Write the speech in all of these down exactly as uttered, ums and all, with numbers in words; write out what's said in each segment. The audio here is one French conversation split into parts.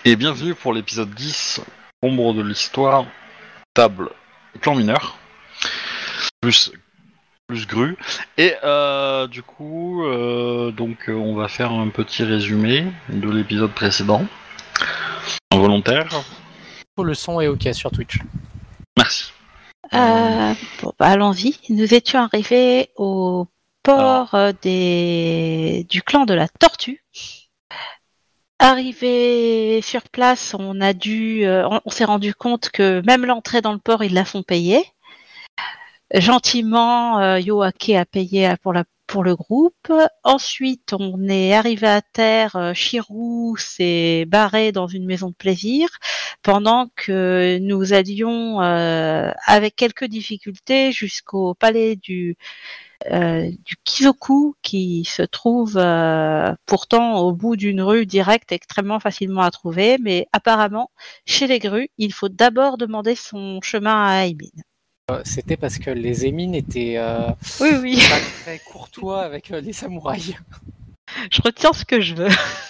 Et bienvenue pour l'épisode dix, Ombre de l'histoire, table, clan mineur, plus, plus grue. Et euh, du coup, euh, donc, on va faire un petit résumé de l'épisode précédent, involontaire. Le son est ok sur Twitch. Merci. Euh, bon, bah, allons-y. Nous étions arrivés au port Alors... des... du clan de la Tortue. Arrivé sur place, on a dû, euh, on, on s'est rendu compte que même l'entrée dans le port, ils la font payer. Gentiment, euh, Yoake a payé pour la pour le groupe. Ensuite, on est arrivé à terre. Euh, Shirou s'est barré dans une maison de plaisir, pendant que nous allions euh, avec quelques difficultés jusqu'au palais du euh, du Kizoku, qui se trouve euh, pourtant au bout d'une rue directe, extrêmement facilement à trouver. Mais apparemment, chez les grues, il faut d'abord demander son chemin à Aimin. Euh, c'était parce que les émines étaient euh, oui, oui. pas très courtois avec euh, les samouraïs. Je retiens ce que je veux.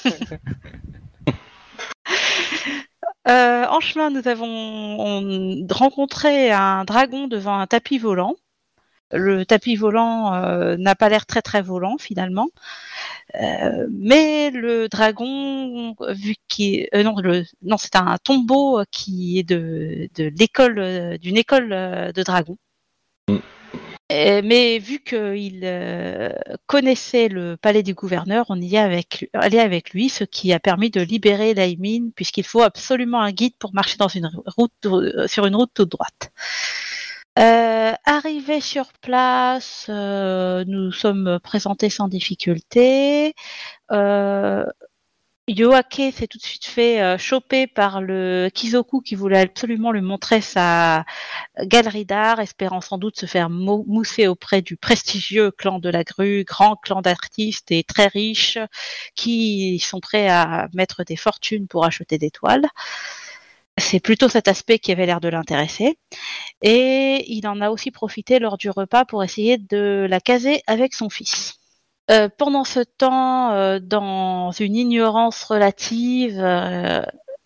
euh, en chemin, nous avons on, rencontré un dragon devant un tapis volant. Le tapis volant euh, n'a pas l'air très très volant finalement. Euh, mais le dragon, vu qu'il euh, non, le, non, c'est un tombeau qui est de, de l'école, euh, d'une école euh, de dragons. Mm. Et, mais vu qu'il euh, connaissait le palais du gouverneur, on y est avec, allé avec lui, ce qui a permis de libérer Aimin, puisqu'il faut absolument un guide pour marcher dans une route, euh, sur une route toute droite. Euh, arrivé sur place, euh, nous sommes présentés sans difficulté. Euh, Yoake s'est tout de suite fait euh, choper par le Kizoku qui voulait absolument lui montrer sa galerie d'art, espérant sans doute se faire mou- mousser auprès du prestigieux clan de la Grue, grand clan d'artistes et très riches qui sont prêts à mettre des fortunes pour acheter des toiles. C'est plutôt cet aspect qui avait l'air de l'intéresser. Et il en a aussi profité lors du repas pour essayer de la caser avec son fils. Euh, pendant ce temps, euh, dans une ignorance relative, euh,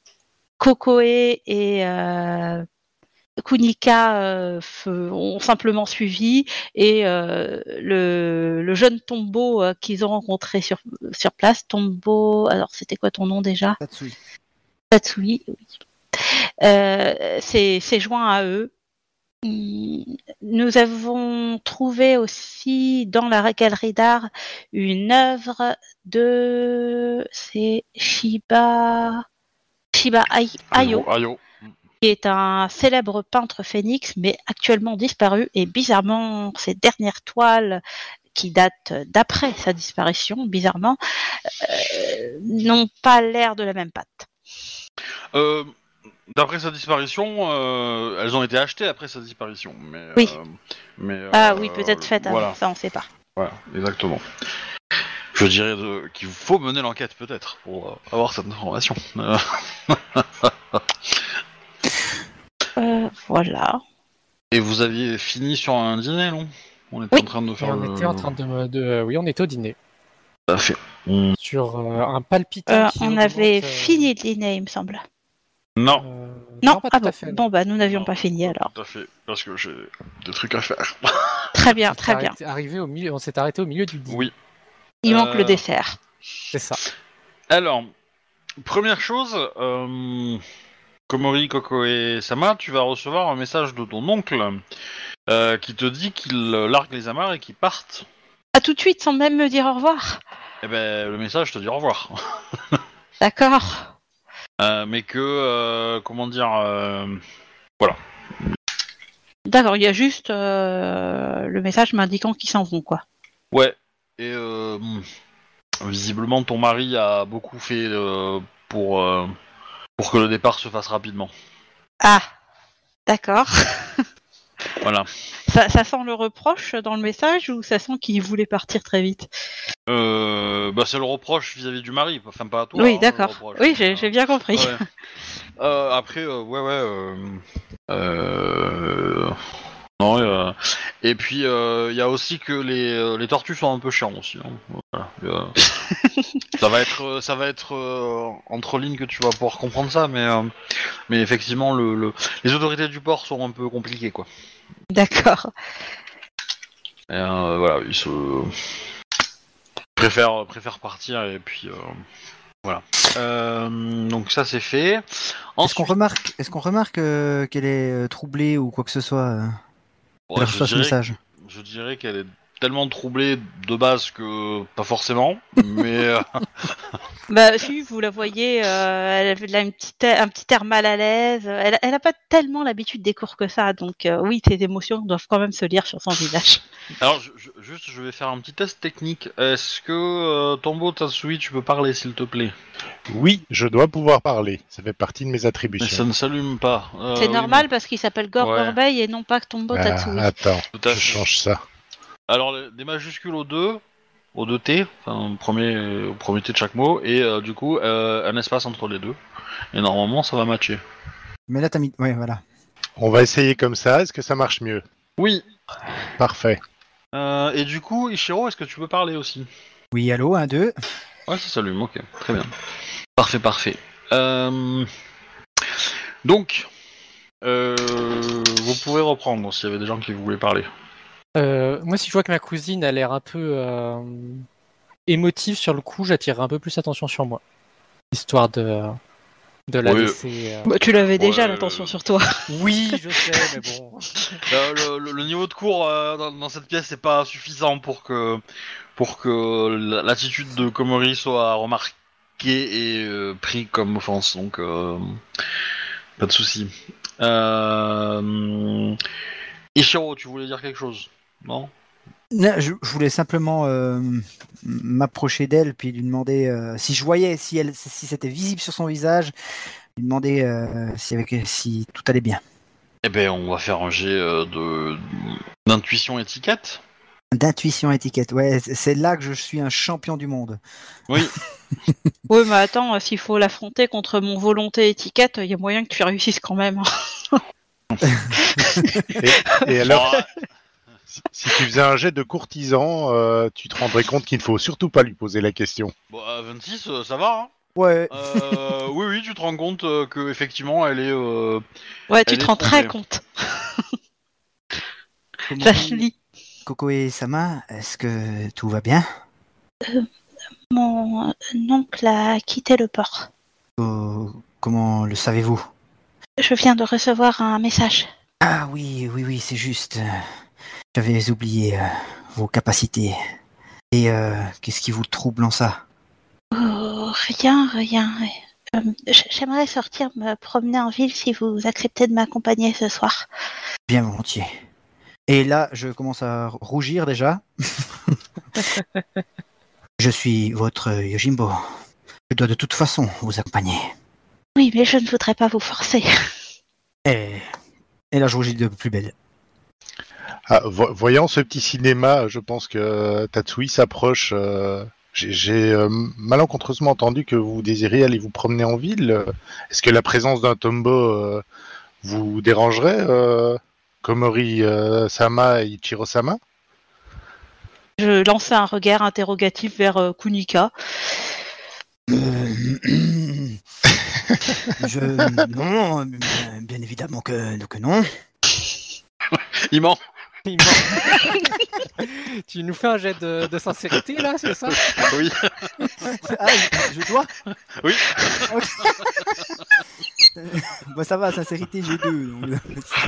Kokoe et euh, Kunika euh, ont simplement suivi et euh, le, le jeune Tombo euh, qu'ils ont rencontré sur, sur place, Tombo, alors c'était quoi ton nom déjà ? Tatsui. Tatsui, oui. Euh, c'est, c'est joint à eux. Nous avons trouvé aussi dans la galerie d'art une œuvre de c'est Shiba Shiba Ayo, Ayo, qui est un célèbre peintre phénix, mais actuellement disparu. Et bizarrement, ces dernières toiles qui datent d'après sa disparition, bizarrement, euh, n'ont pas l'air de la même patte. Euh... D'après sa disparition, euh, elles ont été achetées après sa disparition. Mais, oui. Euh, mais, ah euh, oui, peut-être faites avant, voilà. Ça on ne sait pas. Voilà, exactement. Je dirais de, qu'il faut mener l'enquête peut-être pour euh, avoir cette information. euh, voilà. Et vous aviez fini sur un dîner, non ? On était oui. en train de faire. Et on le... était en train de, de, oui, on était au dîner. Tout à fait. On... Sur euh, un palpitant. Euh, qui on augmente, avait euh... fini le dîner, il me semble. Non. Euh, non, non, pas ah tout bon. à fait. Bon, bah, nous n'avions non, pas fini alors. Tout à fait, parce que j'ai des trucs à faire. Très bien, très bien. Arrivé au milieu, on s'est arrêté au milieu du dîner. Oui. Il euh... manque le dessert. C'est ça. Alors, première chose, euh, Komori Kokoe Sama, tu vas recevoir un message de ton oncle euh, qui te dit qu'il largue les amarres et qu'il partent. Ah, tout de suite, sans même me dire au revoir. Eh ben, le message te dit au revoir. D'accord. Euh, mais que, euh, comment dire, euh, voilà. D'accord, il y a juste euh, le message m'indiquant qu'ils s'en vont, quoi. Ouais, et euh, visiblement ton mari a beaucoup fait euh, pour, euh, pour que le départ se fasse rapidement. Ah, d'accord. Voilà. Ça, ça sent le reproche dans le message ou ça sent qu'il voulait partir très vite ? Euh, bah c'est le reproche vis-à-vis du mari, enfin pas à toi. Oui, hein, d'accord. Oui, j'ai, j'ai bien compris. Ouais. Euh, après, euh, ouais, ouais. Euh, euh, non, euh, Et puis il euh, y a aussi que les, euh, les tortues sont un peu chiants aussi. Hein. Voilà. Euh, ça va être, ça va être euh, entre lignes que tu vas pouvoir comprendre ça, mais euh, mais effectivement le, le, les autorités du port sont un peu compliquées quoi. D'accord. Et, euh, voilà, ils se préfèrent préfèrent partir et puis euh, voilà. Euh, donc ça c'est fait. Est-ce Ensuite, qu'on remarque, est-ce qu'on remarque euh, qu'elle est euh, troublée ou quoi que ce soit euh, ouais, Elle je reçoit ce dirais- message. Je dirais qu'elle est tellement troublée de base que pas forcément, mais euh, Bah si, vous la voyez, euh, elle avait là une petite, un petit air mal à l'aise. Elle, elle a pas tellement l'habitude des cours que ça, donc euh, oui, ses émotions doivent quand même se lire sur son visage. alors je, je- juste je vais faire un petit test technique. Est-ce que euh, Tombo Tatsui tu peux parler s'il te plaît? Oui, je dois pouvoir parler. Ça fait partie de mes Mais attributions. ça ne s'allume pas. Euh, C'est oui, normal parce qu'il s'appelle Gore Ouais. Gorbei et non pas Tombo Ah, Tatsui. attends, Tout à je fait. change ça. mais- Alors les- des majuscules au deux, au deux T, enfin au premier, au premier T de chaque mot, et euh, du coup euh, un espace entre les deux. Et normalement ça va matcher. Mais là, t'as mis. Ouais, voilà. On va essayer comme ça. Est-ce que ça marche mieux? Oui. Parfait. Euh, et du coup Ichiro, est-ce que tu peux parler aussi? Oui, allô, un, deux. Ouais, ça s'allume, ok, très bien. Parfait, parfait. Euh... Donc, euh... vous pouvez reprendre s'il y avait des gens qui voulaient parler. Euh, moi, si je vois que ma cousine a l'air un peu euh, émotive sur le coup, j'attirerai un peu plus attention sur moi. Histoire de, de la Oui. laisser... euh, Bah, tu l'avais déjà Ouais, l'attention euh, sur toi. Oui, je sais, mais bon... Euh, le, le- le niveau de cours euh, dans, dans cette pièce n'est pas suffisant pour que, pour que la- l'attitude de Komori soit remarquée et euh, pris comme offense, donc euh, pas de souci. Euh... Ichiro, tu voulais dire quelque chose? Non? Non, je, je voulais simplement euh, m- m'approcher d'elle puis lui demander euh, si je voyais, si elle, si c'était visible sur son visage, lui demander euh, si, avec, si tout allait bien. Eh ben, on va faire un jet euh, de d'intuition étiquette. D'intuition étiquette, ouais, c'est c'est là que je suis un champion du monde. Oui. Oui, mais attends, euh, s'il faut l'affronter contre mon volonté étiquette, il y a moyen que tu réussisses quand même. Et, et alors, Bon, si, si tu faisais un jet de courtisan, euh, tu te rendrais compte qu'il ne faut surtout pas lui poser la question. bon, à vingt-six, euh, ça va. Hein. Ouais, Euh, oui, oui, tu te rends compte euh, que effectivement, elle est. Euh... Ouais, tu Elle te est rends très troublée. compte. comment- Ça se lit. Coco et Sama, est-ce que tout va bien? Mon oncle a quitté le port. Oh, comment le savez-vous? Je viens de recevoir un message. Ah oui, oui, oui, c'est juste. euh, J'avais oublié euh, vos capacités. Et euh, qu'est-ce qui vous trouble en ça? Oh, rien, rien. Euh, j- J'aimerais sortir me promener en ville si vous acceptez de m'accompagner ce soir. Bien volontiers. Et là, je commence à rougir déjà. Je suis votre Yojimbo. Je dois de toute façon vous accompagner. Oui, mais je ne voudrais pas vous forcer. Et, et là, je rougis de plus belle. Ah, vo- voyant ce petit cinéma, je pense que Tatsui s'approche. euh, J'ai j'ai, euh, malencontreusement entendu que vous désiriez aller vous promener en ville. Est-ce que la présence d'un tombo euh, vous dérangerait, euh, Komori euh, Sama et Ichiro Sama? Je lançais un regard interrogatif vers euh, Kunika. Euh, je non, bien, bien évidemment que, que non. Il ment. Il ment. Tu nous fais un jet de, de sincérité, là, c'est ça? Oui. Ah, je, je dois. Oui. Ok. Bon, ça va, sincérité, j'ai deux. donc,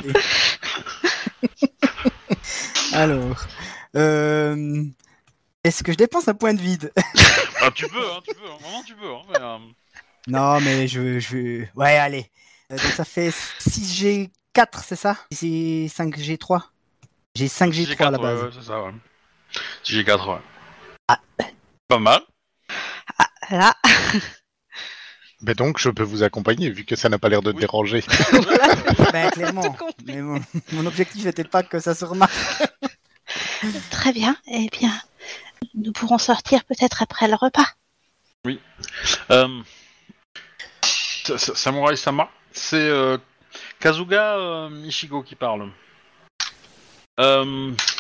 c'est- Alors, euh, est-ce que je dépense un point de vide? Ah, tu peux, hein, tu peux. Hein, vraiment, tu peux. Hein, mais, euh, Non, mais je, je... Ouais, allez. Euh, donc ça fait six G quatre, c'est ça? C'est cinq G trois? J'ai cinq G trois à la ouais, base. ouais, c'est ça, ouais. six G quatre, ouais. Ah. Pas mal. Là, Ben donc, je peux vous accompagner, vu que ça n'a pas l'air de te Oui. déranger. Ben, clairement. Mais mon, mon objectif n'était pas que ça se remarque. très bien. Eh bien, nous pourrons sortir peut-être après le repas. Euh... Sa- Sa- Samurai Sama, c'est euh, Kazuga euh, Ichigo qui parle. Euh...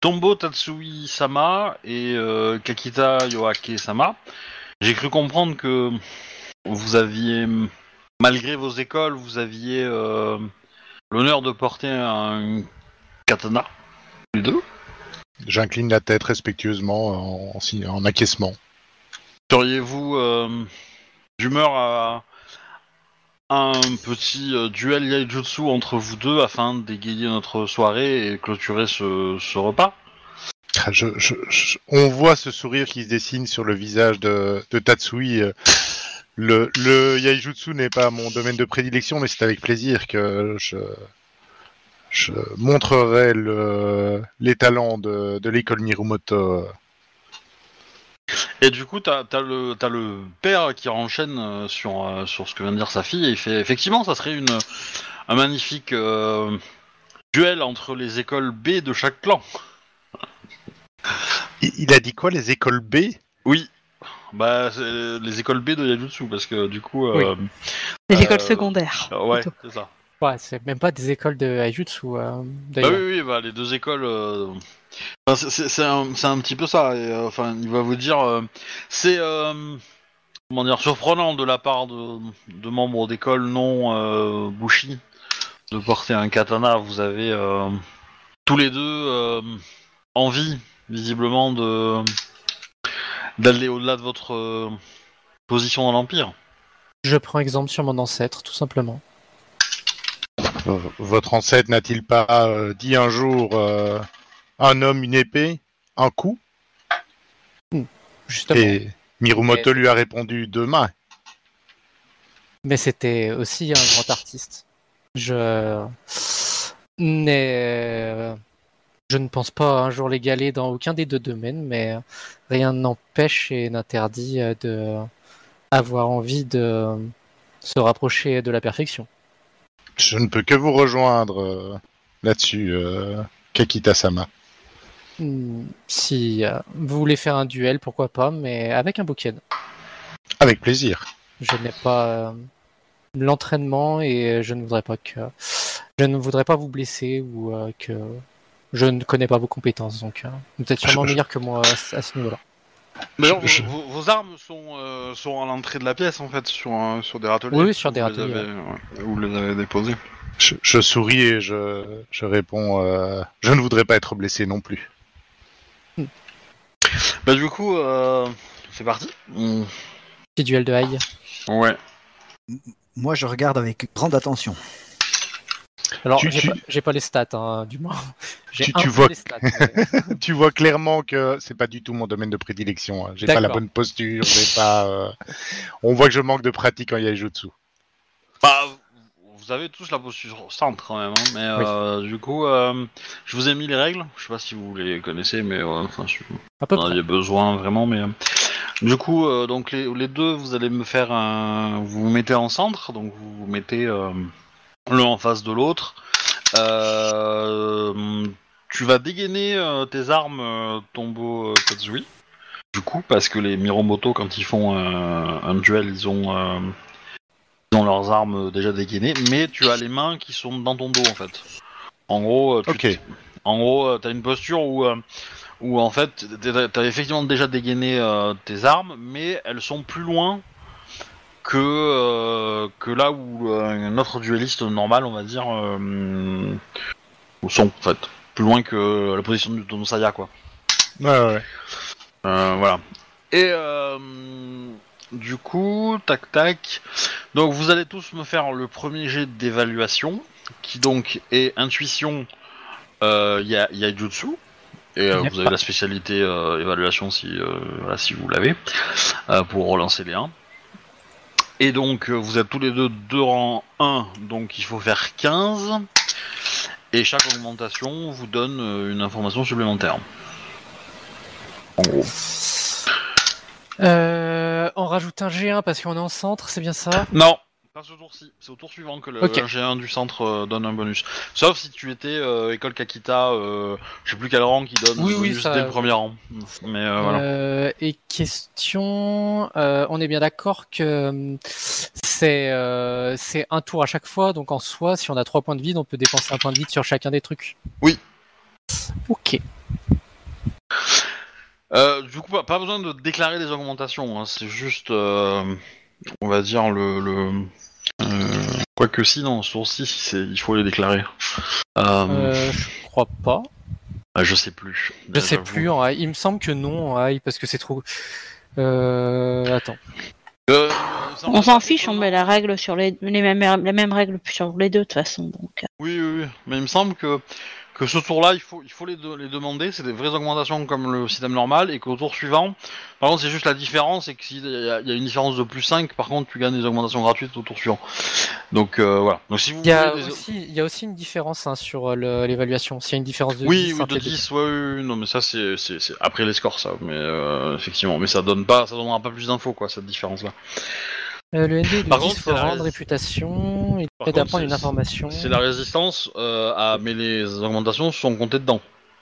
Tombo Tatsui Sama et euh, Kakita Yoake Sama, j'ai cru comprendre que vous aviez, malgré vos écoles, vous aviez euh, l'honneur de porter un katana, les deux. J'incline la tête respectueusement en, en, en acquiescement. Seriez-vous euh, d'humeur à un petit euh, duel yaijutsu entre vous deux afin d'égayer notre soirée et clôturer ce, ce repas? Je, je, je, on voit ce sourire qui se dessine sur le visage de, de Tatsui. Le, le yaijutsu n'est pas mon domaine de prédilection, mais c'est avec plaisir que je, je montrerai le, les talents de, de l'école Mirumoto. Et du coup, t'as, t'as, le, t'as le père qui enchaîne sur, euh, sur ce que vient de dire sa fille, et il fait effectivement, ça serait une, un magnifique euh, duel entre les écoles B de chaque clan. Il, il a dit quoi, les écoles B? Oui, bah c'est les écoles B de Yaijutsu, parce que du coup... Euh, Oui. Les euh, écoles secondaires. Ouais, plutôt. c'est ça. Ouais, c'est même pas des écoles de Aijutsu, euh, Bah d'ailleurs. oui, oui, bah les deux écoles... Euh... Enfin, c'est, c'est, c'est, un, c'est un petit peu ça, et, euh, enfin, il va vous dire... Euh, c'est... Euh... Comment dire, surprenant de la part de, de membres d'école non euh, Bushi de porter un katana. Vous avez euh, tous les deux euh, envie, visiblement, de d'aller au-delà de votre euh, position dans l'Empire. Je prends exemple sur mon ancêtre, tout simplement. Euh, votre ancêtre n'a-t-il pas euh, dit un jour euh, un homme, une épée, un coup? Justement. Et Mirumoto Mais- lui a répondu deux mains. Mais c'était aussi un grand artiste. Je n'ai... Je ne pense pas un jour l'égaler dans aucun des deux domaines, mais rien n'empêche et n'interdit de avoir envie de se rapprocher de la perfection. Je ne peux que vous rejoindre euh, là-dessus, euh, Kakita-sama. Hmm, Si euh, vous voulez faire un duel, pourquoi pas, mais avec un bouquet. Avec plaisir. Je n'ai pas euh, l'entraînement et je ne voudrais pas que je ne voudrais pas vous blesser ou euh, que je ne connais pas vos compétences, donc euh, vous êtes sûrement Je- je- meilleur que moi à, ce- à ce niveau-là. D'ailleurs, Je- je- vos, vos- vos armes sont, euh, sont à l'entrée de la pièce, en fait, sur, un- sur des râteliers. Oui, oui, sur Vous des les râteliers, avez- ouais, Vous les avez déposés. Je, je souris et je, je réponds euh, je ne voudrais pas être blessé non plus. Bah du coup, euh, c'est parti. Mm. Petit duel de haï. Ouais. Moi, je regarde avec grande attention. Alors, Tu- j'ai tu- pas, j'ai pas les stats, hein, du moins. J'ai Tu- un tu peu vois- les stats. mais- Tu vois clairement que c'est pas du tout mon domaine de prédilection. Hein. J'ai pas la D'accord. bonne posture, j'ai pas. euh, On voit que je manque de pratique en yaijutsu. Bah, vous avez tous la posture centre quand même, hein, mais euh, du coup, euh, je vous ai mis les règles. Je sais pas si vous les connaissez, mais ouais, enfin, si À peu vous en près. aviez besoin vraiment, mais euh, du coup, euh, donc les, les deux, vous allez me faire un, vous vous mettez en centre, donc vous vous mettez euh, l'un en face de l'autre. Euh, tu vas dégainer euh, tes armes, euh, Tombo euh, Tatsui. Du coup, parce que les Miromoto, quand ils font euh, un duel, ils ont euh, ils ont leurs armes déjà dégainées, mais tu as les mains qui sont dans ton dos en fait. En gros, euh, tu Ok. t- en gros, euh, t'as une posture où, euh, où en fait, t'as t'as effectivement déjà dégainé euh, tes armes, mais elles sont plus loin que euh, que là où euh, un autre dueliste normal, on va dire, euh, sont en fait plus loin que la position de ton Saya, quoi. Ouais, ouais, ouais. Euh, voilà. Et euh, du coup, tac tac. Donc vous allez tous me faire le premier jet d'évaluation, qui donc est intuition, euh, ya- yaijutsu. Et euh, Yep. vous avez la spécialité euh, évaluation si, euh, voilà, si vous l'avez, euh, pour relancer les un. Et donc euh, vous êtes tous les deux deux rangs un, donc il faut faire quinze. Et chaque augmentation vous donne euh, une information supplémentaire. En gros. Euh, on rajoute un G un parce qu'on est en centre, c'est bien ça? Non, pas ce tour-ci. C'est au tour suivant que le Ok. un G un du centre euh, donne un bonus. Sauf si tu étais euh, école Kakita, euh, je sais plus quel rang qui donne Oui, un oui, bonus ça- dès le premier rang. Mais euh, voilà. Euh, et question, euh, on est bien d'accord que hum, c'est euh, c'est un tour à chaque fois, donc en soi, si on a trois points de vide, on peut dépenser un point de vide sur chacun des trucs. Oui. Ok. Euh, du coup, pas, pas besoin de déclarer des augmentations, hein, c'est juste, euh, on va dire, le... le euh, quoique si, non, sur si, c'est, il faut les déclarer. Euh, Euh, je crois pas. ah, je sais plus. Je sais J'avoue. plus en high. Il me semble que non en high parce que c'est trop. Euh, attends. Euh, ça On me s'en semble fiche, on que met non. la règle sur les, les mêmes, les mêmes règles sur les deux de toute façon. Donc. Oui, oui, oui, mais il me semble que, que ce tour-là, il faut, il faut les, de- les demander, c'est des vraies augmentations comme le système normal, et qu'au tour suivant, par contre, c'est juste la différence, c'est que s'il y, a il y a une différence de plus cinq, par contre, tu gagnes des augmentations gratuites au tour suivant. Donc euh, voilà. Donc si vous Il y a voulez des... aussi, il y a aussi une différence hein, sur le- l'évaluation. S'il y a une différence de Oui, dix oui, entre de les deux. dix, ouais, oui, oui, non, mais ça, c'est, c'est, c'est après les scores, ça, mais euh, effectivement, mais ça donne pas, ça donnera pas plus d'infos, quoi, cette différence-là. Euh, le N D est de Par dix contre, c'est la forains de rés- réputation. Il Par permet contre, d'apprendre c'est- une information. C'est la résistance, euh, à... mais les augmentations sont comptées dedans.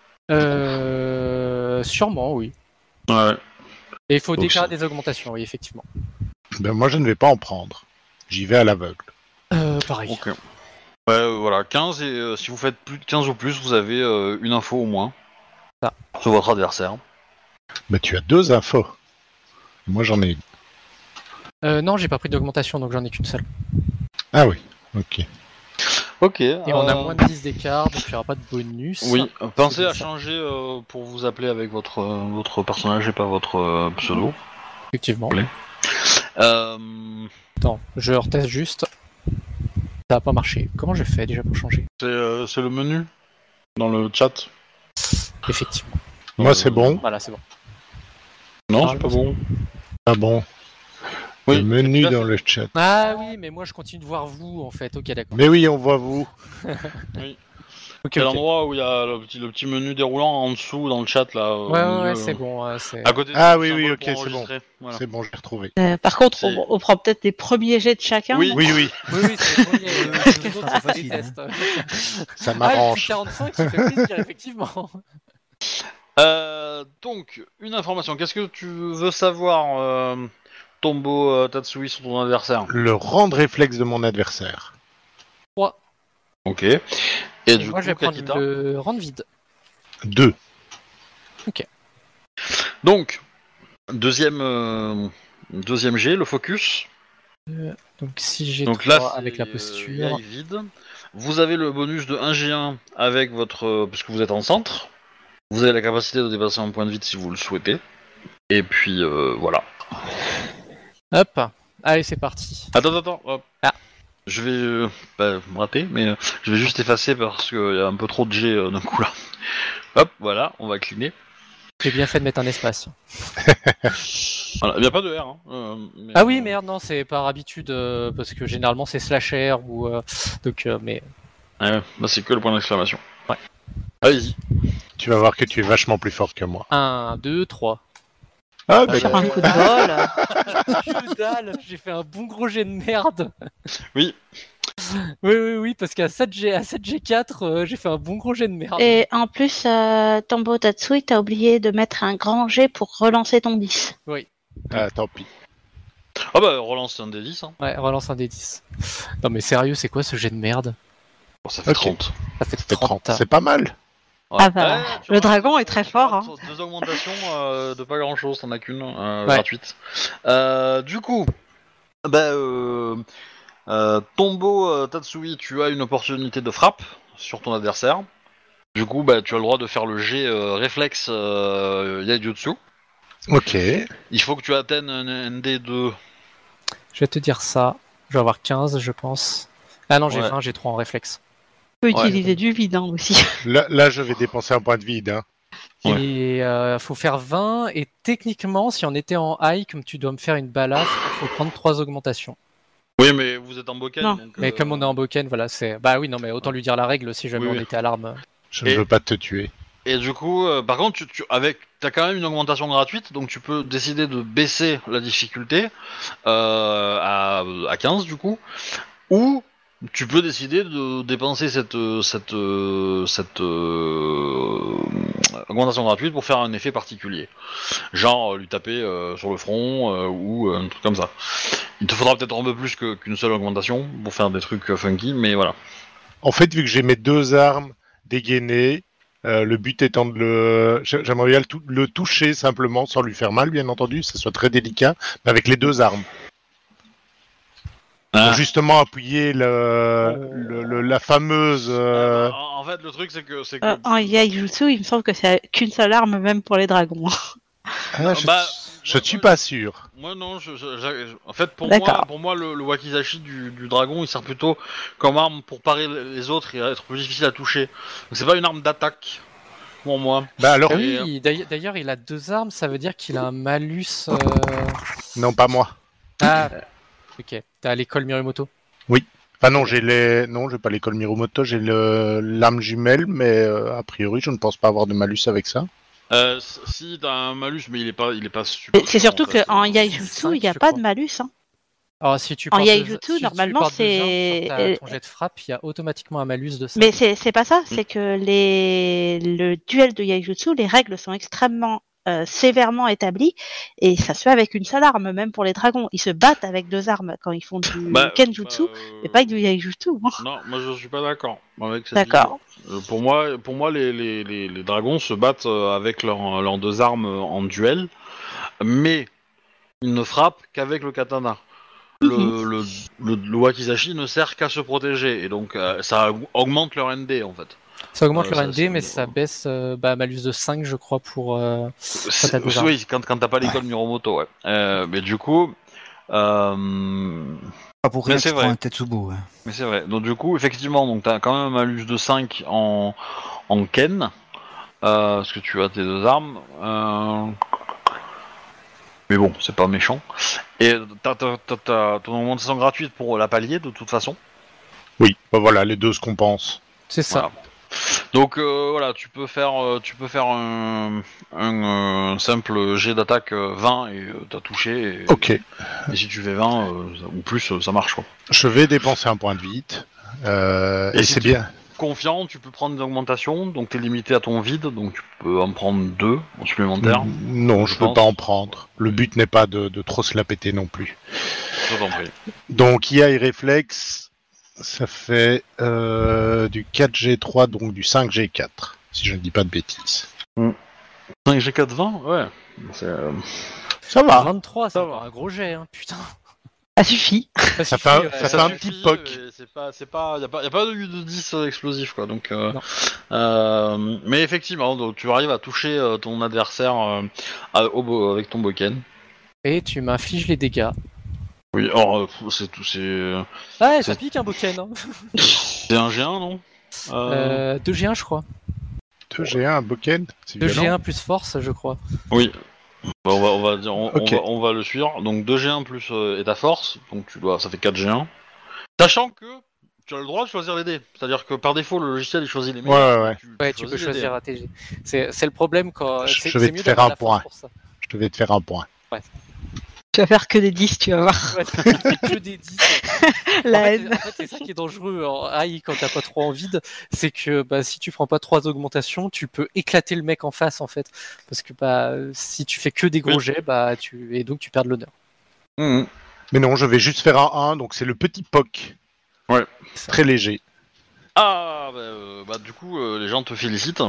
Euh, sûrement, oui. Ouais. Et il faut Donc, déclarer ça- des augmentations, oui, effectivement. Ben moi je ne vais pas en prendre. J'y vais à l'aveugle. Euh, pareil. Ok. Ouais, euh, voilà, quinze, et euh, si vous faites plus de quinze ou plus, vous avez euh, une info au moins Ça. sur votre adversaire. Ben tu as deux infos. Moi j'en ai une. Euh, non, j'ai pas pris d'augmentation, donc j'en ai qu'une seule. Ah oui, ok. Ok. Et on a moins de dix d'écart, donc il n'y aura pas de bonus. Oui, euh, pensez C'est à ça. changer euh, pour vous appeler avec votre, euh, votre personnage et pas votre euh, pseudo. Effectivement. Oui. Euh, Attends, je reteste juste. Ça a pas marché. Comment j'ai fait déjà pour changer? c'est, euh, c'est le menu dans le chat. Effectivement. Moi Euh, c'est bon. Voilà, c'est bon. Non, Ah, c'est pas c'est bon. Ah bon. Oui, Le menu tout à dans fait. le chat. Ah oui, mais moi je continue de voir vous en fait. Ok, d'accord. Mais oui, on voit vous. Ok, C'est ok. l'endroit où il y a le petit, le petit menu déroulant en dessous dans le chat là. au Ouais, ouais, milieu, ouais, c'est euh, bon. ouais, c'est... À côté Ah du oui, oui, symbole ok, pour c'est bon. enregistrer. Voilà. C'est bon, je l'ai retrouvé. Euh, par contre, C'est- on, on prend peut-être les premiers jets de chacun. Oui. non Oui, oui, Oui, oui, c'est le premier. Euh, Les c'est autres, pas c'est facile, des tests. ça Ah, le petit m'arrange. quarante-cinq, il fait plaisir, effectivement. Euh, donc, une information. Qu'est-ce que tu veux savoir, euh, Tombo euh, Tatsui, sur ton adversaire? Le rang de réflexe de mon adversaire. Ok. Et, Et du moi, coup, je vais prendre Kakita. le rang de vide. deux. Donc, deuxième, euh, deuxième G, le focus. Donc, si j'ai Donc trois là, avec la c'est, posture. euh, I A I vide. Vous avez le bonus de un G un avec votre, euh, puisque vous êtes en centre. Vous avez la capacité de dépasser un point de vide si vous le souhaitez. Et puis euh, voilà. Hop. Allez, c'est parti. Attends, attends. Hop. Ah. Je vais euh, bah, me rater, mais euh, je vais juste effacer parce qu'il y a un peu trop de G euh, d'un coup là. Hop, voilà, on va cleaner. J'ai bien fait de mettre un espace. Voilà, il n'y a pas de R. Hein, euh, mais, Ah oui, euh, merde, non, c'est par habitude, euh, parce que généralement c'est slash R ou. euh, donc, euh, mais. Ouais, là c'est que le point d'exclamation. Ouais. Allez-y. Tu vas voir que tu es vachement plus fort que moi. un, deux, trois. Ah, bah, Sur un coup de bol. Que dalle, j'ai fait un bon gros jet de merde. Oui. Oui, oui, oui, parce qu'à sept G, à sept G quatre, euh, j'ai fait un bon gros jet de merde. Et en plus, euh, Tombo Tatsui, t'as oublié de mettre un grand jet pour relancer ton dix. ah, tant pis. Ah bah relance un D dix. Hein. Ouais, relance un D dix. Non, mais sérieux, c'est quoi ce jet de merde? Bon, ça fait Ok. trente. Ça fait C'est trente. trente. C'est pas mal. Ouais. Ah bah, Ouais, tu le rates- dragon est très tu fort, rates hein. Deux augmentations euh, de pas grand chose, t'en as qu'une euh, Ouais. gratuite. Euh, du coup, bah, euh, euh, Tombo euh, Tatsui, tu as une opportunité de frappe sur ton adversaire. Du coup, bah, tu as le droit de faire le jet euh, réflexe euh, Yaijutsu. Ok. Il faut que tu atteignes un N D deux. Je vais te dire ça. Je vais avoir quinze, je pense. Ah non, j'ai Ouais. vingt, j'ai trois en réflexe. Tu peux Ouais. utiliser du vide hein, aussi. Là, là, je vais dépenser un point de vide. Hein. Ouais. Et euh, faut faire vingt, et techniquement, si on était en high, comme tu dois me faire une balafre, faut prendre trois augmentations. Oui, mais vous êtes en bocal. Non. donc, Mais euh, comme on est en boken, voilà, c'est. Bah oui, non, mais autant lui dire la règle si jamais Oui, on oui. était à l'arme. Je Et- ne veux pas te tuer. Et du coup, euh, par contre, tu, tu, avec, t'as quand même une augmentation gratuite, donc tu peux décider de baisser la difficulté euh, à, à quinze du coup, ou tu peux décider de dépenser cette, euh, cette, euh, cette euh, augmentation gratuite pour faire un effet particulier. Genre euh, lui taper euh, sur le front euh, ou euh, un truc comme ça. Il te faudra peut-être un peu plus que- qu'une seule augmentation pour faire des trucs euh, funky, mais voilà. En fait, vu que j'ai mes deux armes dégainées, Euh, le but étant de le... J'aimerais bien le, tou- le toucher simplement, sans lui faire mal, bien entendu, ça soit très délicat, mais avec les deux armes. Ah. Pour justement appuyer le, le, le- la fameuse... euh, Euh, en, en fait, le truc, c'est que... C'est que... Euh, en Yaijutsu, il me semble que c'est qu'une seule arme, même pour les dragons. ah, je bah, je moi- suis moi, pas sûr. Moi non, je, je- je- en fait pour D'accord. moi, pour moi le, le wakizashi du, du dragon il sert plutôt comme arme pour parer les autres et être plus difficile à toucher. Donc c'est pas une arme d'attaque pour moi. Bah alors, Ah Et, oui, d'ailleurs d'ailleurs, il a deux armes, ça veut dire qu'il a un malus. euh, non, pas moi. Ah, ok. T'as l'école Mirumoto. Enfin non, j'ai les... Non, j'ai pas l'école Mirumoto, j'ai le... l'âme jumelle, mais euh, a priori, je ne pense pas avoir de malus avec ça. euh, si t'as un malus mais il est pas, il est pas super. Et c'est surtout en fait. qu'en cinq, Yaijutsu, il n'y a je pas crois. de malus. Hein. Alors, si tu En portes Yaijutsu, deux- si normalement, tu portes deux c'est- armes sur ta- ton jet de frappe, il y a automatiquement un malus de cinq. Mais c'est c'est pas ça, c'est que les le duel de Yaijutsu, les règles sont extrêmement euh, sévèrement établies et ça se fait avec une seule arme, même pour les dragons. Ils se battent avec deux armes quand ils font du Bah, Kenjutsu, bah, mais pas avec du Yaijutsu. Hein. Non, moi je suis pas d'accord avec cette D'accord. idée. Euh, pour moi, pour moi les, les, les, les dragons se battent euh, avec leurs leurs deux armes euh, en duel, mais ils ne frappent qu'avec le katana. Le, Mhm. le, le, le wakizashi ne sert qu'à se protéger et donc euh, ça augmente leur N D en fait. Ça augmente Euh, leur ça, N D, c'est- mais ça baisse euh, bah, malus de cinq, je crois, pour. euh, C'est- t'as deux armes. oui, quand, quand t'as pas l'école Miromoto, ouais. Euh, mais du coup, euh, Pas pour Mais rien c'est que tu prends vrai. un Tetsubo. hein. mais c'est vrai. Donc du coup, effectivement, donc t'as quand même un malus de cinq en, en Ken, euh, parce que tu as tes deux armes. Euh... Mais bon, c'est pas méchant. Et t'as, t'as, t'as, t'as ton augmentation gratuite pour la palier de toute façon. Oui, bah voilà, les deux se compensent. C'est ça. Voilà. Donc euh, voilà, tu peux faire, euh, tu peux faire un, un, euh, simple jet d'attaque euh, vingt et euh, t'as touché. Et, Ok, et si tu fais vingt euh, ça- ou plus, euh, ça marche quoi. je vais dépenser un point de vide. Euh, Et et si c'est tu- bien. Confiant, tu peux prendre une augmentation, donc t'es limité à ton vide, donc tu peux en prendre deux en supplémentaire. Non, je je peux pense. pas en prendre. Le but n'est pas de, de trop se la péter non plus. Je t'en prie. Donc I A et réflexe, ça fait euh, du quatre G trois, donc du cinq G quatre, si je ne dis pas de bêtises. cinq G quatre vingt, ouais. C'est, euh, Ça va. vingt-trois, c'est Ça encore va. un gros jet, hein, putain. Ça suffit. Ça, Ça suffit, fait un- ouais. ça fait un petit suffit, poc. mais C'est pas, c'est pas, y a pas, y a pas de, de dix euh, explosif quoi. Donc, euh, Non. euh, mais effectivement, donc, tu arrives à toucher euh, ton adversaire euh, à- au bo- avec ton boken. Et tu m'infliges les dégâts. Oui, or euh, c'est tout, c'est, euh, Ah, ça C'est- pique un boken, hein. c'est un G un non euh... Euh, deux G un, je crois. deux G un, un boken, c'est deux G violent. un plus force, je crois. Oui. Bah, on va, on va dire, on, Ok. on va, on va le suivre. Donc deux G un plus euh, et ta force, donc tu dois, ça fait quatre G un. Sachant que tu as le droit de choisir les dés, c'est-à-dire que par défaut le logiciel il choisit les meilleurs. Ouais, ouais, ouais. Ouais, tu peux choisis les choisir dés. un T G. C'est c'est le problème quand. Je- c'est- je vais c'est te mieux faire d'avoir un la force point. pour ça. Je vais te faire un point. Tu vas faire que des dix, tu vas voir. Ouais, tu fais que des dix. La En fait, haine. c'est- en fait, c'est ça qui est dangereux en A I quand t'as pas trop en vide, c'est que bah, si tu prends pas trois augmentations, tu peux éclater le mec en face en fait, parce que bah si tu fais que des gros Oui. jets, bah tu et donc tu perds de l'honneur. Mhm. Mais non, je vais juste faire un un, donc c'est le petit poc. Ouais. Très léger. Ah, bah, euh, bah, du coup, euh, les gens te félicitent.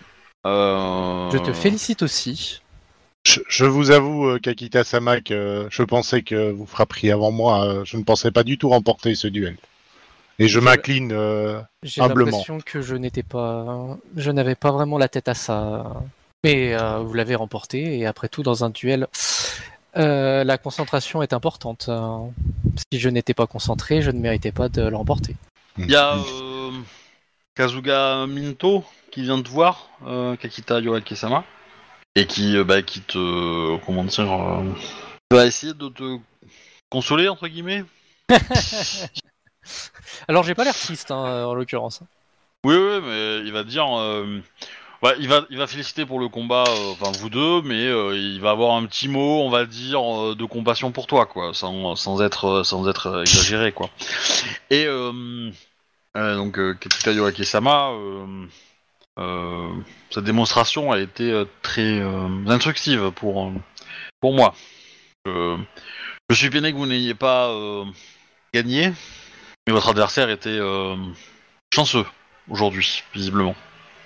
Euh... Je te félicite aussi. Je, je vous avoue, euh, Kakita-sama, que je pensais que vous frapperiez avant moi. euh, Je ne pensais pas du tout remporter ce duel. Et je Je- m'incline. euh, J'ai Humblement. l'impression que je n'étais pas, je n'avais pas vraiment la tête à ça. Mais euh, vous l'avez remporté et après tout dans un duel, euh, la concentration est importante. hein. Si je n'étais pas concentré, je ne méritais pas de l'emporter. Il y a euh, Kazuga Minto qui vient te voir, euh, Kakita Yoake-sama, et qui, euh, bah, qui te, comment dire, euh, va essayer de te consoler entre guillemets. Alors j'ai pas l'air triste hein, en l'occurrence. Oui, oui, mais il va te dire, euh, ouais, il va, il va féliciter pour le combat, euh, enfin vous deux, mais euh, il va avoir un petit mot, on va dire, euh, de compassion pour toi, quoi, sans, sans être, sans être exagéré, quoi. Et euh, euh, donc euh, Kakita Yoake-sama, euh, euh, cette démonstration a été euh, très euh, instructive pour, euh, pour moi. Euh, je suis peiné que vous n'ayez pas euh, gagné, mais votre adversaire était euh, chanceux aujourd'hui, visiblement.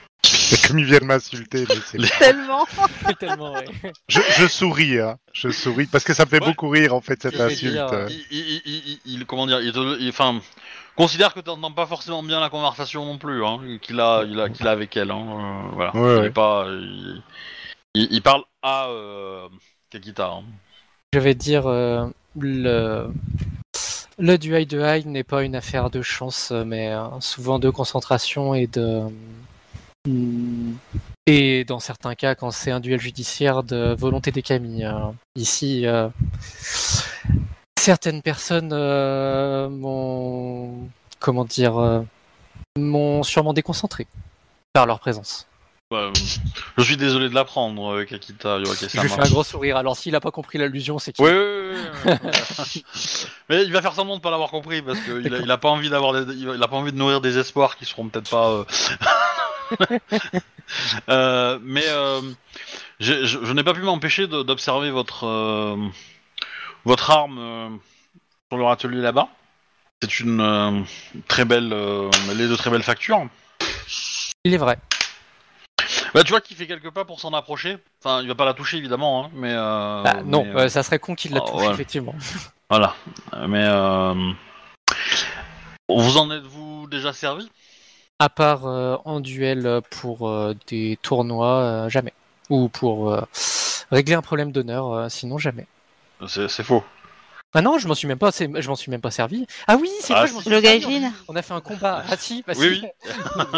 C'est comme il vient de m'insulter. mais c'est- Tellement. Tellement, ouais. Je, je souris, hein. Je souris parce que ça me fait Ouais. beaucoup rire en fait cette Il fait insulte. dire, euh. Il, il, il, il- il- comment dire, il te, il- enfin, considère que t'entends pas forcément bien la conversation non plus, hein, qu'il a, il a, qu'il a avec elle, hein, euh, voilà. Ouais, il ouais. est pas, il, il- il parle à euh, Kakita. Hein. Je vais dire, euh, le... le duel de Hyde n'est pas une affaire de chance, mais euh, souvent de concentration et de... Hmm. Et dans certains cas, quand c'est un duel judiciaire, de volonté des Camille. Euh, ici, euh, certaines personnes euh, m'ont... Comment dire... euh, m'ont sûrement déconcentré par leur présence. Ouais, je suis désolé de l'apprendre, euh, Kakita. Ok, ça Je lui fais marche. un gros sourire. Alors s'il a pas compris l'allusion, c'est qu'il... Oui, oui, oui, oui. Mais il va faire semblant de pas l'avoir compris parce que il a, il a pas envie d'avoir, des, il a pas envie de nourrir des espoirs qui seront peut-être pas. Euh... euh, mais euh, j'ai- je, je n'ai pas pu m'empêcher de- d'observer votre euh, votre arme euh, sur leur atelier là-bas. C'est une euh, très belle, euh, elle est de très belle facture. Il est vrai. Bah, tu vois qu'il fait quelques pas pour s'en approcher. Enfin, il va pas la toucher évidemment, hein, mais. Euh, Ah, non, mais, euh, euh, ça serait con qu'il la oh, touche, ouais. effectivement. Voilà. Euh, Mais euh, vous en êtes-vous déjà servi? À part euh, en duel pour euh, des tournois, euh, jamais. Ou pour euh, régler un problème d'honneur, euh, sinon jamais. C'est c'est faux. Ah non, je m'en suis même pas, c'est- je m'en suis même pas servi. Ah oui, c'est Ah, vrai, je m'en si. suis Le servi. gaijin. On a fait un combat. Ah si, bah Oui, si.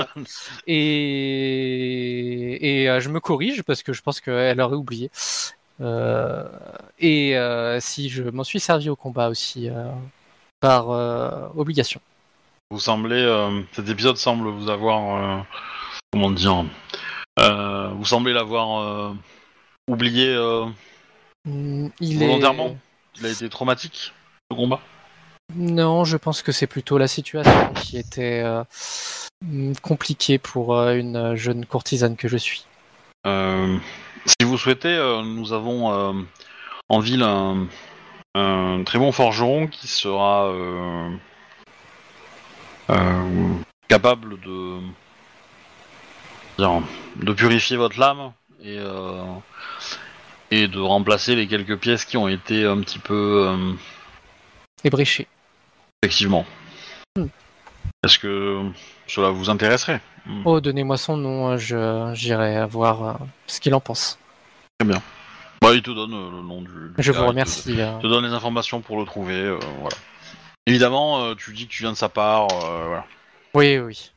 Et, et euh, je me corrige parce que je pense qu'elle aurait oublié. Euh, Et euh, si je m'en suis servi au combat aussi, euh, par euh, obligation. Vous semblez, euh, cet épisode semble vous avoir, euh, comment dire, euh, vous semblez l'avoir euh, oublié. Euh, Hmm, Il Volontairement est... il a été traumatique, le combat. Non, je pense que c'est plutôt la situation qui était euh, hmm, compliquée pour euh, une jeune courtisane que je suis. Euh, si vous souhaitez, euh, nous avons euh, en ville un, un très bon forgeron qui sera euh, euh, capable de, dire, de purifier votre lame et, euh, et de remplacer les quelques pièces qui ont été un petit peu euh, Ébréché. effectivement. Hmm. Est-ce que cela vous intéresserait? Hmm. Oh, donnez-moi son nom, je j'irai voir euh, ce qu'il en pense. Bah, il te donne euh, le nom du. du Je gars, vous il te- remercie. euh. Il te donne les informations pour le trouver, euh, voilà. Évidemment, euh, tu dis que tu viens de sa part, euh, voilà. Oui, oui.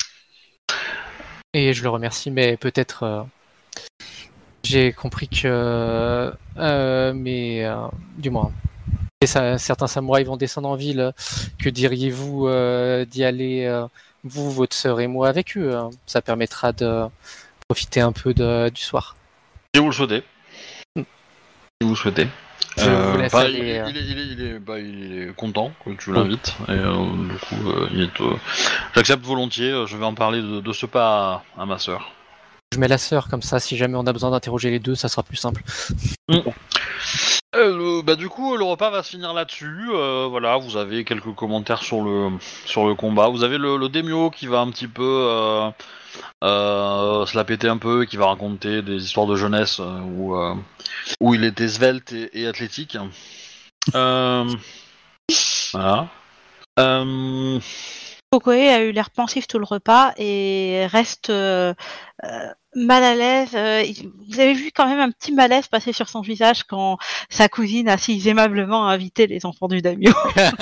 Et je le remercie, mais peut-être euh, j'ai compris que, euh, mais euh, du moins, et ça, certains samouraïs vont descendre en ville. Que diriez-vous euh, d'y aller, euh, vous, votre sœur et moi, avec eux? Hein. Ça permettra de profiter un peu de, du soir. Si vous le souhaitez. Hmm. Si vous le souhaitez. Je vous laisse bah, aller, il, est- euh. il, est, il, est, il, est, bah, il est content que tu l'invites. Et euh, du coup, euh, il est, euh, j'accepte volontiers. euh, Je vais en parler de, de ce pas à, à ma sœur. Je mets la sœur comme ça. Si jamais on a besoin d'interroger les deux, ça sera plus simple. Euh, le- bah, du coup, le repas va se finir là-dessus. Euh, voilà, vous avez quelques commentaires sur le sur le combat. Vous avez le, le Daimyo qui va un petit peu euh, euh, se la péter un peu, qui va raconter des histoires de jeunesse euh, où euh, où il était svelte et, et athlétique. Euh, voilà. Euh, Kokoe a eu l'air pensif tout le repas et reste euh, euh, mal à l'aise. Euh, il- vous avez vu quand même un petit malaise passer sur son visage quand sa cousine a si aimablement invité les enfants du daimyo.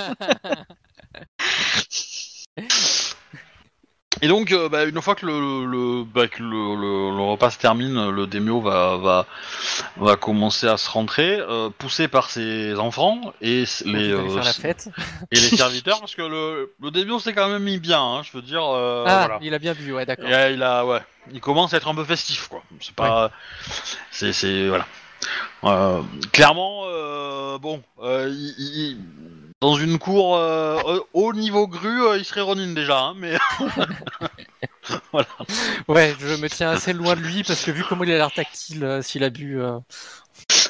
Et donc, euh, bah, une fois que le, le, bah, que le, le, le repas se termine, le daimyo va, va, va commencer à se rentrer, euh, poussé par ses enfants et s- les, Vous allez euh, faire la fête. et les serviteurs, parce que le, le daimyo s'est quand même mis bien, hein, je veux dire. Euh, ah, voilà. il a bien bu, ouais, d'accord. Et, euh, il a, ouais, il commence à être un peu festif, quoi. C'est pas, c'est, c'est, voilà. Euh, clairement, euh, bon, euh, il, il- dans une cour euh, haut niveau grue, euh, il serait Ronin déjà, hein, mais voilà. Ouais, je me tiens assez loin de lui parce que vu comment il a l'air tactile, euh, s'il a bu. euh,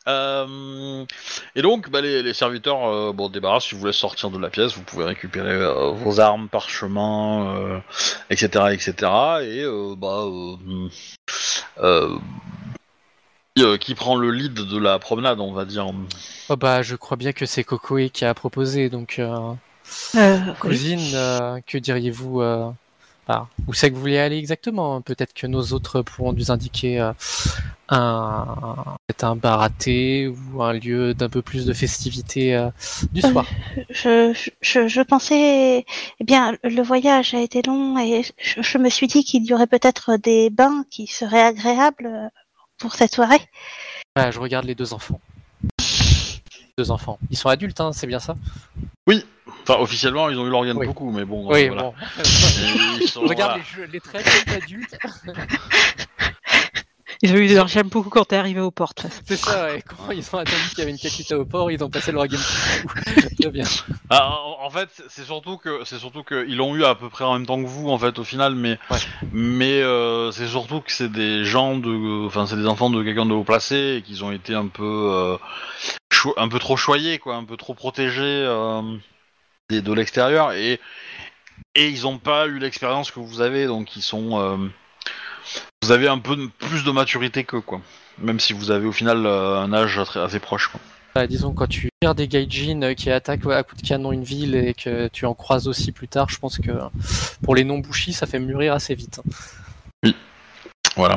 Euh, et donc, bah, les, les serviteurs euh, bon, débarrassent, si vous voulez sortir de la pièce, vous pouvez récupérer euh, vos armes, parchemins, euh, et cetera, et cetera. Et euh, bah, euh, euh, qui, euh, qui prend le lead de la promenade, on va dire. Oh bah, je crois bien que c'est Kokoe qui a proposé, donc euh, Euh, oui. cousine, euh, que diriez-vous euh, ah, où c'est que vous voulez aller exactement? Peut-être que nos autres pourront nous indiquer euh, un, peut-être un bar à thé ou un lieu d'un peu plus de festivité euh, du soir. Je, je, je pensais, eh bien, le voyage a été long et je, je me suis dit qu'il y aurait peut-être des bains qui seraient agréables pour cette soirée. Voilà, je regarde les deux enfants. Deux enfants. Ils sont adultes, hein, c'est bien ça? Oui, enfin officiellement ils ont eu l'organe Oui. beaucoup, mais bon. Oui, euh, voilà. bon. Et ils sont, On regarde voilà. les, jeux, les traits des adultes. Ils ont eu leur j'aime beaucoup quand t'es arrivé aux portes. C'est ça, ouais. Quand ils ont attendu qu'il y avait une cacita au port, ils ont passé leur game. Très bien. Ah, en, en fait, c'est surtout que c'est surtout que ils l'ont eu à peu près en même temps que vous, en fait, au final, mais Ouais. mais euh, c'est surtout que c'est des gens de, enfin, c'est des enfants de quelqu'un de haut placé et qu'ils ont été un peu euh, cho- un peu trop choyés, quoi, un peu trop protégés euh, des- de l'extérieur et et ils ont pas eu l'expérience que vous avez, donc ils sont euh, vous avez un peu de- plus de maturité que quoi, même si vous avez au final euh, un âge très- assez proche, quoi. Bah, disons, quand tu tires des gaijins euh, qui attaquent à coups de canon une ville et que tu en croises aussi plus tard, je pense que pour les non-bouchis, ça fait mûrir assez vite. Voilà.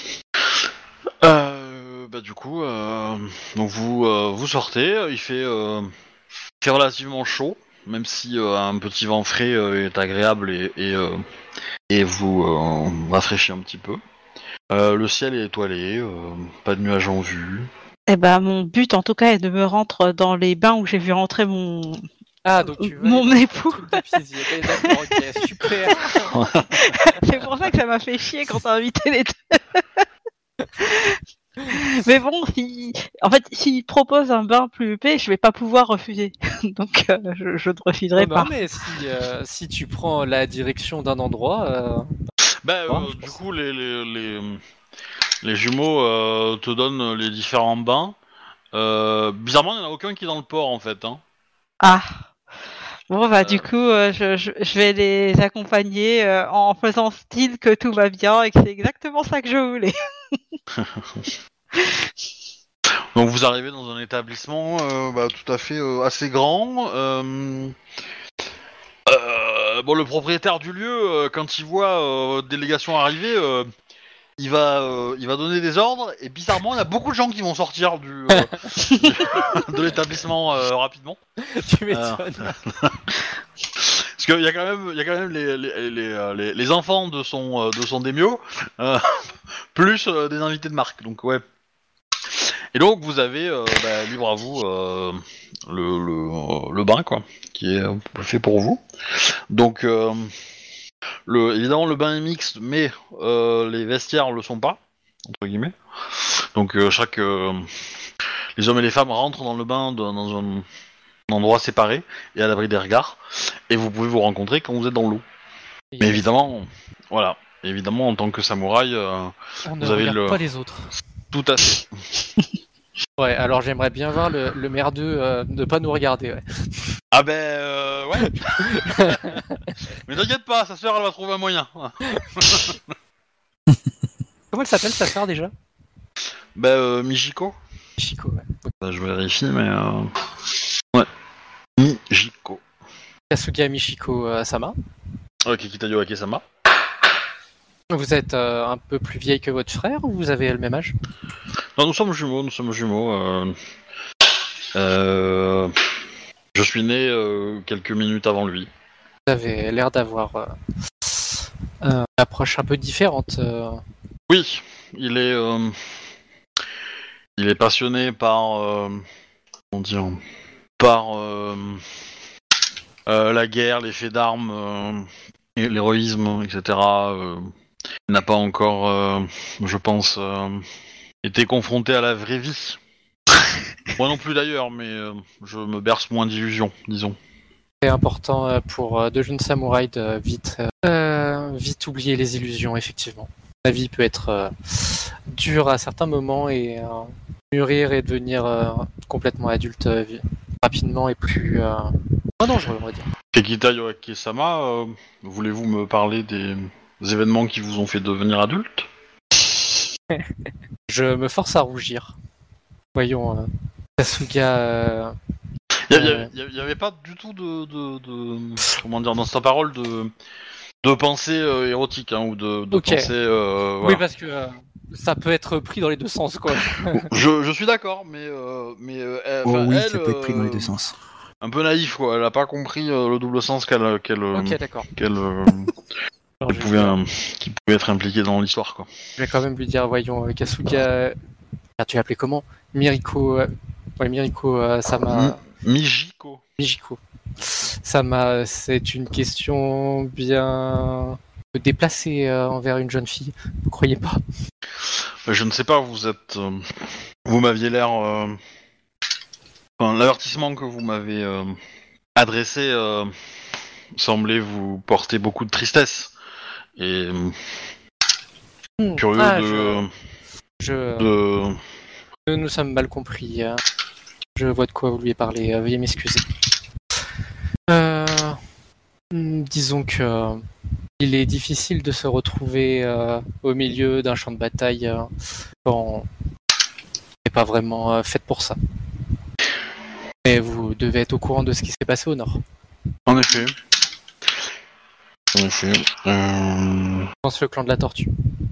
Euh, bah du coup, euh, donc vous euh, vous sortez, il fait, euh, il fait relativement chaud, même si euh, un petit vent frais euh, est agréable et et, euh, et vous euh, rafraîchit un petit peu. Euh, le ciel est étoilé, euh, pas de nuages en vue. Eh ben, mon but, en tout cas, est de me rendre dans les bains où j'ai vu rentrer mon, Ah, donc tu veux mon aller dans époux. le truc de Pizier. Eh, D'accord, ok, super. C'est pour ça que ça m'a fait chier quand t'as invité les deux. Mais bon, si... en fait, s'il propose un bain plus épais, je vais pas pouvoir refuser. Donc, euh, je, je ne refuserai Non, pas. non, mais si, euh, si tu prends la direction d'un endroit, euh, Bah euh, Ouais, je du pense. coup les les les, les jumeaux euh, te donnent les différents bains. Euh, bizarrement, il n'y en a aucun qui est dans le port en fait. Hein. Ah. Bon, bah, Euh. du coup, euh, je, je, je vais les accompagner euh, en faisant style que tout va bien et que c'est exactement ça que je voulais. Donc vous arrivez dans un établissement euh, bah, tout à fait euh, assez grand. Euh, euh, bon, le propriétaire du lieu, euh, quand il voit euh, votre délégation arriver, euh, il va, euh, il va donner des ordres. Et bizarrement, il y a beaucoup de gens qui vont sortir du, euh, du- de l'établissement euh, rapidement. tu m'étonnes. Parce qu'il y a quand même, il y a quand même les, les, les, euh, les, les enfants de son, euh, de son daimyo, euh, plus euh, des invités de marque. Donc ouais. Et donc vous avez euh, bah, libre à vous euh, le, le, le bain quoi, qui est euh, fait pour vous. Donc euh, le, évidemment le bain est mixte, mais euh, les vestiaires le sont pas entre guillemets. Donc euh, chaque euh, les hommes et les femmes rentrent dans le bain dans, dans un, un endroit séparé et à l'abri des regards, et vous pouvez vous rencontrer quand vous êtes dans l'eau. Mais évidemment, voilà, évidemment en tant que samouraï, euh, on ne vous avez regarde le- pas les autres. tout à fait. Ouais, alors j'aimerais bien voir le, le merdeux euh, ne pas nous regarder. Ouais. Ah ben euh, ouais. Mais t'inquiète pas, sa sœur elle va trouver un moyen. Comment elle s'appelle sa sœur déjà? Ben euh, Mijiko. Chico. Ouais. Bah, je vérifie mais euh... ouais. Mijiko. Kasuga Michiko euh, Sama. Ok, Kitayo Akesama. Vous êtes euh, un peu plus vieille que votre frère ou vous avez le même âge? Non, nous sommes jumeaux, nous sommes jumeaux. Euh... Euh... Je suis né euh, quelques minutes avant lui. Vous avez l'air d'avoir euh, euh, une approche un peu différente. euh. Oui, il est, euh, il est passionné par, euh, comment dire, par euh, euh, la guerre, les faits d'armes, euh, et l'héroïsme, et cetera. Euh, il n'a pas encore, euh, je pense, euh, été confronté à la vraie vie. Moi non plus d'ailleurs, mais euh, je me berce moins d'illusions, disons. C'est important euh, pour euh, de jeunes samouraïs de vite, euh, vite oublier les illusions, effectivement. La vie peut être euh, dure à certains moments et euh, mûrir et devenir euh, complètement adulte euh, rapidement et plus euh, moins dangereux, on va dire. Kekita Yoraki-sama, euh, voulez-vous me parler des événements qui vous ont fait devenir adulte? Je me force à rougir. Voyons, euh, Kasuga. Euh, Il n'y euh, avait, avait pas du tout de, de, de- comment dire, dans sa parole de, de pensée euh, érotique hein, ou de, de Ok. pensée. Euh, Oui, voilà. parce que euh, ça peut être pris dans les deux sens, quoi. je, je suis d'accord, mais, euh, mais euh, elle, Oh enfin, oui, elle, ça peut être pris dans les euh, deux sens. un peu naïf, quoi. Elle a pas compris euh, le double sens qu'elle, qu'elle, euh, Ok, d'accord. qu'elle, euh, Alors, qu'elle je, pouvait, vais, euh, qui pouvait être impliquée dans l'histoire, quoi. je vais quand même lui dire, voyons, euh, Kasuga. Ah, tu l'appelais comment? Miriko. euh, Ouais, Miriko, euh, ça m'a. Mi- Mijiko. Mijiko. Ça m'a. C'est une question bien déplacée euh, envers une jeune fille. Vous croyez pas? Je ne sais pas, vous êtes, euh, vous m'aviez l'air, euh, enfin, l'avertissement que vous m'avez euh, adressé euh, semblait vous porter beaucoup de tristesse et euh, Hmm. curieux Ah, de, je. je... de, Nous nous sommes mal compris. hein. Je vois de quoi vous lui parlez. euh, Veuillez m'excuser. Euh, hmm, disons que euh, il est difficile de se retrouver euh, au milieu d'un champ de bataille euh, quand on n'est pas vraiment euh, fait pour ça. Mais vous devez être au courant de ce qui s'est passé au nord. En effet. En effet. Euh... Je pense le clan de la tortue.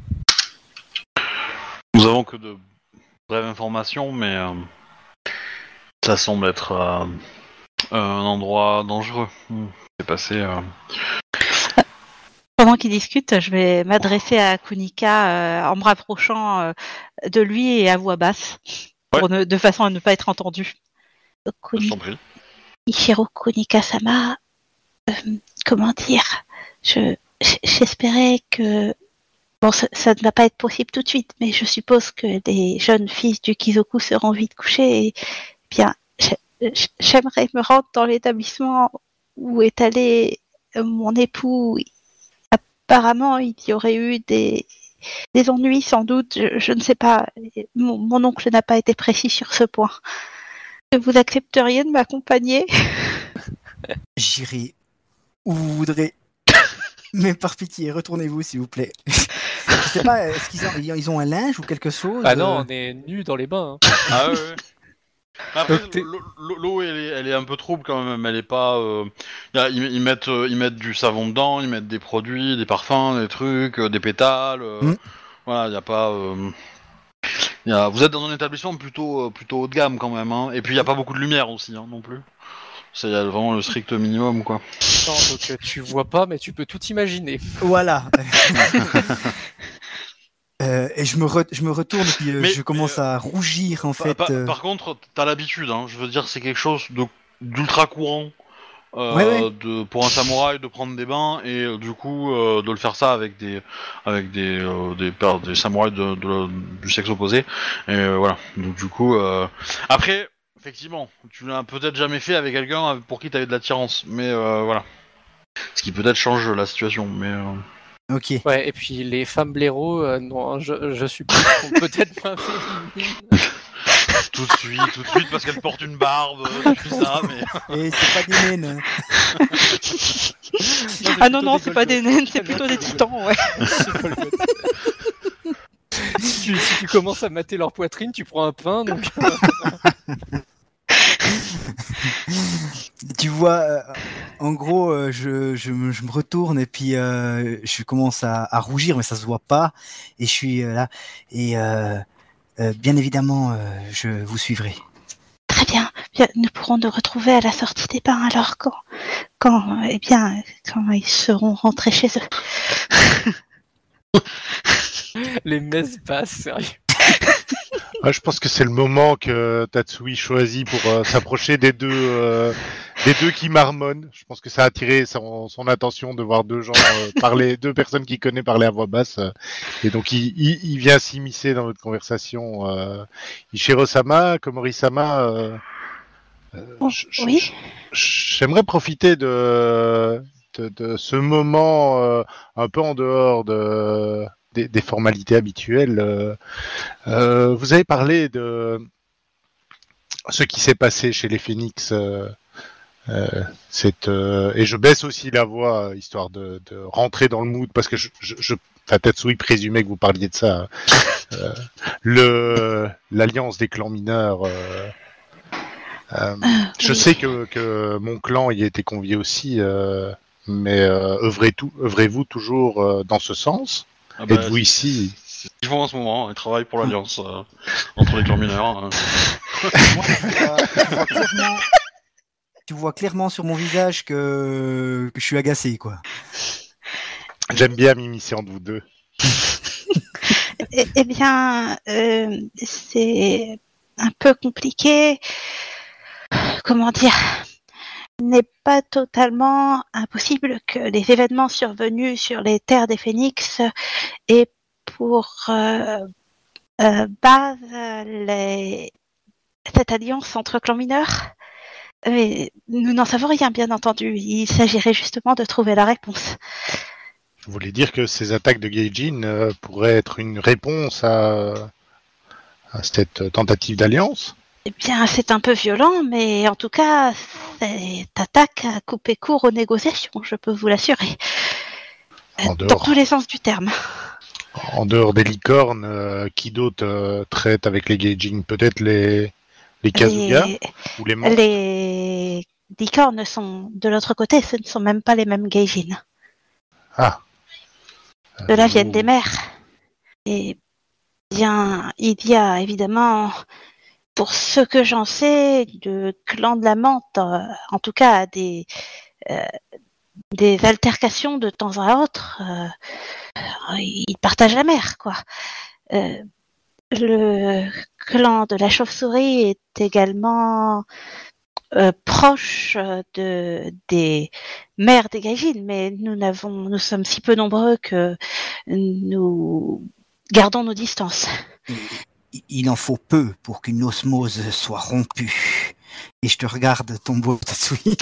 Nous avons que de brèves informations, mais euh, ça semble être euh, un endroit dangereux. Hmm. C'est passé. Euh... Pendant qu'ils discutent, je vais m'adresser à Kunika euh, en me rapprochant euh, de lui et à voix basse, pour ne, de façon à ne pas être entendu. Je t'en prie. Ichiro Kunika-sama, euh, comment dire, je, j'espérais que, bon, ça, ça ne va pas être possible tout de suite, mais je suppose que des jeunes filles du Kizoku seront vite couchées et bien, j'aimerais me rendre dans l'établissement où est allé mon époux. Apparemment, il y aurait eu des, des ennuis, sans doute. Je, je ne sais pas. Mon, mon oncle n'a pas été précis sur ce point. Vous accepteriez de m'accompagner? J'irai où vous voudrez. Mais par pitié, retournez-vous, s'il vous plaît. Je sais pas, est-ce qu'ils ont, ils ont un linge ou quelque chose? Ah non, on est nus dans les bains. Hein. Ah ouais. ouais. Après, Donc, t'es- l'eau, l'eau, elle est, elle est un peu trouble quand même. Elle est pas. Euh... y a- ils, ils mettent, euh, ils mettent du savon dedans, ils mettent des produits, des parfums, des trucs, euh, des pétales. euh, Mm. Voilà, y a pas. Euh... y a... Vous êtes dans un établissement plutôt, euh, plutôt haut de gamme quand même. Hein. Et puis il y a pas beaucoup de lumière aussi, hein, non plus. C'est y a vraiment le strict minimum, quoi. Non, donc euh, tu vois pas, mais tu peux tout imaginer. Voilà. Euh, et je me, re- je me retourne et puis euh, Mais- je commence mais, euh, à rougir en Par, fait. par- euh. par contre, t'as l'habitude. Hein. Je veux dire, c'est quelque chose de d'ultra courant. Euh, Ouais, ouais. De, pour un samouraï de prendre des bains et euh, du coup euh, de le faire ça avec des avec des euh, des, per- des samouraïs de, de- du sexe opposé et euh, voilà donc du coup euh... après effectivement tu l'as peut-être jamais fait avec quelqu'un pour qui t'avais de l'attirance mais euh, voilà ce qui peut-être change la situation mais euh... Ok. Ouais, et puis les femmes blaireaux, euh, non, je, je suppose, sont peut-être moins féminines. tout de suite tout de suite parce qu'elle porte une barbe euh, tout ça mais Et c'est pas des naines. Ah non, non, c'est pas des naines, c'est plutôt des titans, ouais. si, tu, si tu commences à mater leur poitrine, tu prends un pain, donc... Tu vois, euh, en gros, euh, je, je, me- je me retourne et puis euh, je commence à, à rougir, mais ça se voit pas. Et je suis euh, là. Et euh, euh, bien évidemment, euh, je vous suivrai. Très bien. Bien, nous pourrons nous retrouver à la sortie des bains alors quand, quand, eh bien, quand ils seront rentrés chez eux. Les messes basses, sérieux. Ouais, je pense que c'est le moment que Tatsui choisit pour euh, s'approcher des deux euh, des deux qui marmonnent. Je pense que ça a attiré son, son attention de voir deux gens euh, parler, deux personnes qu'il connaît parler à voix basse. euh, et donc il, il, il vient s'immiscer dans votre conversation. Euh, Ichiro-sama, Komori-sama, euh, euh, Oh, je- je- oui. je- j'aimerais profiter de, de, de ce moment euh, un peu en dehors de des, des formalités habituelles. Euh, euh, vous avez parlé de ce qui s'est passé chez les Phoenix. Euh, euh, c'est, euh, et je baisse aussi la voix, histoire de, de rentrer dans le mood, parce que je, je, je enfin, Tatsui présumait que vous parliez de ça. Euh, le, l'alliance des clans mineurs. Euh, euh, je oui. sais que, que mon clan y a été convié aussi, euh, mais euh, œuvrez tout, œuvrez-vous toujours euh, dans ce sens? Ah bah, Êtes-vous c'est- ici? C'est ce qu'ils font en ce moment, ils travaillent pour l'Alliance euh, entre les clans mineurs. hein. Moi, tu vois, tu vois clairement, tu vois clairement sur mon visage que, que je suis agacé, quoi. J'aime bien m'immiscer entre vous deux. Eh, eh bien, euh, c'est un peu compliqué. Comment dire? Il n'est pas totalement impossible que les événements survenus sur les terres des Phénix aient pour euh, euh, base les... cette alliance entre clans mineurs. Mais nous n'en savons rien, bien entendu. Il s'agirait justement de trouver la réponse. Vous voulez dire que ces attaques de Gaijin euh, pourraient être une réponse à, à cette tentative d'alliance? Eh bien, c'est un peu violent, mais en tout cas, cette attaque a coupé court aux négociations, je peux vous l'assurer. En Dans dehors, tous les sens du terme. en dehors des licornes, euh, qui d'autre euh, traite avec les Gaijin? Peut-être les, les Kazuga Les, ou les Mantes? les licornes sont de l'autre côté, ce ne sont même pas les mêmes Gaijin. Ah. De là Euh, viennent vous- des mers. Et bien, il y a évidemment, pour ce que j'en sais, le clan de la menthe, euh, en tout cas, des, euh, des altercations de temps à autre. Euh, ils partagent la mer, quoi. Euh, le clan de la chauve-souris est également euh, proche de des mères des Gaijin, mais nous n'avons, nous sommes si peu nombreux que nous gardons nos distances. Il- Il en faut peu pour qu'une osmose soit rompue. Et je te regarde, ton beau Tatsui.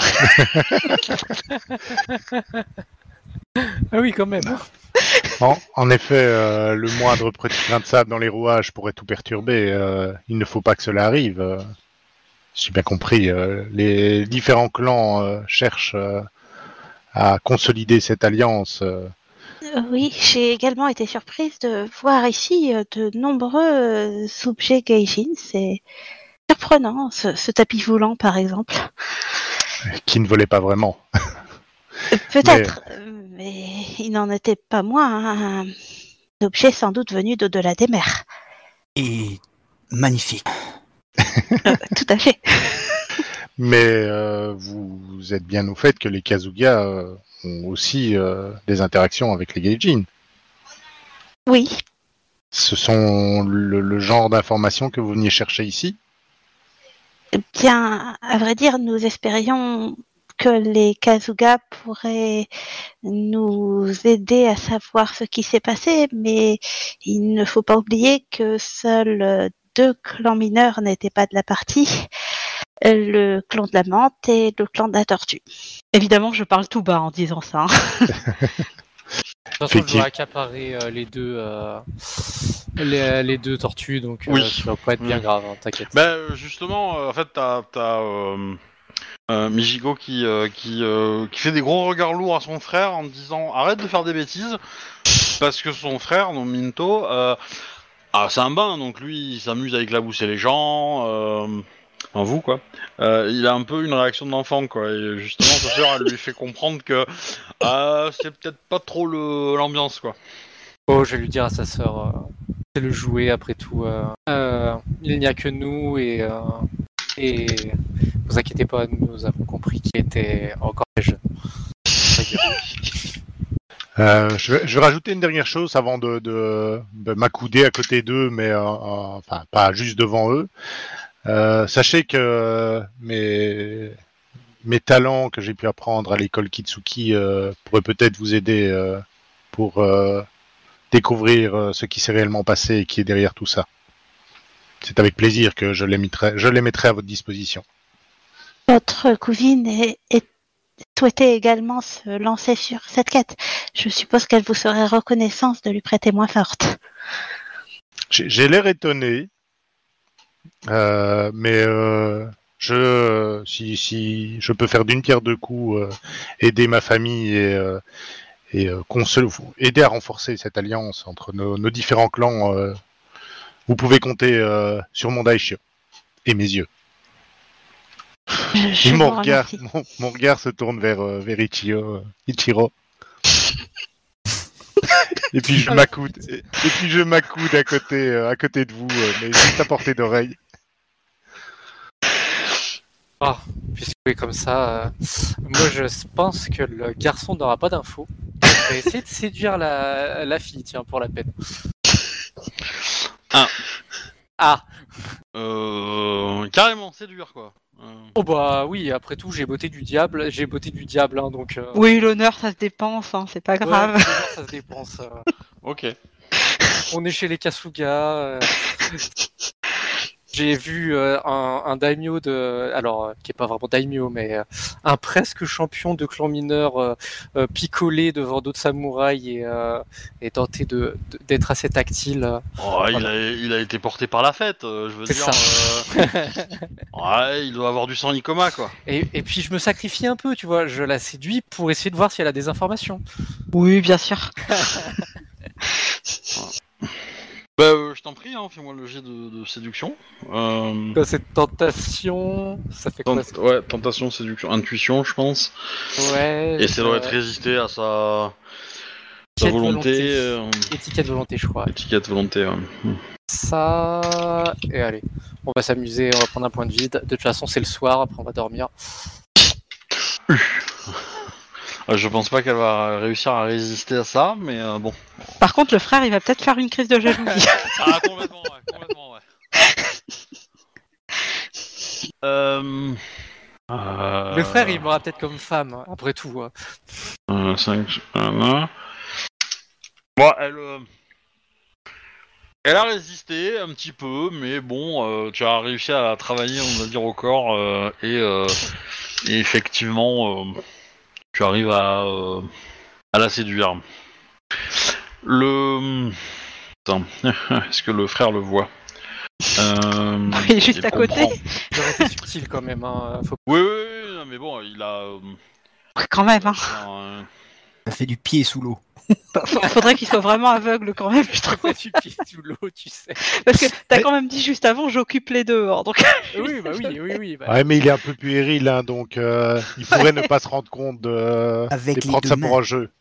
Ah oui, quand même. En, en effet, euh, le moindre petit grain de sable dans les rouages pourrait tout perturber. Euh, il ne faut pas que cela arrive. Euh, J'ai bien compris. Euh, les différents clans euh, cherchent euh, à consolider cette alliance. Euh, Euh, oui, j'ai également été surprise de voir ici euh, de nombreux euh, objets Gaijin. C'est surprenant, ce, ce tapis volant par exemple. qui ne volait pas vraiment. Euh, Peut-être, euh, mais il n'en était pas moins un objet sans doute venu d'au-delà des mers. Et magnifique. Euh, tout à fait. Mais euh, vous, vous êtes bien au fait que les Kazuga euh, ont aussi euh, des interactions avec les Gaijin. Oui, Ce sont le, le genre d'informations que vous veniez chercher ici? bien, à vrai dire, nous espérions que les Kazuga pourraient nous aider à savoir ce qui s'est passé, mais il ne faut pas oublier que seuls euh, deux clans mineurs n'étaient pas de la partie, euh, le clan de la menthe et le clan de la tortue. Évidemment, je parle tout bas en disant ça. hein. De toute façon, je Effectivement. dois accaparer euh, les deux euh, les, les deux tortues, donc euh, Oui. ça va pas être bien Mm. grave, hein, t'inquiète. Bah euh, justement, euh, en fait, t'as, t'as euh, euh, Mijigo qui, euh, qui, euh, qui fait des gros regards lourds à son frère en disant arrête de faire des bêtises, parce que son frère, donc Minto, euh, ah, c'est un bain, donc lui il s'amuse à éclabousser les gens, euh, en vous quoi. Euh, il a un peu une réaction d'enfant quoi, et justement sa sœur elle lui fait comprendre que euh, c'est peut-être pas trop le, l'ambiance quoi. Oh, je vais lui dire à sa sœur, euh, c'est le jouet après tout. Euh, euh, il n'y a que nous et euh, et vous inquiétez pas, nous avons compris qu'il était encore très jeune. Euh, je, vais, je vais rajouter une dernière chose avant de, de, de m'accouder à côté d'eux, mais euh, euh, enfin pas juste devant eux. Euh, sachez que mes, mes talents que j'ai pu apprendre à l'école Kitsuki euh, pourraient peut-être vous aider euh, pour euh, découvrir euh, ce qui s'est réellement passé et qui est derrière tout ça. C'est avec plaisir que je les mettrai, je les mettrai à votre disposition. Votre cousine est, est souhaitait également se lancer sur cette quête, je suppose qu'elle vous serait reconnaissante de lui prêter main forte. J'ai, j'ai l'air étonné, euh, mais euh, je, si, si je peux faire d'une pierre deux coups, euh, aider ma famille et, euh, et euh, console, aider à renforcer cette alliance entre nos, nos différents clans, euh, vous pouvez compter euh, sur mon Daishio et mes yeux. Je, je Et mon vous regard, remercie. mon, mon regard se tourne vers, euh, vers Ichiro. euh, Ichiro. Et puis je m'accoude, et, et puis je m'accoude à côté, euh, à côté de vous, euh, mais juste à portée d'oreille. Ah, puisque c'est comme ça, euh, moi je pense que le garçon n'aura pas d'infos. Je vais essayer de séduire la, la fille, tiens, pour la peine. Ah. Ah. Euh, carrément, séduire quoi. Euh, Oh bah oui, après tout, j'ai beauté du diable, j'ai beauté du diable, hein, donc... Euh... Oui, l'honneur, ça se dépense, hein, c'est pas ouais, grave. évidemment, ça se dépense. euh. ok. On est chez les Kasuga. euh, J'ai vu euh, un, un daimyo de, alors euh, qui est pas vraiment daimyo, mais euh, un presque champion de clan mineur euh, euh, picoler devant d'autres samouraïs et, euh, et tenter de, de- d'être assez tactile. euh. Oh, il, Voilà. a, il a été porté par la fête, euh, je veux C'est dire. ça. euh, ouais, il doit avoir du sang Nikoma quoi. Et, et puis je me sacrifie un peu, tu vois, je la séduis pour essayer de voir si elle a des informations. Oui, bien sûr. Bah, euh, je t'en prie, hein, fais-moi le jet de, de séduction. Euh, Quoi, cette tentation, ça fait quoi tent- ouais, tentation, séduction, intuition, je pense. Ouais. Et ça doit euh, être résister à sa, sa étiquette volonté. volonté. euh, Étiquette volonté, je crois. étiquette volonté, ouais. Ça. Et allez, on va s'amuser, on va prendre un point de vide. De toute façon, c'est le soir, après on va dormir. Euh, je pense pas qu'elle va réussir à résister à ça, mais euh, bon. Par contre, le frère, il va peut-être faire une crise de jalousie. Ah, complètement, ouais, complètement, ouais. euh... euh, Le frère, il m'aura peut-être comme femme, hein, après tout. hein. Euh, cinq, un, un. Bon, elle, euh, elle a résisté un petit peu, mais bon, euh, tu as réussi à travailler, on va dire, au corps, euh, et, euh, et effectivement, euh, tu arrives à, euh, à la séduire. Le... Attends, est-ce que le frère le voit euh, Il est juste à côté. comprend. J'aurais été subtil quand même. Hein. Faut... Oui, oui, oui, non, mais bon, il a... euh, Quand même, hein. un- Ça fait du pied sous l'eau. F- Faudrait qu'il soit vraiment aveugle quand même, je Je trouve. du pied sous l'eau, tu sais. Parce que t'as Mais- quand même dit juste avant, j'occupe les deux. hein, donc... Oui, bah oui, oui, oui. Bah, Ouais, mais il est un peu puéril, hein, donc euh, il pourrait ne pas se rendre compte de Avec et les prendre deux ça mains. pour un jeu.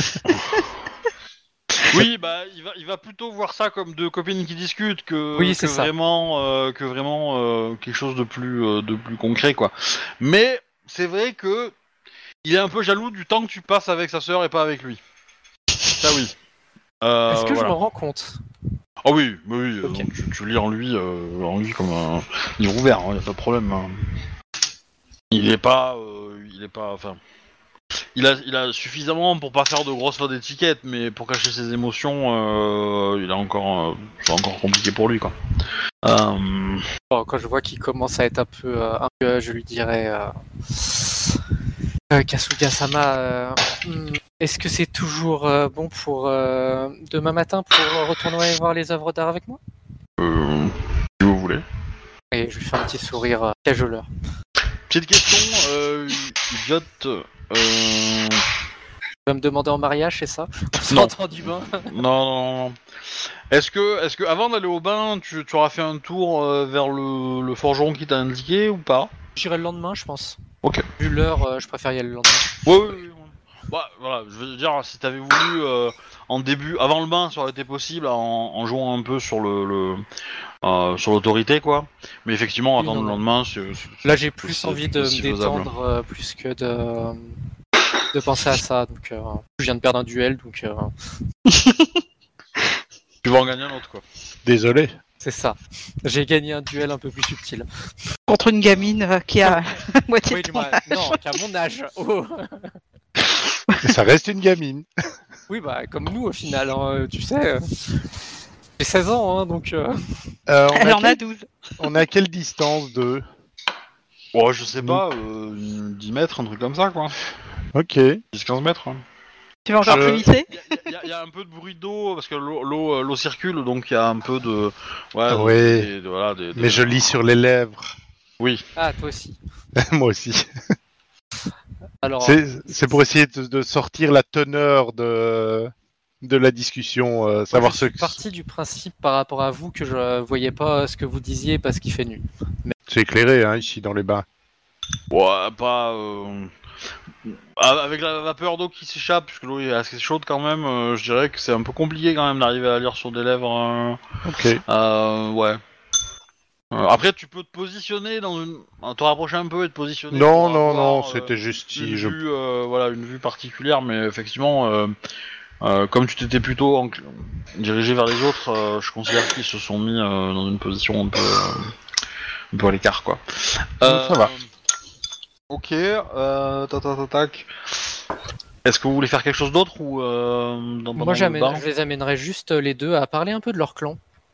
Oui, bah, il va, il va plutôt voir ça comme deux copines qui discutent que, Oui, que c'est ça. vraiment, euh, que vraiment euh, quelque chose de plus, euh, de plus concret, quoi. Mais c'est vrai que il est un peu jaloux du temps que tu passes avec sa sœur et pas avec lui. Ça oui. Euh, Est-ce que voilà. je m'en rends compte? Ah oui, bah oui. Ok. euh, tu, tu lis en lui, euh, en lui comme un livre ouvert. Il y a pas de problème. hein. Il est pas, euh, il est pas, enfin. Il a, il a suffisamment pour pas faire de grosses fautes d'étiquette, mais pour cacher ses émotions, euh, il a encore, euh, c'est encore compliqué pour lui, quoi. Euh, Bon, quand je vois qu'il commence à être un peu, euh, un peu euh, je lui dirais, euh, euh, Kasuga-sama, euh, hmm, est-ce que c'est toujours euh, bon pour euh, demain matin pour retourner voir les œuvres d'art avec moi? euh, si vous voulez. Et je lui fais un petit sourire euh, cajoleur. Petite question, euh, idiote. Euh... Tu vas me demander en mariage, c'est ça? On Non. s'entend du bain. Non, non, non. Est-ce que, est-ce que, avant d'aller au bain, tu, tu auras fait un tour euh, vers le, le forgeron qui t'a indiqué ou pas? J'irai le lendemain, je pense. Ok. Vu l'heure, euh, je préfère y aller le lendemain. Ouais, ouais, ouais. ouais. Bah, voilà, je veux dire, si t'avais voulu, euh, en début, avant le bain, ça aurait été possible, en, en jouant un peu sur le, le euh, sur l'autorité, quoi. Mais effectivement, Oui, attendre non, le non. lendemain, c'est, c'est- Là, j'ai plus c'est- envie c'est de aussi me faisable. détendre euh, plus que de, de penser à ça. Donc, euh, je viens de perdre un duel, donc euh, Tu vas en gagner un autre, quoi. Désolé. c'est ça. J'ai gagné un duel un peu plus subtil. Contre une gamine euh, qui a moitié Oui, de du ton moins, âge. non, qu'à mon âge. Oh. Ça reste une gamine. Oui, bah, comme nous au final, hein, tu sais. euh, J'ai seize ans, hein, donc. euh, Euh, on, Elle a en a quel- douze. on a quelle distance de... Oh, je sais pas, euh, dix mètres, un truc comme ça, quoi. Ok. dix quinze mètres. Hein. Tu vas encore Je- plus visser? Il y, a- y a un peu de bruit d'eau, parce que l'eau, l'eau, l'eau circule, donc il y a un peu de... Ouais, Ouais. des- des- des- voilà, des- des- Mais je lis sur les lèvres. Oui. Ah, toi aussi. Moi aussi. Alors, C'est c'est pour essayer de, de sortir la teneur de, de la discussion, euh, moi, savoir je ce suis parti du principe par rapport à vous que je voyais pas ce que vous disiez parce qu'il fait nuit. C'est éclairé hein, ici dans les bains. Ouais, pas... euh, Avec la vapeur d'eau qui s'échappe, puisque l'eau est assez chaude quand même, euh, je dirais que c'est un peu compliqué quand même d'arriver à lire sur des lèvres. euh, Ok. euh, ouais. Euh, après, tu peux te positionner dans une... euh, te rapprocher un peu et te positionner. Non, pour non, avoir, non, euh, c'était juste une si je... vue, euh, voilà, une vue particulière, mais effectivement, euh, euh, comme tu t'étais plutôt en- dirigé vers les autres, euh, je considère qu'ils se sont mis euh, dans une position un peu, euh, un peu à l'écart, quoi. ça va. Ok, euh, tac, tac, tac, tac. Est-ce que vous voulez faire quelque chose d'autre ou euh, dans, pendant Moi, le j'amène- bar je les amènerais juste euh, les deux à parler un peu de leur clan.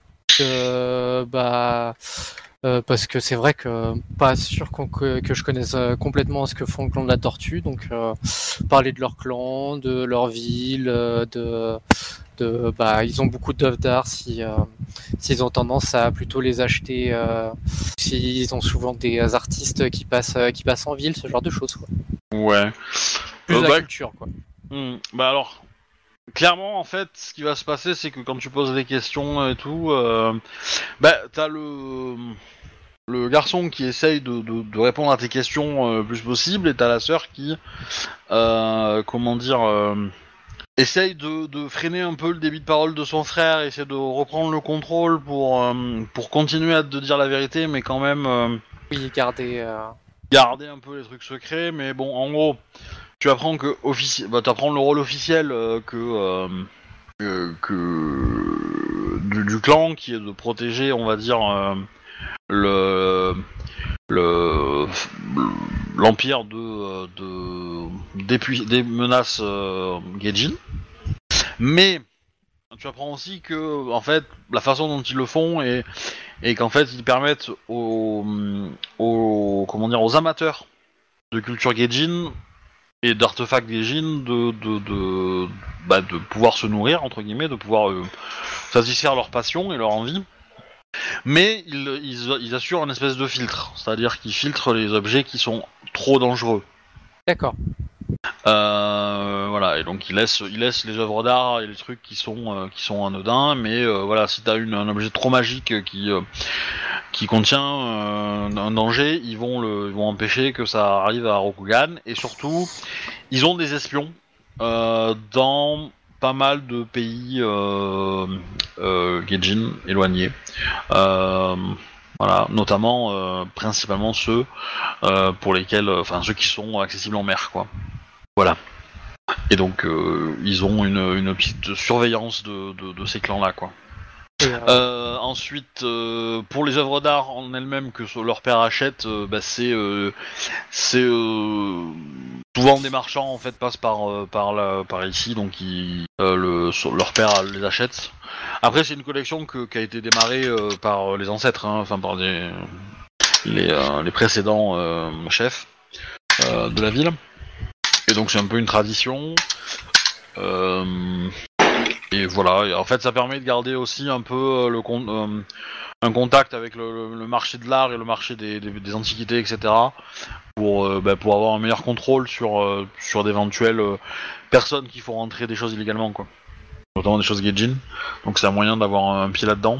Euh, bah, euh, parce que c'est vrai que pas sûr qu'on- que, que je connaisse euh, complètement ce que font le clan de la Tortue, donc euh, parler de leur clan, de leur ville, euh, de, de bah ils ont beaucoup d'œuvres d'art si euh, s'ils ont tendance à plutôt les acheter, euh, s'ils ont souvent des artistes qui passent euh, qui passent en ville, ce genre de choses quoi. Ouais. Plus Euh, la bah, culture quoi. Hmm, bah alors, clairement, en fait, ce qui va se passer, c'est que quand tu poses des questions et tout, euh, bah, t'as le le garçon qui essaye de, de, de répondre à tes questions euh, le plus possible, et t'as la sœur qui, euh, comment dire, euh, essaye de, de freiner un peu le débit de parole de son frère, essaie de reprendre le contrôle pour euh, pour continuer à te dire la vérité, mais quand même euh, Oui, garder. euh, garder un peu les trucs secrets. Mais bon, en gros. Tu apprends que offici... bah, tu apprends le rôle officiel euh, que, euh, que, que du, du clan, qui est de protéger, on va dire, euh, le le l'empire de, de des, pui- des menaces euh, Gaijin. Mais tu apprends aussi que en fait la façon dont ils le font est et qu'en fait ils permettent aux, aux comment dire aux amateurs de culture Gaijin et d'artefacts Gaijin de, de, de, bah, de pouvoir se nourrir, entre guillemets, de pouvoir euh, satisfaire leur passion et leur envie. Mais ils, ils, ils assurent une espèce de filtre, c'est-à-dire qu'ils filtrent les objets qui sont trop dangereux. D'accord. Euh, voilà, et donc ils laissent, ils laissent les œuvres d'art et les trucs qui sont, euh, qui sont anodins, mais euh, voilà, si t'as une, un objet trop magique qui, euh, qui contient euh, un danger, ils vont, le, ils vont empêcher que ça arrive à Rokugan, et surtout, ils ont des espions euh, dans pas mal de pays euh, euh, Gaijin éloignés. Euh, voilà, notamment, euh, principalement ceux euh, pour lesquels, enfin ceux qui sont accessibles en mer, quoi. Voilà. Et donc, euh, ils ont une, une petite surveillance de, de, de ces clans-là, quoi. Et, euh, Euh, ensuite, euh, pour les œuvres d'art en elles-mêmes que so- leur père achète, euh, bah, c'est euh, c'est euh, souvent des marchands en fait passent par euh, par la, par ici, donc ils, euh, le, so- leur père les achète. Après, c'est une collection que, qui a été démarrée euh, par les ancêtres, hein, enfin par les les, euh, les précédents euh, chefs euh, de la ville. Et donc c'est un peu une tradition. Euh, et voilà. Et en fait, ça permet de garder aussi un peu euh, le con- euh, un contact avec le, le- le marché de l'art et le marché des, des- des antiquités, et cetera. Pour euh, bah, pour avoir un meilleur contrôle sur euh, sur d'éventuelles euh, personnes qui font rentrer des choses illégalement, quoi. Notamment des choses Gaijin. Donc c'est un moyen d'avoir un, un pied là-dedans.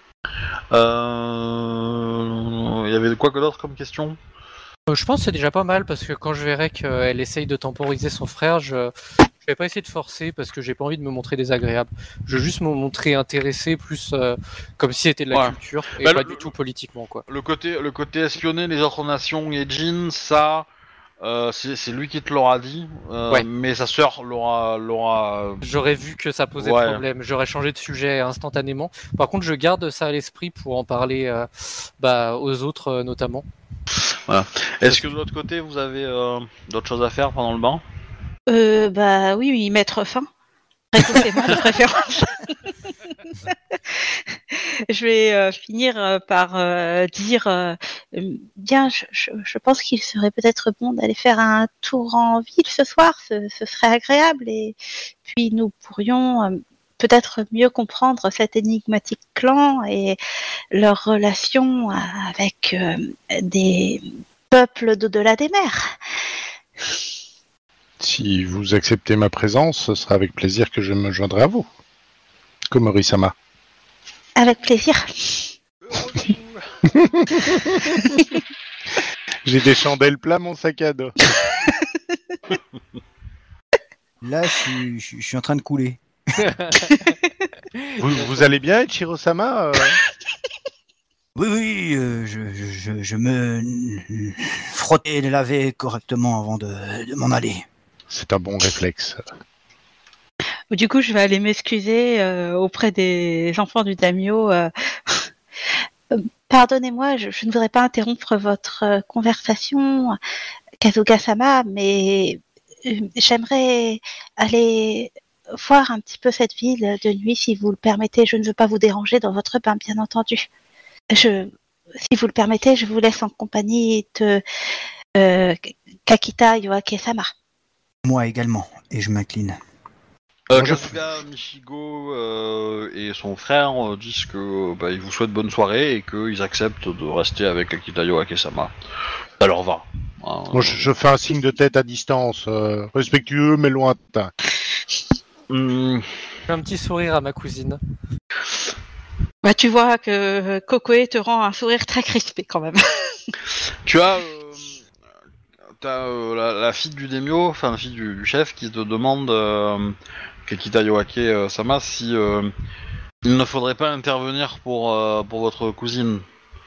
Euh... Il y avait quoi que d'autre comme question? Euh, Je pense que c'est déjà pas mal parce que quand je verrai qu'elle essaye de temporiser son frère, je je vais pas essayer de forcer parce que j'ai pas envie de me montrer désagréable. Je veux juste me montrer intéressé, plus euh, comme si c'était de la Ouais. culture et Bah, pas le- du tout politiquement quoi. Le côté, le côté espionner les autres nations Gaijin, ça, euh, c'est c'est lui qui te l'aura dit, euh, Ouais. mais sa sœur l'aura, l'aura. J'aurais vu que ça posait Ouais. problème, j'aurais changé de sujet instantanément. Par contre, je garde ça à l'esprit pour en parler euh, bah, aux autres euh, notamment. Est-ce que de l'autre côté, vous avez euh, d'autres choses à faire pendant le bain? Euh, bah oui, oui, mettre fin. Précocement de préférence. je vais euh, finir euh, par euh, dire euh, euh, bien, je, je, je pense qu'il serait peut-être bon d'aller faire un tour en ville ce soir, ce, ce serait agréable, et puis nous pourrions euh, peut-être mieux comprendre cet énigmatique clan et leur relation avec euh, des peuples d'au-delà des mers. Si vous acceptez ma présence, ce sera avec plaisir que je me joindrai à vous. Komori-sama. Avec plaisir. J'ai des chandelles plein mon sac à dos. Là, je suis, je, je suis en train de couler. Vous, vous allez bien, Ichiro-sama euh Oui, oui, euh, je, je, je, je me frottais et laver correctement avant de, de m'en aller. C'est un bon réflexe. Du coup, je vais aller m'excuser euh, auprès des enfants du daimyo. Euh... Pardonnez-moi, je, je ne voudrais pas interrompre votre euh, conversation, Kazuga-sama, mais euh, j'aimerais aller voir un petit peu cette ville de nuit, si vous le permettez. Je ne veux pas vous déranger dans votre bain, bien entendu. Je, si vous le permettez, je vous laisse en compagnie de euh, Kakita Yoake-sama. Moi également, et je m'incline. Euh, Moi, je- Kasuga, Michigo euh, et son frère euh, disent que bah, ils vous souhaitent bonne soirée et qu'ils acceptent de rester avec Akitayo Akesama. Ça leur va. Hein. Moi, je, je fais un signe de tête à distance, euh, respectueux mais lointain. Hum, Je fais un petit sourire à ma cousine. Bah, tu vois que Kokoe te rend un sourire très crispé quand même. tu as, euh, t'as, euh, la, la fille du daimyo, enfin la fille du, du chef, qui te demande, euh, Kakita Yoake euh, Sama, si euh, il ne faudrait pas intervenir pour, euh, pour votre cousine.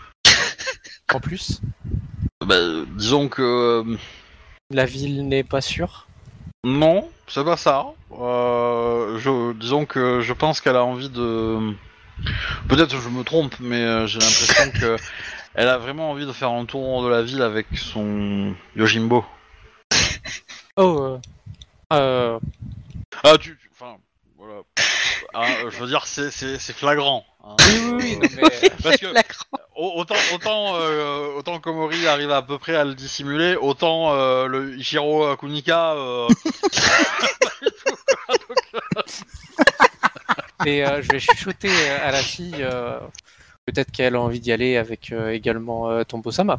En plus, Bah, disons que euh, la ville n'est pas sûre. non, c'est pas ça. Euh, je, disons que je pense qu'elle a envie de. Peut-être que je me trompe, mais euh, j'ai l'impression que elle a vraiment envie de faire un tour de la ville avec son Yojimbo. Oh, euh, euh, Ah, tu, tu- enfin, voilà. Ah, euh, je veux dire, c'est, c'est, c'est flagrant. Hein. oui, oui, oui, non, mais, Parce que Flagrant. au- autant, autant, euh, autant Komori arrive à peu près à le dissimuler, autant euh, le Ichiro Kunika. Euh... et euh, je vais chuchoter euh, à la fille. euh, Peut-être qu'elle a envie d'y aller avec euh, également euh, Tombo-sama.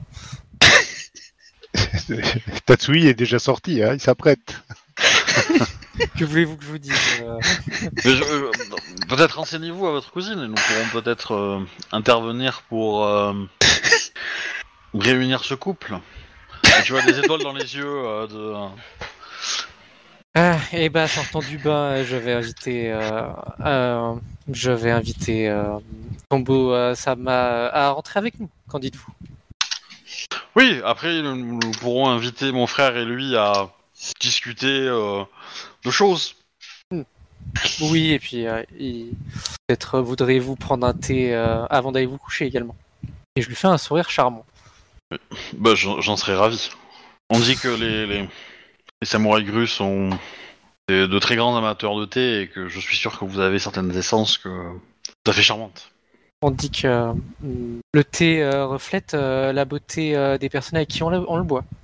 Tatsui est déjà sorti, hein, il s'apprête. Que voulez-vous que je vous dise euh Mais je- euh, peut-être renseignez-vous à votre cousine et nous pourrons peut-être euh, intervenir pour euh, réunir ce couple. Et tu vois des étoiles dans les yeux euh, de. Ah, et ben, sortant du bain, je vais inviter, euh, euh, je vais inviter euh, Tombo euh, Sama à rentrer avec nous. Qu'en dites-vous? Oui, après nous, nous pourrons inviter mon frère et lui à discuter euh, de choses. Oui, et puis euh, il- peut-être voudriez-vous prendre un thé euh, avant d'aller vous coucher également. Et je lui fais un sourire charmant. Bah, j'en, j'en serais ravi. On dit que les, les, les samouraïs grus sont des- de très grands amateurs de thé et que je suis sûr que vous avez certaines essences que tout à fait charmantes. On dit que euh, le thé euh, reflète euh, la beauté euh, des personnes avec qui on le, on le boit.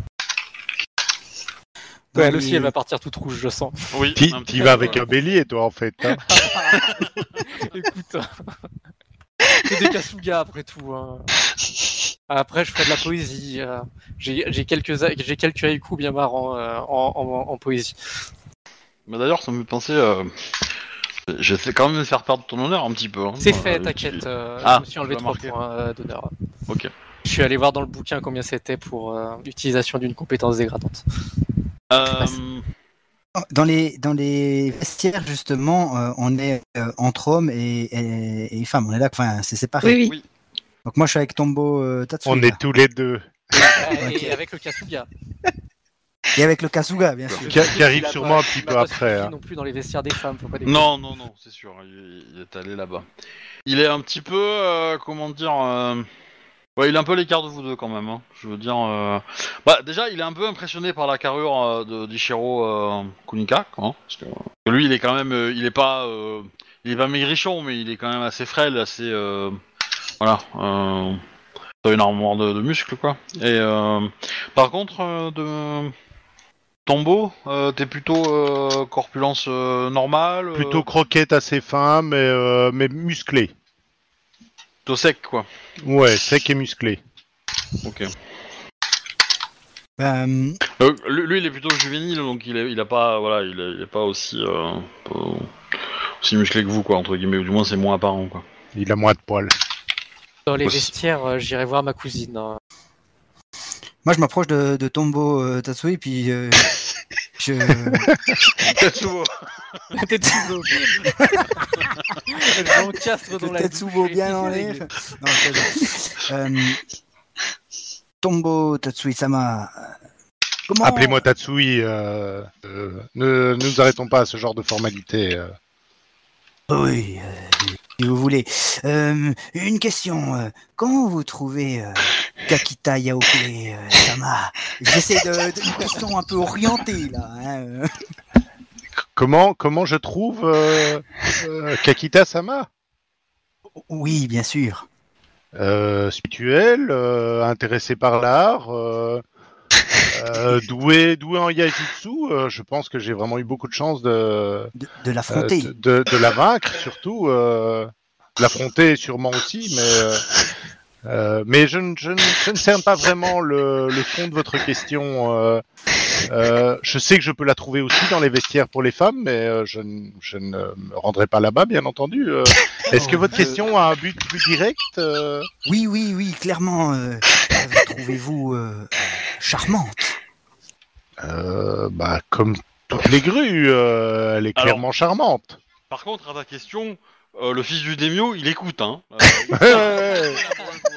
Ouais, elle aussi, elle va partir toute rouge, je sens. Oui, T'y un petit t'y peu, vas avec voilà. un bélier, toi, en fait. Hein. Écoute, c'est des Kasuga après tout. Hein. Après, je ferai de la poésie. euh, J'ai j'ai quelques, a- j'ai quelques haïkus bien marrants euh, en, en- en poésie. Mais d'ailleurs, ça me fait penser. Euh... J'essaie quand même de faire perdre ton honneur un petit peu. Hein, C'est Euh, fait, tu- t'inquiète. euh, Ah, je me suis enlevé tu l'as trois marqué. points euh, d'honneur. Ok. Je suis allé voir dans le bouquin combien c'était pour euh, l'utilisation d'une compétence dégradante. Euh, Dans les, dans les vestiaires, justement, euh, on est euh, entre hommes et, et, et femmes. On est là, enfin, c'est séparé. Oui, oui. Oui. Donc moi, je suis avec Tombo euh, Tatsui. On là. est tous les deux. Et Ok. avec le Kasuga. Et avec le Kasuga, bien sûr. Qui, qui arrive Il a sûrement pas- un petit il m'a peu pas après. suivi Hein. non plus dans les vestiaires des femmes, faut pas déconner. Non, non, non, c'est sûr. Il, il est allé là-bas. Il est un petit peu, euh, comment dire, euh, Ouais, il est un peu à l'écart de vous deux quand même. Hein. Je veux dire, euh... bah déjà, il est un peu impressionné par la carrure euh, de d'Ichiro euh, Kunika, quoi, hein, parce que, que lui, il est quand même, euh, il est pas, euh, il est pas maigrichon, mais il est quand même assez frêle, assez, euh, voilà, euh, t'as une armoire de, de muscles, quoi. Et euh, par contre, euh, de Tombeau, euh, t'es plutôt euh, corpulence euh, normale, euh, Plutôt croquette assez fin, mais, euh, mais musclé. plutôt sec, quoi. Ouais, sec et musclé. Ok. Ben, Euh, lui, lui, il est plutôt juvénile, donc il est, il a pas, voilà, il est, il est pas aussi, euh, peu- aussi musclé que vous, quoi, entre guillemets, ou du moins c'est moins apparent, quoi. Il a moins de poils. Dans les Ouais, c'est- vestiaires, euh, j'irai voir ma cousine. hein. moi, je m'approche de, de Tombo euh, Tatsui, puis euh, je... Tetsuo. Tetsuo. Je l'encastre dans la Tetsubo bouche. bien en l'air. Non, je plaisante. euh, Tombo Tatsui-sama, comment... Appelez-moi Tatsui. Euh, euh, ne nous arrêtons pas à ce genre de formalité. euh. Oui, euh, si vous voulez. Euh, une question. euh, comment vous trouvez euh, Kakita Yaoke euh, Sama? J'essaie de, de une question un peu orientée là. Hein, euh. Comment, comment je trouve euh, euh, Kakita-sama Oui, bien sûr. euh, Spirituel, euh, intéressé par l'art, euh, euh, doué, doué en yajutsu. euh, je pense que j'ai vraiment eu beaucoup de chance de, De, de euh, l'affronter. de, de- de la vaincre, surtout. Euh, l'affronter sûrement aussi, mais... euh, Euh, mais je, ne- je, ne- je ne cerne pas vraiment le, le fond de votre question. Euh, euh, je sais que je peux la trouver aussi dans les vestiaires pour les femmes, mais euh, je, ne- je ne me rendrai pas là-bas, bien entendu. Euh, Est-ce que Oh, votre je- question a un but plus direct euh Oui, oui, oui, clairement. Euh, la trouvez-vous euh, charmante? Euh, Bah, comme toutes les grues, euh, elle est Alors- clairement charmante. Par contre, à ta question, euh, le fils du Demio, il écoute, hein. Euh, Ouais, ouais, ouais.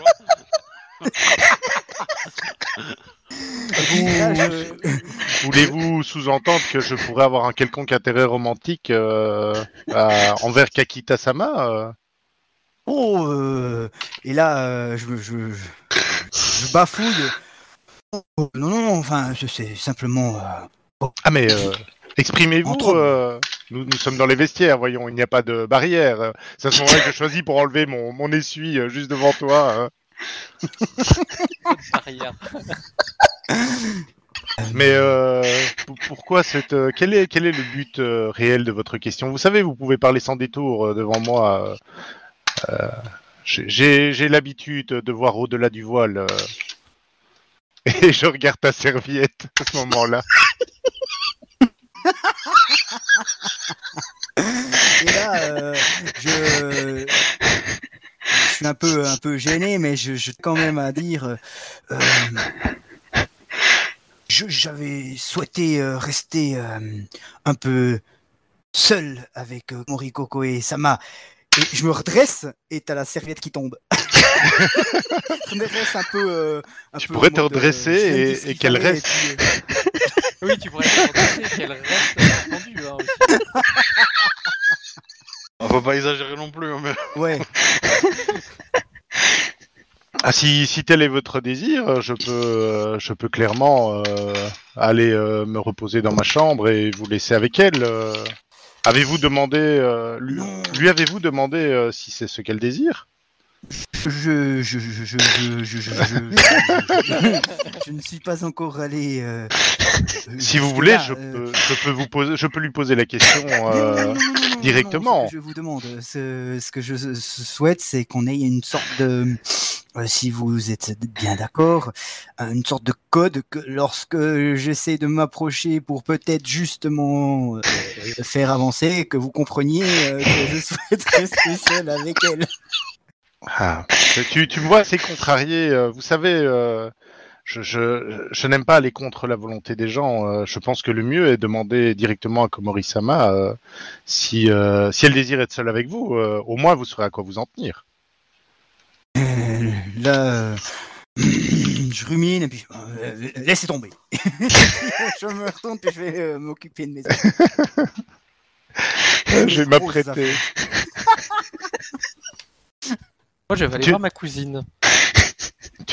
Là, je- Voulez-vous sous-entendre que je pourrais avoir un quelconque intérêt romantique euh, à- envers Kakita-sama euh Oh, euh, et là, euh, je, je, je, je bafouille. Oh, non, non, enfin, c'est- c'est simplement. euh, Ah mais euh, exprimez-vous, Entre hommes. euh, nous, nous sommes dans les vestiaires, voyons, il n'y a pas de barrière. Euh, C'est à ce moment-là que je choisis pour enlever mon, mon essuie euh, juste devant toi. hein. Barrière. Mais euh, p- pourquoi cette... euh, quel, est, quel est le but euh, réel de votre question? Vous savez, vous pouvez parler sans détour euh, devant moi. euh, euh, j'ai j'ai- j'ai l'habitude de voir au-delà du voile. euh, et je regarde ta serviette à ce moment-là. Et là, euh, je, je suis un peu, un peu gêné, mais je, je quand même à dire, euh, je- j'avais souhaité euh, rester euh, un peu seul avec euh, Morikoko et Sama. Et je me redresse et t'as la serviette qui tombe. je me redresse un peu. Euh, un Tu peu pourrais en te mode, euh, redresser je viens de et- dire ce et qu'il qu'elle fallait, reste. et puis, euh, Oui, tu pourrais te redresser qu'elle reste suspendue hein, aussi. On peut pas exagérer non plus, hein, mais... ouais. Ah, si, si tel est votre désir, je peux, euh, je peux clairement euh, aller euh, me reposer dans ma chambre et vous laisser avec elle. euh. Avez-vous demandé, euh, lui, Non. lui avez-vous demandé euh, si c'est ce qu'elle désire? Je, je, je, je, je, je, je, je, je, je- je ne suis pas encore allé. euh, Si vous jusque voulez, là, je euh, peux, je peux vous poser, je peux lui poser la question. non, euh, non, non, non, non, non, non, directement. ce que je vous demande, ce, ce que je s- souhaite, c'est qu'on ait une sorte de, euh, si vous êtes bien d'accord, euh, une sorte de code que lorsque j'essaie de m'approcher pour peut-être justement euh, faire avancer, que vous compreniez euh, que je souhaite rester seul avec elle. Ah, tu, tu me vois assez contrarié. euh, Vous savez, euh, je, je, je n'aime pas aller contre la volonté des gens. euh, Je pense que le mieux est de demander directement à Komori-sama euh, si, euh, si elle désire être seule avec vous. euh, Au moins, vous saurez à quoi vous en tenir. Euh, là, euh, je rumine et puis euh, laissez tomber. je me retourne puis je vais euh, m'occuper de mes affaires. Je vais Grosses m'apprêter. affaires. Moi, je vais aller Tu- voir ma cousine.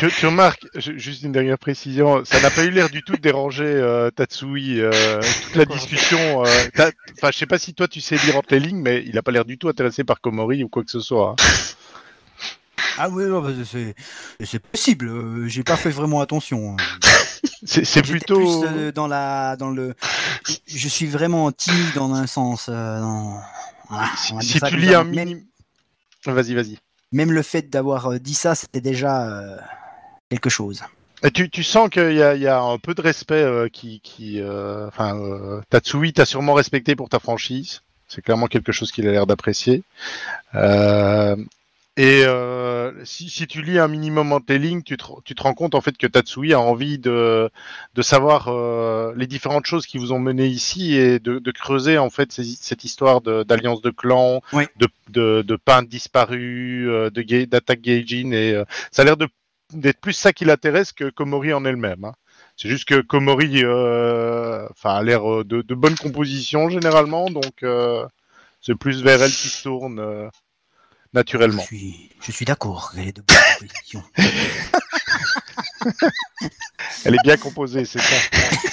tu, tu remarques, juste une dernière précision, ça n'a pas eu l'air du tout de déranger euh, Tatsui, euh, toute la discussion. Enfin, euh, je sais pas si toi tu sais lire entre les lignes, mais il a pas l'air du tout intéressé par Komori ou quoi que ce soit. Hein. Ah oui, non, c'est, c'est possible. Euh, j'ai pas fait vraiment attention. C'est, c'est J'étais plutôt plus, euh, dans la, dans le. Je suis vraiment timide dans un sens. Euh, dans... voilà, si, on va dire si ça tu comme lis ça. un Même- mini. Vas-y, vas-y. Même le fait d'avoir euh, dit ça, c'était déjà euh, quelque chose. Et tu, tu sens qu'il y a, il y a un peu de respect euh, qui, qui, euh, enfin, euh, Tatsui t'a sûrement respecté pour ta franchise. C'est clairement quelque chose qu'il a l'air d'apprécier. Euh, et euh, si, si tu lis un minimum en tes lignes, tu te, tu te rends compte en fait que Tatsui a envie de, de savoir euh, les différentes choses qui vous ont mené ici et de, de creuser en fait ces, cette histoire de, d'alliance de clans, Oui. de, de, de peintres disparus, euh, de ga- d'attaque Gaijin. Et euh, ça a l'air de, d'être plus ça qui l'intéresse que Komori en elle-même. Hein. C'est juste que Komori euh, enfin, a l'air de, de bonne composition généralement, donc euh, c'est plus vers elle qui se tourne. Euh, naturellement. Je suis, je suis d'accord. Elle est de bonne composition. Elle est bien composée, c'est ça.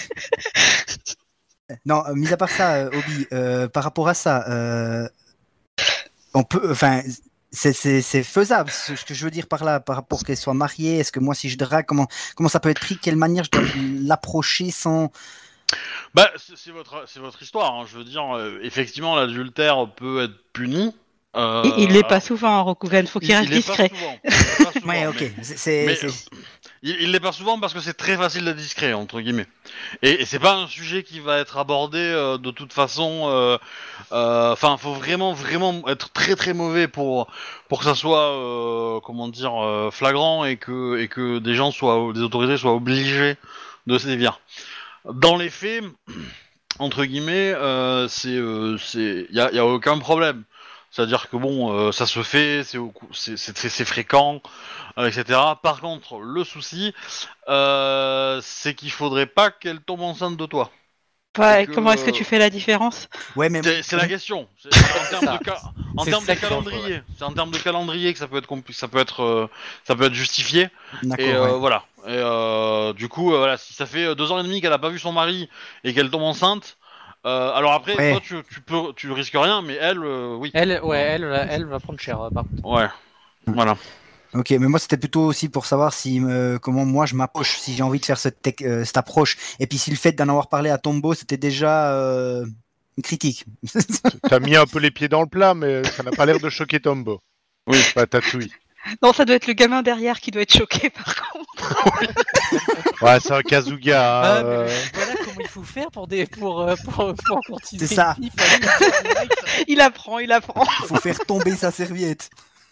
Non, euh, mis à part ça, euh, Obi, euh, par rapport à ça, euh, on peut, enfin, c'est, c'est, c'est faisable. Ce que je veux dire par là, par rapport qu'elle soit mariée, est-ce que moi, si je drague, comment, comment ça peut être pris, quelle manière je dois l'approcher sans. Bah, c'est, c'est votre, c'est votre histoire. Hein. Je veux dire, euh, effectivement, l'adultère peut être puni. Euh, Il il l'est pas souvent, Rokugan, faut qu'il il- reste il l'est discret. Pas souvent. Il l'est pas souvent, Ouais, mais- ok. C'est, c'est, mais, c'est- euh, il, il l'est pas souvent parce que c'est très facile d'être discret entre guillemets. Et, et c'est pas un sujet qui va être abordé euh, de toute façon. euh, euh, Enfin, faut vraiment, vraiment être très, très mauvais pour pour que ça soit, euh, comment dire, euh, flagrant et que et que des gens soient, des autorités soient obligées de sévir. Dans les faits, entre guillemets, euh, c'est, euh, c'est, y a, y a aucun problème. C'est-à-dire que bon, euh, ça se fait, c'est, au cou- c'est, c'est, c'est- c'est fréquent, euh, et cetera. Par contre, le souci, euh, c'est qu'il faudrait pas qu'elle tombe enceinte de toi. Ouais, c'est et que- comment est-ce que tu fais la différence? ouais, mais C'est, c'est la question. C'est, en termes ça. de, ca- en C'est termes ça de qui est dangereux, calendrier, c'est en termes de calendrier que ça peut être, compli- ça peut être, euh, ça peut être justifié. d'accord. Et euh, ouais. voilà. Et euh, du coup, euh, voilà, si ça fait deux ans et demi qu'elle a pas vu son mari et qu'elle tombe enceinte, euh, alors après, Ouais. toi, tu, tu peux, tu risques rien, mais elle, euh, oui. Elle, ouais, elle, elle va prendre cher, euh, par contre. Ouais. Voilà. Ok, mais moi c'était plutôt aussi pour savoir si euh, comment moi je m'approche, si j'ai envie de faire cette, tec- euh, cette approche. Et puis si le fait d'en avoir parlé à Tombo, c'était déjà euh, une critique. T'as mis un peu les pieds dans le plat, mais ça n'a pas l'air de choquer Tombo. Oui. Pas Tatsui. Non, ça doit être le gamin derrière qui doit être choqué par contre. Ouais, c'est un Kazuga. Hein, Ah, mais euh, voilà comment il faut faire pour des pour euh, pour, pour continuer. C'est ça. Il fallait le faire direct. Il apprend, il apprend. Il faut faire tomber sa serviette.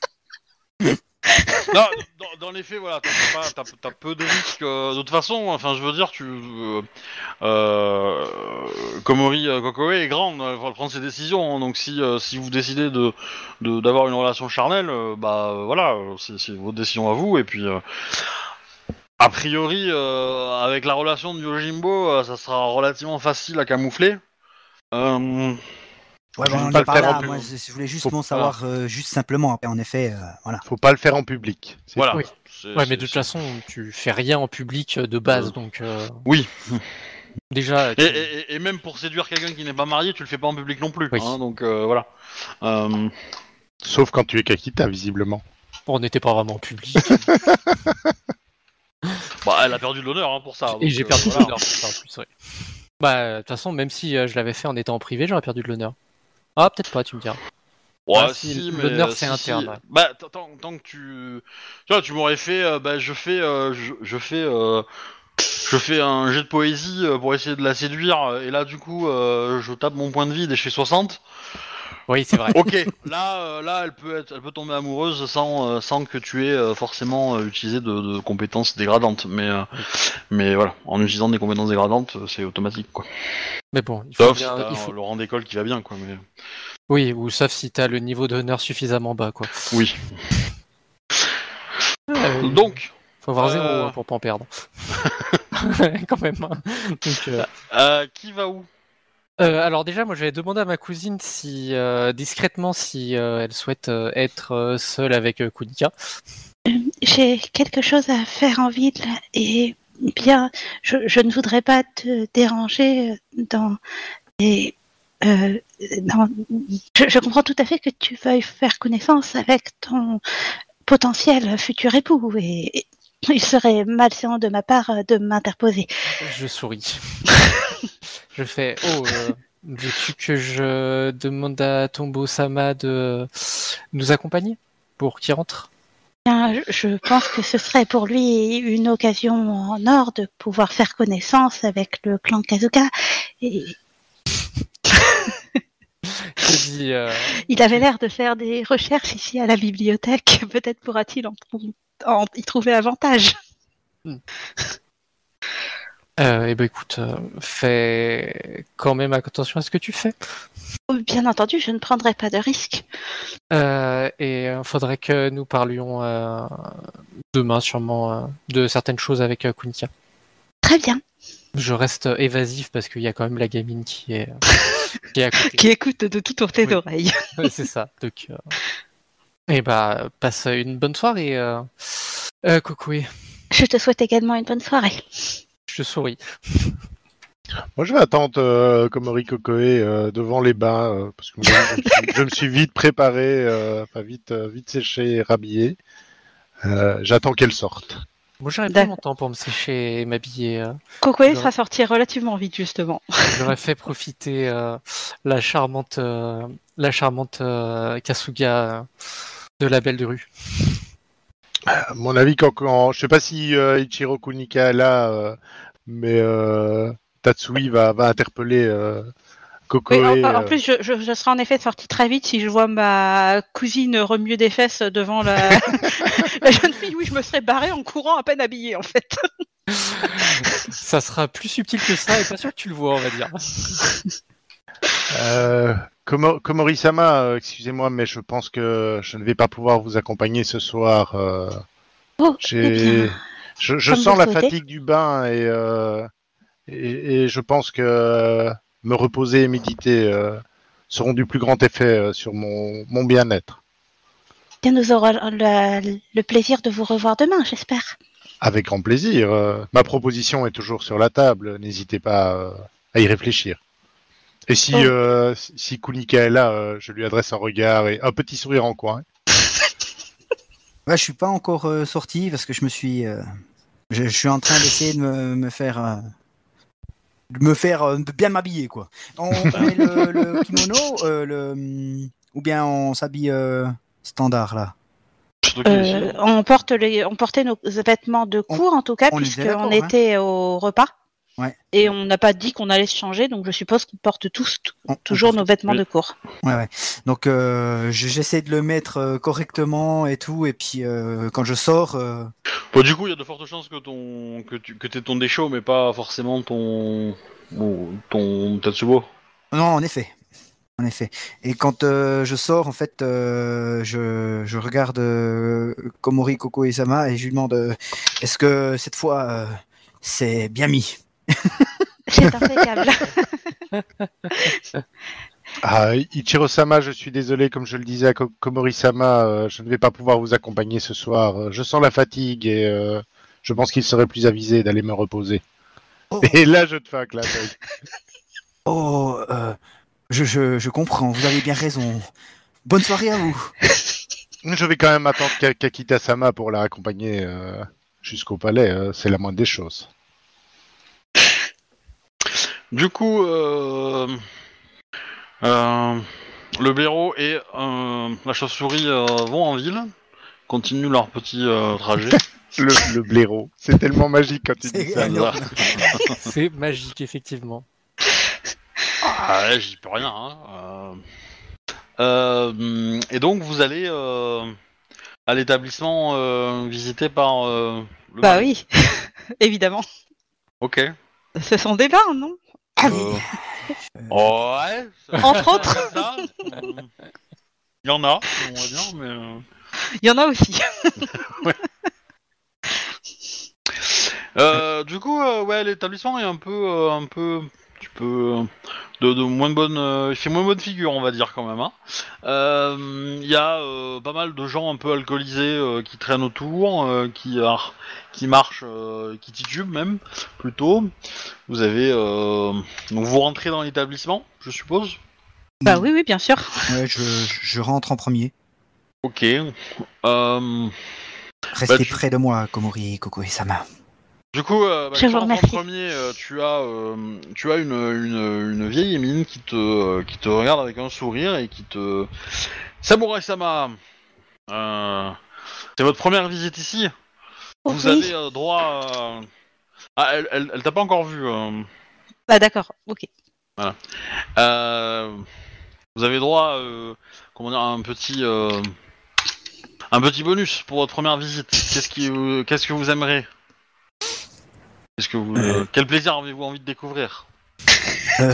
Non, dans, dans les faits, voilà, t'as, pas- t'as- t'as peu de risques. euh, de toute façon, enfin, je veux dire, tu, euh, euh, Komori euh, Kokoe est grande, elle va prendre ses décisions. Hein, donc si euh, si vous décidez de, de d'avoir une relation charnelle, euh, bah euh, voilà, euh, c'est, c'est votre décision à vous. Et puis, euh, a priori, euh, avec la relation de Yojimbo, euh, ça sera relativement facile à camoufler. Euh, Ouais, Faut bon, on pas est le par faire là. en pub. Moi, je, je voulais juste Faut- mon savoir euh, juste simplement. En effet, euh, voilà. Faut pas le faire en public. C'est voilà. Oui. C'est- Ouais, mais c'est- de toute façon, tu fais rien en public euh, de base, Euh, donc euh, Oui. déjà. Et, tu- et- et même pour séduire quelqu'un qui n'est pas marié, tu le fais pas en public non plus. Oui. Hein, donc euh, voilà. Euh, Sauf quand tu es Kakita, visiblement. Bon, on n'était pas vraiment en public. bah, elle a perdu de l'honneur hein, pour ça. Et donc, j'ai euh, perdu de voilà. l'honneur pour ça en plus, ouais. Bah, de toute façon, même si euh, je l'avais fait en étant en privé, j'aurais perdu de l'honneur. Ah, peut-être pas, tu me diras. Ouais, Ah, si, si, mais l'honneur, euh, c'est si, interne, si. ouais. Bah, t- tant, tant que tu, tu vois, tu m'aurais fait, euh, bah, je fais, euh, je, je fais, euh, je fais un jet de poésie euh, pour essayer de la séduire, et là, du coup, euh, je tape mon point de vide et je fais soixante. Oui, c'est vrai. Ok, là, euh, là, elle peut être, elle peut tomber amoureuse sans, euh, sans que tu aies euh, forcément euh, utilisé de, de compétences dégradantes, mais, euh, mais voilà, en utilisant des compétences dégradantes, euh, c'est automatique, quoi. Mais bon, il faut Sauf si bien. t'as Il faut... le rang d'école qui va bien, quoi. Mais Oui, ou sauf si t'as le niveau d'honneur suffisamment bas, quoi. oui. Euh, Donc, faut avoir euh, zéro hein, pour pas en perdre. Quand même. Hein. Donc, euh, euh, qui va où? euh, alors déjà, moi, j'avais demandé à ma cousine si euh, discrètement si euh, elle souhaite euh, être euh, seule avec euh, Kunika. j'ai quelque chose à faire en ville et bien, je, je ne voudrais pas te déranger dans des... Euh, dans, je, je comprends tout à fait que tu veuilles faire connaissance avec ton potentiel futur époux et, et il serait malséant de ma part de m'interposer. Je souris. Je fais oh, euh, veux-tu que je demande à Tombo-sama de nous accompagner pour qu'il rentre? Bien, je, je pense que ce serait pour lui une occasion en or de pouvoir faire connaissance avec le clan Kazuka. Et... Je dis, euh, il avait l'air de faire des recherches ici à la bibliothèque. Peut-être pourra-t-il en, en y trouver avantage. Euh, eh ben écoute, euh, fais quand même attention à ce que tu fais. Bien entendu, je ne prendrai pas de risque. Euh, et il faudrait que nous parlions euh, demain sûrement euh, de certaines choses avec euh, Kunika. Très bien. Je reste évasif parce qu'il y a quand même la gamine qui est, qui est à côté. Qui écoute de toutes tes Oui. oreilles. C'est ça. Donc, euh... et bah, passe une bonne soirée, euh... Euh, Kokoe. Je te souhaite également une bonne soirée. Je te souris. Moi, je vais attendre euh, Komori Kokoe euh, devant les bains euh, parce que moi, je, me suis, je me suis vite préparé, euh, enfin vite, euh, vite séché et rhabillé. Euh, J'attends qu'elle sorte. Moi, j'aurais pris D'accord. mon temps pour me sécher et m'habiller. Euh... Kokoe Non. sera sorti relativement vite, justement. J'aurais fait profiter euh, la charmante, euh, la charmante euh, Kasuga euh, de la belle de rue. À mon avis, quand, quand je sais pas si euh, Ichiro Kunika est là, euh, mais euh, Tatsui va, va interpeller euh, Kokoe. Oui, en, en euh, plus, je, je, je serai en effet sortie très vite si je vois ma cousine remuer des fesses devant la, la jeune fille. Oui, je me serais barrée en courant à peine habillée, en fait. Ça sera plus subtil que ça et pas sûr que tu le vois, on va dire. Euh, Komo- Komori-sama, euh, excusez-moi, mais je pense que je ne vais pas pouvoir vous accompagner ce soir. euh, Oh, j'ai- eh bien, Je, je comme sens vous la le souhaitez. fatigue du bain et, euh, et, et je pense que euh, me reposer et méditer euh, seront du plus grand effet euh, sur mon, mon bien-être. bien, nous aurons le, le plaisir de vous revoir demain, j'espère. Avec grand plaisir. euh, ma proposition est toujours sur la table. N'hésitez pas euh, à y réfléchir. Et si, Oh. euh, si si Kunika est là, euh, je lui adresse un regard et un petit sourire en coin. Ouais, je suis pas encore euh, sorti parce que je me suis, euh, je, je suis en train d'essayer de me, me faire, euh, de me faire, euh, de bien m'habiller quoi. On, on met le, le kimono, euh, le, hum, ou bien on s'habille euh, standard là. Surtout qu'il est Euh, ici. on, porte les, on portait nos vêtements de On- cours, en tout cas, on était puisqu'on d'accord, hein. était au repas. Ouais. Et on n'a pas dit qu'on allait se changer, donc je suppose qu'on porte tous t- On- on toujours porte- nos vêtements Oui. de cours. Ouais, ouais. Donc euh, je- j'essaie de le mettre euh, correctement et tout, et puis euh, quand je sors, euh, Bon, du coup, il y a de fortes chances que ton que tu que t'aies ton déchaud, mais pas forcément ton ou ton Tatsubo. non, en effet, en effet. Et quand euh, je sors, en fait, euh, je, je regarde euh, Komori Koko et Sama et je lui demande euh, est-ce que cette fois euh, c'est bien mis? C'est impeccable. Ah, Ichiro-sama, je suis désolé, comme je le disais à Ko- Komori-sama, euh, je ne vais pas pouvoir vous accompagner ce soir. Euh, Je sens la fatigue et euh, je pense qu'il serait plus avisé d'aller me reposer. Oh, Et là, je te fais un clin d'œil. oh euh, je, je, je comprends, vous avez bien raison. Bonne soirée à vous. Je vais quand même attendre Ka- Kakita-sama pour la accompagner euh, jusqu'au palais. euh, c'est la moindre des choses. Du coup, euh, euh, le blaireau et euh, la chauve-souris euh, vont en ville, continuent leur petit euh, trajet. Le, le blaireau. C'est tellement magique quand tu C'est dis ça. énorme. C'est magique, effectivement. Ah ouais, j'y peux rien. Hein. Euh... Euh, et donc vous allez euh, à l'établissement euh, visité par euh, le Bah mari. oui, évidemment. Ok. Ce sont des bains, non Euh, Ouais. ça- Entre autres. ça, euh, Il y en a, on va dire, mais. euh, Il y en a aussi. Euh, du coup, euh, ouais, l'établissement est un peu, euh, un peu. Tu peu de, de moins de bonne, euh, il fait moins bonne figure, on va dire quand même. Il hein. euh, y a euh, pas mal de gens un peu alcoolisés euh, qui traînent autour, euh, qui euh, qui marchent, euh, qui titubent même plutôt. Vous avez euh, donc vous rentrez dans l'établissement, je suppose. Bah oui, oui, bien sûr. Ouais, je, je rentre en premier. Ok. Euh, Restez bah, tu... près de moi, Komori Kokoe-sama. Du coup, euh, bah, Je tu vous rentres en remercie. premier, euh, tu as, euh, tu as une, une, une vieille mine qui te, euh, qui te regarde avec un sourire et qui te... Samurai-sama, euh, c'est votre première visite ici. Vous Oui. avez euh, droit à... Ah, elle, elle, elle t'a pas encore vu. Euh... Bah d'accord, ok. Euh, vous avez droit euh, comment dire, à un petit... Euh, un petit bonus pour votre première visite. Qu'est-ce, qui, euh, qu'est-ce que vous aimeriez Qu'est-ce que vous, euh, Quel plaisir avez-vous envie de découvrir Euh...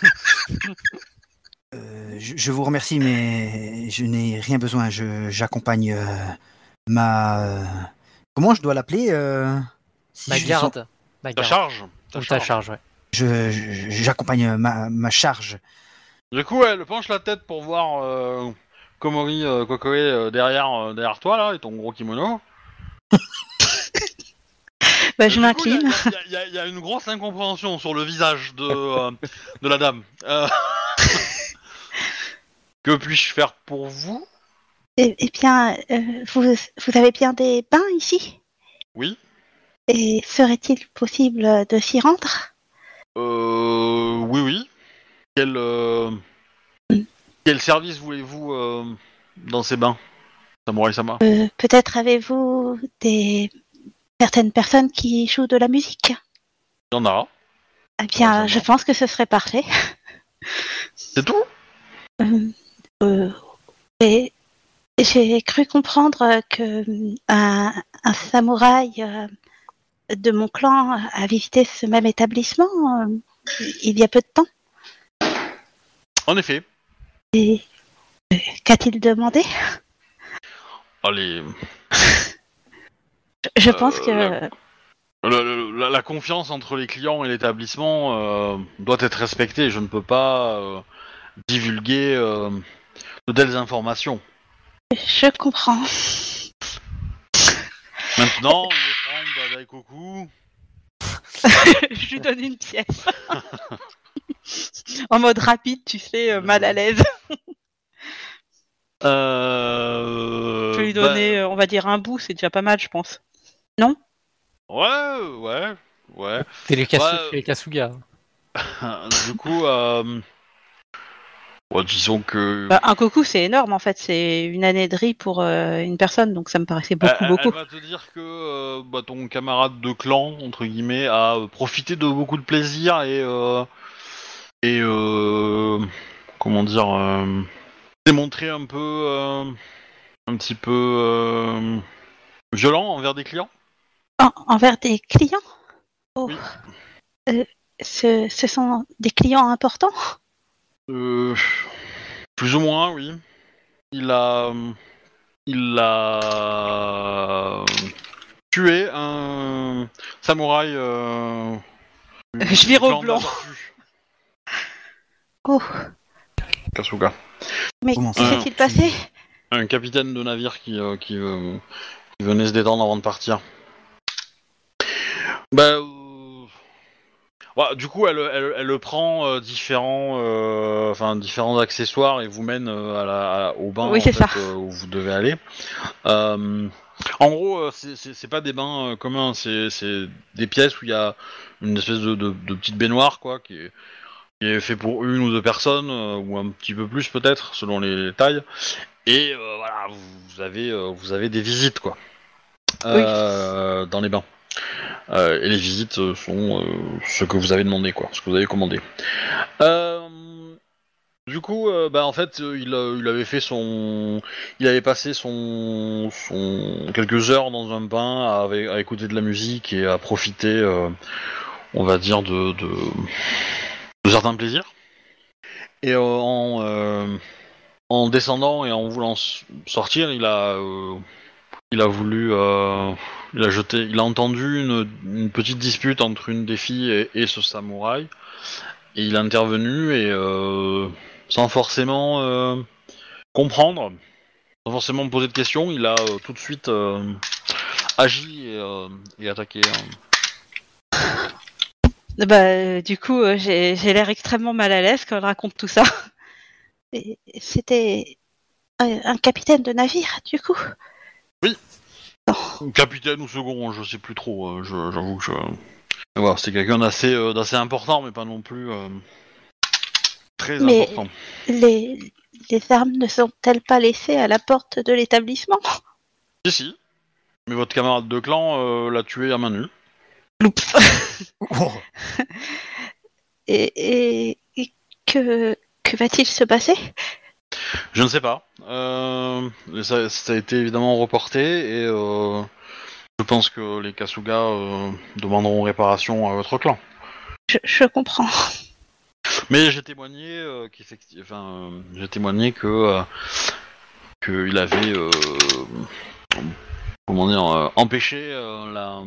euh, je, je vous remercie, mais je n'ai rien besoin. Je, j'accompagne euh, ma... euh, Comment je dois l'appeler euh, si Ma je garde. sens- Ma Ta garde. charge Ta Ou ta charge. charge, ouais. je, je- J'accompagne ma, ma charge. Du coup, elle penche la tête pour voir euh, Komori euh, Kokoe euh, derrière, euh, derrière toi, là, et ton gros kimono. Bah Et je du coup, m'incline. Il y, y, y, y a une grosse incompréhension sur le visage de, euh, de la dame. Euh... que puis-je faire pour vous Eh, eh bien, euh, vous, vous avez bien des bains ici? Oui. Et serait-il possible de s'y rendre? Euh... Oui, oui. Quel, euh... Quel service voulez-vous euh, dans ces bains, Samurai-sama? Euh, peut-être avez-vous des certaines personnes qui jouent de la musique? Il y en a. Eh bien, Ouais, je pense que ce serait parfait. C'est tout Euh, euh, et j'ai cru comprendre que euh, un, un samouraï euh, de mon clan a visité ce même établissement euh, il y a peu de temps. En effet. Et euh, qu'a-t-il demandé? Allez... Je, je pense Euh, que la- Le- le- la, la confiance entre les clients et l'établissement euh, doit être respectée. Je ne peux pas euh, divulguer euh, de telles informations. je comprends. Maintenant, une offrande d'Aikoku. Je lui donne une pièce. En mode rapide, tu sais, euh, mal à l'aise. Euh, Je vais lui bah, donner, euh, on va dire, un bout, c'est déjà pas mal, je pense. Non? ouais, ouais, ouais. C'est les, Kasu- Ouais. les Kasuga. Du coup, euh, bon, disons que Bah, un coco, c'est énorme, en fait. C'est une année de riz pour euh, une personne, donc ça me paraissait beaucoup, elle, beaucoup. elle va te dire que euh, bah, ton camarade de clan, entre guillemets, a euh, profité de beaucoup de plaisir et euh, et euh, comment dire, euh, s'est montré un peu, euh, un petit peu euh, violent envers des clients. En- envers des clients? Oh. Oui. Euh, ce, ce sont des clients importants? Euh, plus ou moins, oui. Il a, il a tué un samouraï. Euh, du- Je du vire au clan de la blanc. tortue. Oh. Kasuga. Mais Comment que ça? s'est-il passé? Un capitaine de navire qui, euh, qui, euh, qui venait se détendre avant de partir. Bah, euh... ouais, du coup, elle, elle, elle prend euh, différents, euh, enfin différents accessoires et vous mène euh, à la, à- au bain Oui, en c'est fait, ça. euh, où vous devez aller. Euh, en gros, euh, c'est- c'est c'est pas des bains euh, communs, c'est c'est des pièces où il y a une espèce de, de, de petite baignoire quoi, qui est, qui est fait pour une ou deux personnes euh, ou un petit peu plus peut-être selon les tailles. Et euh, voilà, vous avez euh, vous avez des visites quoi euh, dans les bains. Euh, et les visites euh, sont euh, ce que vous avez demandé quoi, ce que vous avez commandé. Euh, du coup, euh, bah en fait, euh, il, euh, il avait fait son, il avait passé son, son quelques heures dans un bain à, avec- à écouter de la musique et à profiter, euh, on va dire de, de, de certains plaisirs. Et euh, en euh, en descendant et en voulant s- sortir, il a euh, il a voulu, euh, il a jeté, il a entendu une, une petite dispute entre une des filles et, et ce samouraï. et il est intervenu et euh, sans forcément euh, comprendre, sans forcément me poser de questions, il a euh, tout de suite euh, agi et, euh, et attaqué. Euh. Bah, euh, du coup, euh, j'ai, j'ai l'air extrêmement mal à l'aise quand elle raconte tout ça. Et c'était un, un capitaine de navire, du coup. Oui. Non. Capitaine ou second, je sais plus trop. Euh, je, j'avoue que je... voilà, c'était quelqu'un d'assez, euh, d'assez important, mais pas non plus euh, très Mais important. les, les armes ne sont-elles pas laissées à la porte de l'établissement? Si, si. Mais votre camarade de clan euh, l'a tué à main nue. Oups. Oh. Et, et, et que, que va-t-il se passer? Je ne sais pas. Euh, ça, ça a été évidemment reporté et euh, je pense que les Kasuga euh, demanderont réparation à votre clan. Je, je comprends. Mais j'ai témoigné euh, qu'effectivement, enfin, euh, j'ai témoigné que euh, qu'il avait euh, comment dire euh, empêché euh, la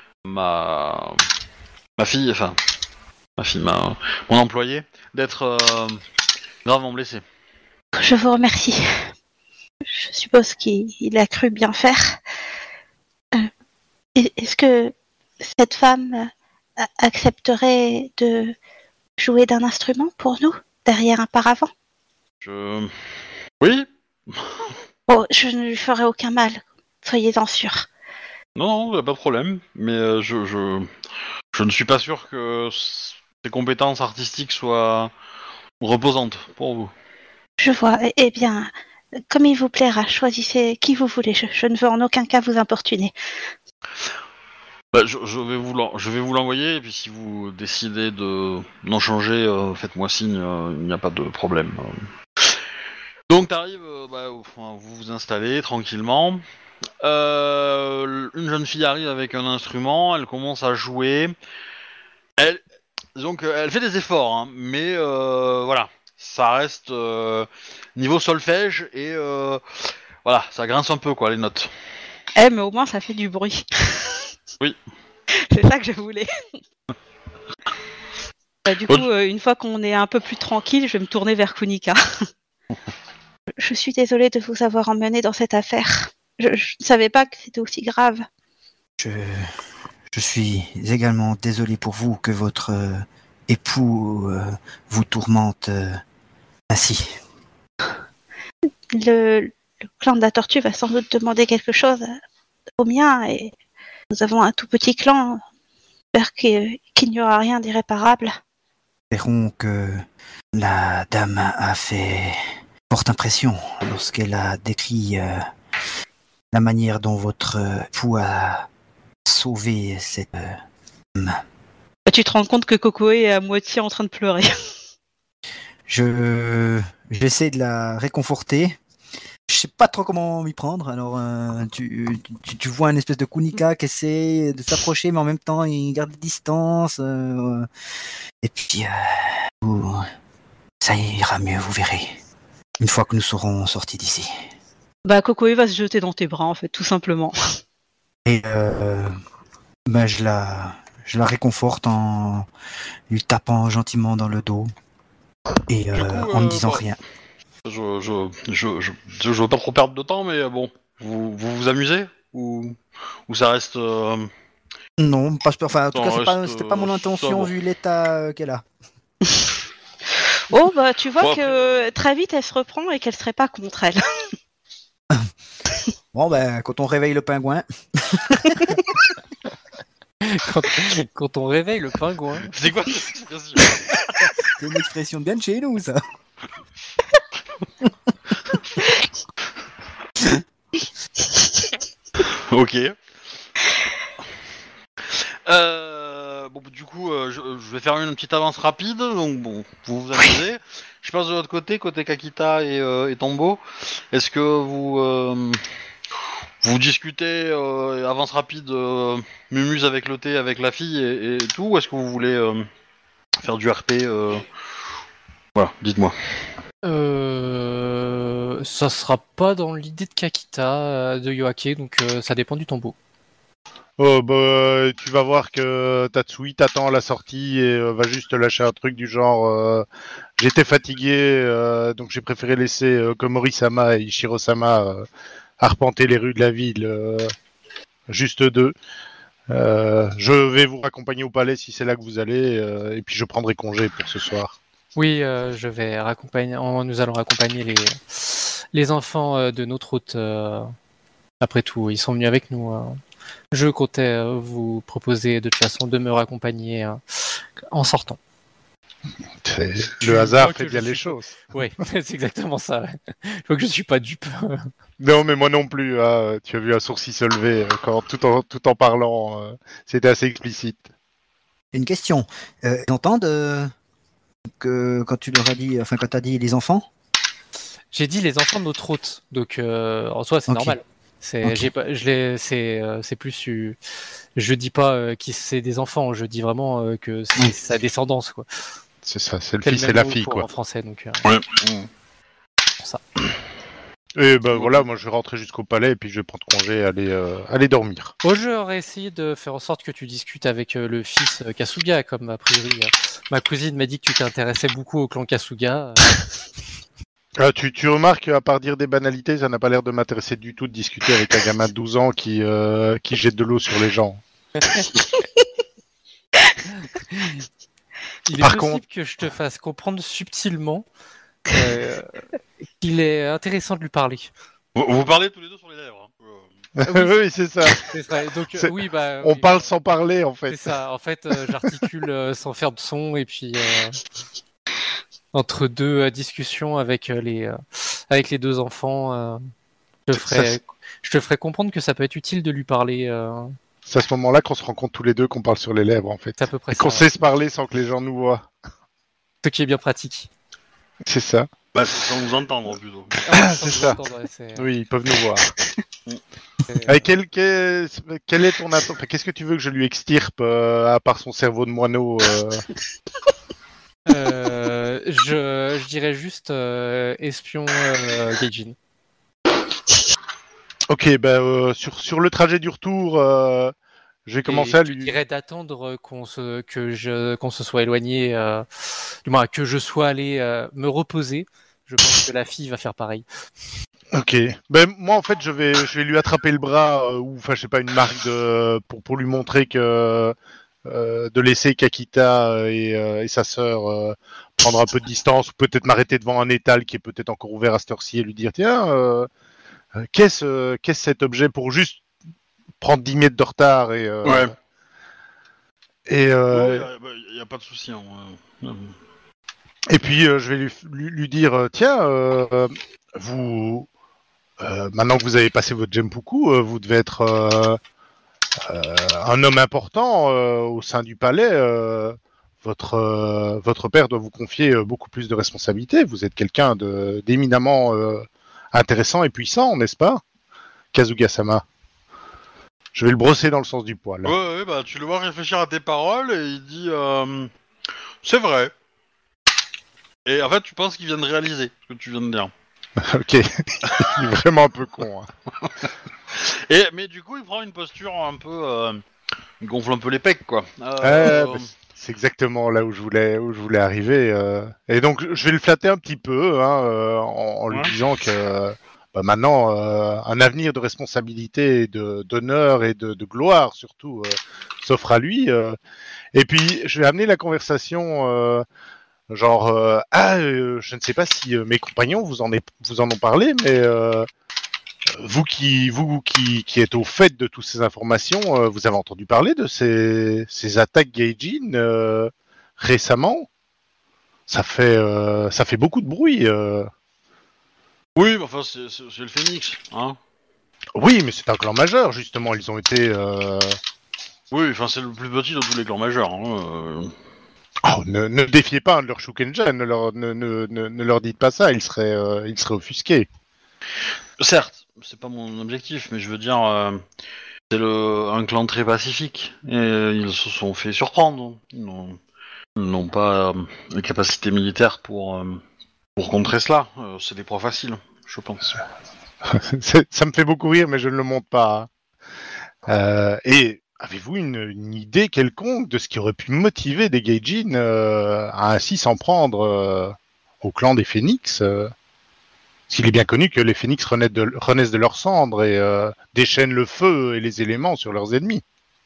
ma ma fille, enfin ma fille, ma mon employé d'être euh, gravement blessé. Je vous remercie. Je suppose qu'il il a cru bien faire. Euh, est-ce que cette femme euh, accepterait de jouer d'un instrument pour nous, derrière un paravent? Je oui. Oh, je ne lui ferai aucun mal, soyez-en sûrs. Non, non, y a pas de problème. Mais euh, je, je, je ne suis pas sûr que ses compétences artistiques soient reposantes pour vous. Je vois. Eh, eh bien, comme il vous plaira, choisissez qui vous voulez. Je, je ne veux en aucun cas vous importuner. Bah, je, je vais vous l'en- je vais vous l'envoyer et puis si vous décidez de d'en changer, euh, faites-moi signe. euh, Il n'y a pas de problème. euh. Donc t'arrives, euh, bah, enfin, vous vous installez tranquillement. Euh, une jeune fille arrive avec un instrument, elle commence à jouer. Elle, donc elle fait des efforts, hein, mais euh, voilà, ça reste euh, niveau solfège et euh, voilà, ça grince un peu quoi les notes. Eh, mais au moins ça fait du bruit. Oui. C'est ça que je voulais. Bah, du coup, euh, une fois qu'on est un peu plus tranquille, je vais me tourner vers Kunika. Je suis désolée de vous avoir emmené dans cette affaire. Je, je ne savais pas que c'était aussi grave. Je, je suis également désolé pour vous que votre euh, époux euh, vous tourmente euh, ainsi. Le, le clan de la tortue va sans doute demander quelque chose au mien et nous avons un tout petit clan. J'espère qu'il, qu'il n'y aura rien d'irréparable. Espérons que la dame a fait forte impression lorsqu'elle a décrit euh, la manière dont votre euh, époux a sauvé cette euh, femme. Tu te rends compte que Kokoe est à moitié en train de pleurer. Je j'essaie de la réconforter. Je sais pas trop comment m'y prendre. Alors euh, tu, tu tu vois une espèce de Kunika qui essaie de s'approcher, mais en même temps il garde des distances. Euh, et puis euh, vous- ça ira mieux, vous verrez. Une fois que nous serons sortis d'ici. Bah, Kokoe va se jeter dans tes bras, en fait, tout simplement. Et euh, ben je la je la réconforte en lui tapant gentiment dans le dos et euh, coup, en ne euh, disant bah, rien. Je, je, je, je, je, je veux pas trop perdre de temps, mais euh, bon, vous vous, vous amusez ou ou ça reste euh, Non, pas, enfin, en tout ça cas, c'est pas, reste, c'était pas mon euh, intention sobre. vu l'état euh, qu'elle a. Oh, bah, tu vois Bon, que après, euh, très vite, elle se reprend et qu'elle serait pas contre elle. Bon, ben, quand on réveille le pingouin, quand, quand on réveille le pingouin. C'est quoi cette expression? c'est une expression bien de chez nous, ça. Ok. Euh, bon, du coup, euh, je, je vais faire une petite avance rapide. Donc, bon, vous vous amusez. Je passe de l'autre côté, côté Kakita et, euh, et Tombo. Est-ce que vous euh, vous discutez euh, avance rapide, euh, mumuse avec le thé, avec la fille et, et tout, ou est-ce que vous voulez euh, faire du R P euh... Voilà, dites-moi. Euh, ça sera pas dans l'idée de Kakita, euh, de Yoake, donc euh, ça dépend du tombeau. Oh, bah, tu vas voir que Tatsui t'attend à la sortie et euh, va juste te lâcher un truc du genre euh, j'étais fatigué, euh, donc j'ai préféré laisser euh, Komori-sama et Ichiro-sama euh, arpenter les rues de la ville, euh, juste deux. Euh, je vais vous raccompagner au palais si c'est là que vous allez, euh, et puis je prendrai congé pour ce soir. Oui, euh, je vais raccompagner. on- Nous allons raccompagner les les enfants euh, de notre hôte. euh, Après tout, ils sont venus avec nous. euh. Je comptais euh, vous proposer de toute façon de me raccompagner euh, en sortant. C'est- Tu Le hasard vois que fait je bien les suis pas- choses. Oui, c'est exactement ça. ouais. Je vois que je suis pas dupe. Non, mais moi non plus. Hein. Tu as vu un sourcil se lever euh, quand, tout, en, tout en parlant. euh, C'était assez explicite. Une question. Euh, ils entendent euh, que quand tu leur as dit, enfin quand tu as dit les enfants. J'ai dit les enfants de notre hôte, donc euh, en soi c'est Ok. normal. C'est, Ok. j'ai pas, je l'ai, c'est, euh, c'est plus, euh, je dis pas euh, qui c'est des enfants, je dis vraiment euh, que c'est Ouais. sa descendance quoi. C'est ça, c'est le C'est le fils et même la mot fille, pour- quoi. en français donc. euh, Ouais. pour ça. Et ben Ok. voilà, moi je vais rentrer jusqu'au palais et puis je vais prendre congé et aller, euh, aller dormir. Oh, j'aurais essayé de faire en sorte que tu discutes avec euh, le fils euh, Kasuga, comme a priori euh, ma cousine m'a dit que tu t'intéressais beaucoup au clan Kasuga. euh. Ah, tu, tu remarques, à part dire des banalités, ça n'a pas l'air de m'intéresser du tout de discuter avec un gamin de douze ans qui, euh, qui jette de l'eau sur les gens. Il est Par possible contre- que je te fasse comprendre subtilement euh, qu'il est intéressant de lui parler. Vous, vous parlez tous les deux sur les lèvres. hein. Euh, Ah oui, oui, c'est ça. C'est ça. Donc euh, C'est- oui, bah On oui, parle bah, sans parler, en C'est fait. ça. En fait, euh, j'articule euh, sans faire de son et puis euh, entre deux euh, discussions avec euh, les euh, avec les deux enfants, euh, je te Ça, ferai c'est- je te ferai comprendre que ça peut être utile de lui parler. euh, C'est à ce moment-là qu'on se rend compte tous les deux qu'on parle sur les lèvres, en fait. C'est à peu près Et qu'on ça. sait se parler sans que les gens nous voient. Ce qui est bien pratique. C'est ça. Bah, c'est sans nous entendre plutôt. Ah, c'est sans ça. entendre, ouais, c'est- Oui, ils peuvent nous voir. c'est- Euh, quel, quel, quel est ton atten- enfin, qu'est-ce que tu veux que je lui extirpe euh, à part son cerveau de moineau euh... Euh, je, je dirais juste euh, espion euh, Gaijin. Ok, ben euh, sur sur le trajet du retour, euh, je vais commencer Et à je lui. dirais d'attendre qu'on se que je qu'on se soit éloigné, euh, du moins que je sois allé euh, me reposer. Je pense que la fille va faire pareil. Ok. Ben moi en fait je vais je vais lui attraper le bras euh, ou enfin je sais pas une marque de pour pour lui montrer que euh, de laisser Kakita et, euh, et sa sœur euh, prendre un peu de distance ou peut-être m'arrêter devant un étal qui est peut-être encore ouvert à cette heure-ci et lui dire tiens euh, euh, qu'est-ce euh, qu'est-ce cet objet pour juste prendre dix mètres de retard et euh, Ouais. et euh, Il n'y a, pas de souci. Hein. ouais. et puis euh, je vais lui, lui, lui dire euh, tiens euh, vous euh, maintenant que vous avez passé votre Jempuku, euh, vous devez être euh, euh, un homme important euh, au sein du palais. euh, votre euh, votre père doit vous confier euh, beaucoup plus de responsabilités. Vous êtes quelqu'un de d'éminemment euh, intéressant et puissant, n'est-ce pas, Kazuga-sama? Je vais le brosser dans le sens du poil. Ouais, ouais, bah tu le vois réfléchir à tes paroles et il dit euh, c'est vrai. Et en fait, tu penses qu'il vient de réaliser ce que tu viens de dire. Ok, il est vraiment un peu con. Hein. Et mais du coup, il prend une posture un peu, euh, il gonfle un peu les pecs, quoi. Ouais, Euh, bah, c'est exactement là où je voulais où je voulais arriver. euh. Et donc je vais le flatter un petit peu hein, euh, en, en lui Ouais. disant que bah, maintenant euh, un avenir de responsabilité, et de d'honneur et de, de gloire surtout euh, s'offre à lui. euh. Et puis je vais amener la conversation. Euh, Genre, euh, ah, euh, je ne sais pas si euh, mes compagnons vous en, est, vous en ont parlé, mais euh, vous, qui, vous qui, qui êtes au fait de toutes ces informations, euh, vous avez entendu parler de ces, ces attaques Gaijin euh, récemment? Ça fait, euh, ça fait beaucoup de bruit. euh. Oui, mais enfin, c'est, c'est, c'est le Phénix, hein. Oui, mais c'est un clan majeur, justement. Ils ont été. Euh... Oui, enfin, c'est le plus petit de tous les clans majeurs. Hein. euh. Oh, ne, ne défiez pas un de leurs Shukenja, ne leur, ne, ne, ne, ne leur dites pas ça, ils seraient, euh, ils seraient offusqués. Certes, c'est pas mon objectif, mais je veux dire, euh, c'est le, un clan très pacifique. Et euh, ils se sont fait surprendre. Ils n'ont, ils n'ont pas euh, les capacités militaires pour, euh, pour contrer cela. Euh, c'est des proies faciles, je pense. Ça me fait beaucoup rire, mais je ne le montre pas. Hein. Euh, et avez-vous une, une idée quelconque de ce qui aurait pu motiver des Gaijin euh, à ainsi s'en prendre euh, au clan des Phénix euh, S'il est bien connu que les Phénix renaissent de, renaissent de leurs cendres et euh, déchaînent le feu et les éléments sur leurs ennemis.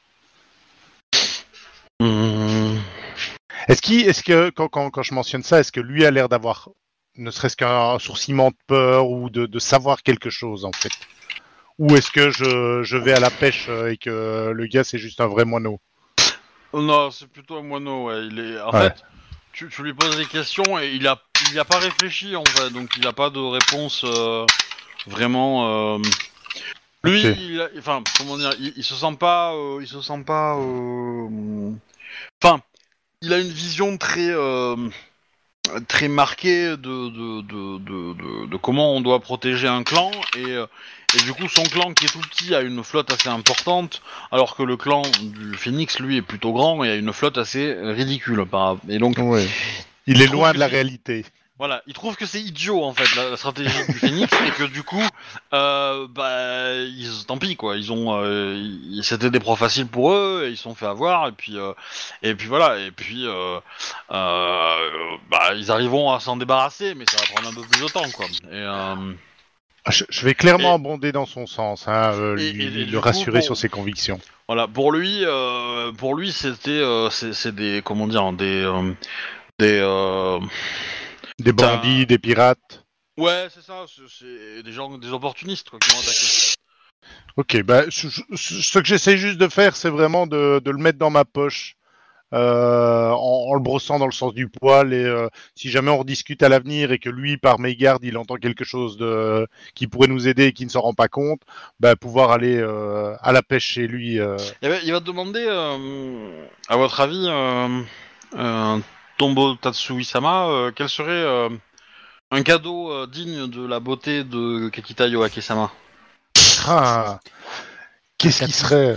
Mmh. Est-ce, qu'il, est-ce que, quand, quand, quand je mentionne ça, est-ce que lui a l'air d'avoir ne serait-ce qu'un sourcillement de peur ou de, de savoir quelque chose, en fait? Ou est-ce que je, je vais à la pêche et que le gars, c'est juste un vrai moineau? Non, c'est plutôt un moineau, ouais. Il est... En Ouais. fait, tu, tu lui poses des questions et il a, il a pas réfléchi, en fait, donc il a pas de réponse euh, vraiment... Euh... Lui, Ok. il a- enfin, comment dire, il, il se sent pas... euh, il se sent pas... euh, Enfin, il a une vision très... euh, très marquée de, de, de, de, de, de comment on doit protéger un clan et, euh, et du coup son clan qui est tout petit a une flotte assez importante alors que le clan du Phénix lui est plutôt grand et a une flotte assez ridicule par... et donc Ouais. Il est trouve loin que de la c'est- réalité. voilà, il trouve que c'est idiot en fait la, la stratégie du Phénix et que du coup euh, bah ils, tant pis quoi, ils ont euh, ils- c'était des proies faciles pour eux et ils se sont fait avoir et puis euh, et puis voilà et puis euh, euh, bah ils arriveront à s'en débarrasser mais ça va prendre un peu plus de temps quoi. Et euh, Je, je vais clairement Et- abonder dans son sens, hein, euh, Et- lui, et- et du le coup, rassurer pour- sur ses convictions. voilà, pour lui, euh, pour lui, c'était, euh, c'est, c'est des, comment dire, des, euh, des, euh, Des bandits, des pirates. ouais, c'est ça, c'est, c'est des gens, des opportunistes quoi, qui vont attaquer. Ok, bah, je- je- ce que j'essaie juste de faire, c'est vraiment de, de le mettre dans ma poche, euh, en, en le brossant dans le sens du poil, et euh, si jamais on rediscute à l'avenir et que lui, par mégarde, il entend quelque chose de qui pourrait nous aider et qui ne s'en rend pas compte, bah, pouvoir aller euh, à la pêche chez lui. euh. Il va, il va te demander, euh, à votre avis, euh, euh, Tombo Tatsui-sama, euh, quel serait euh, un cadeau euh, digne de la beauté de Kakita Yoake-sama? Ah, qu'est-ce qui serait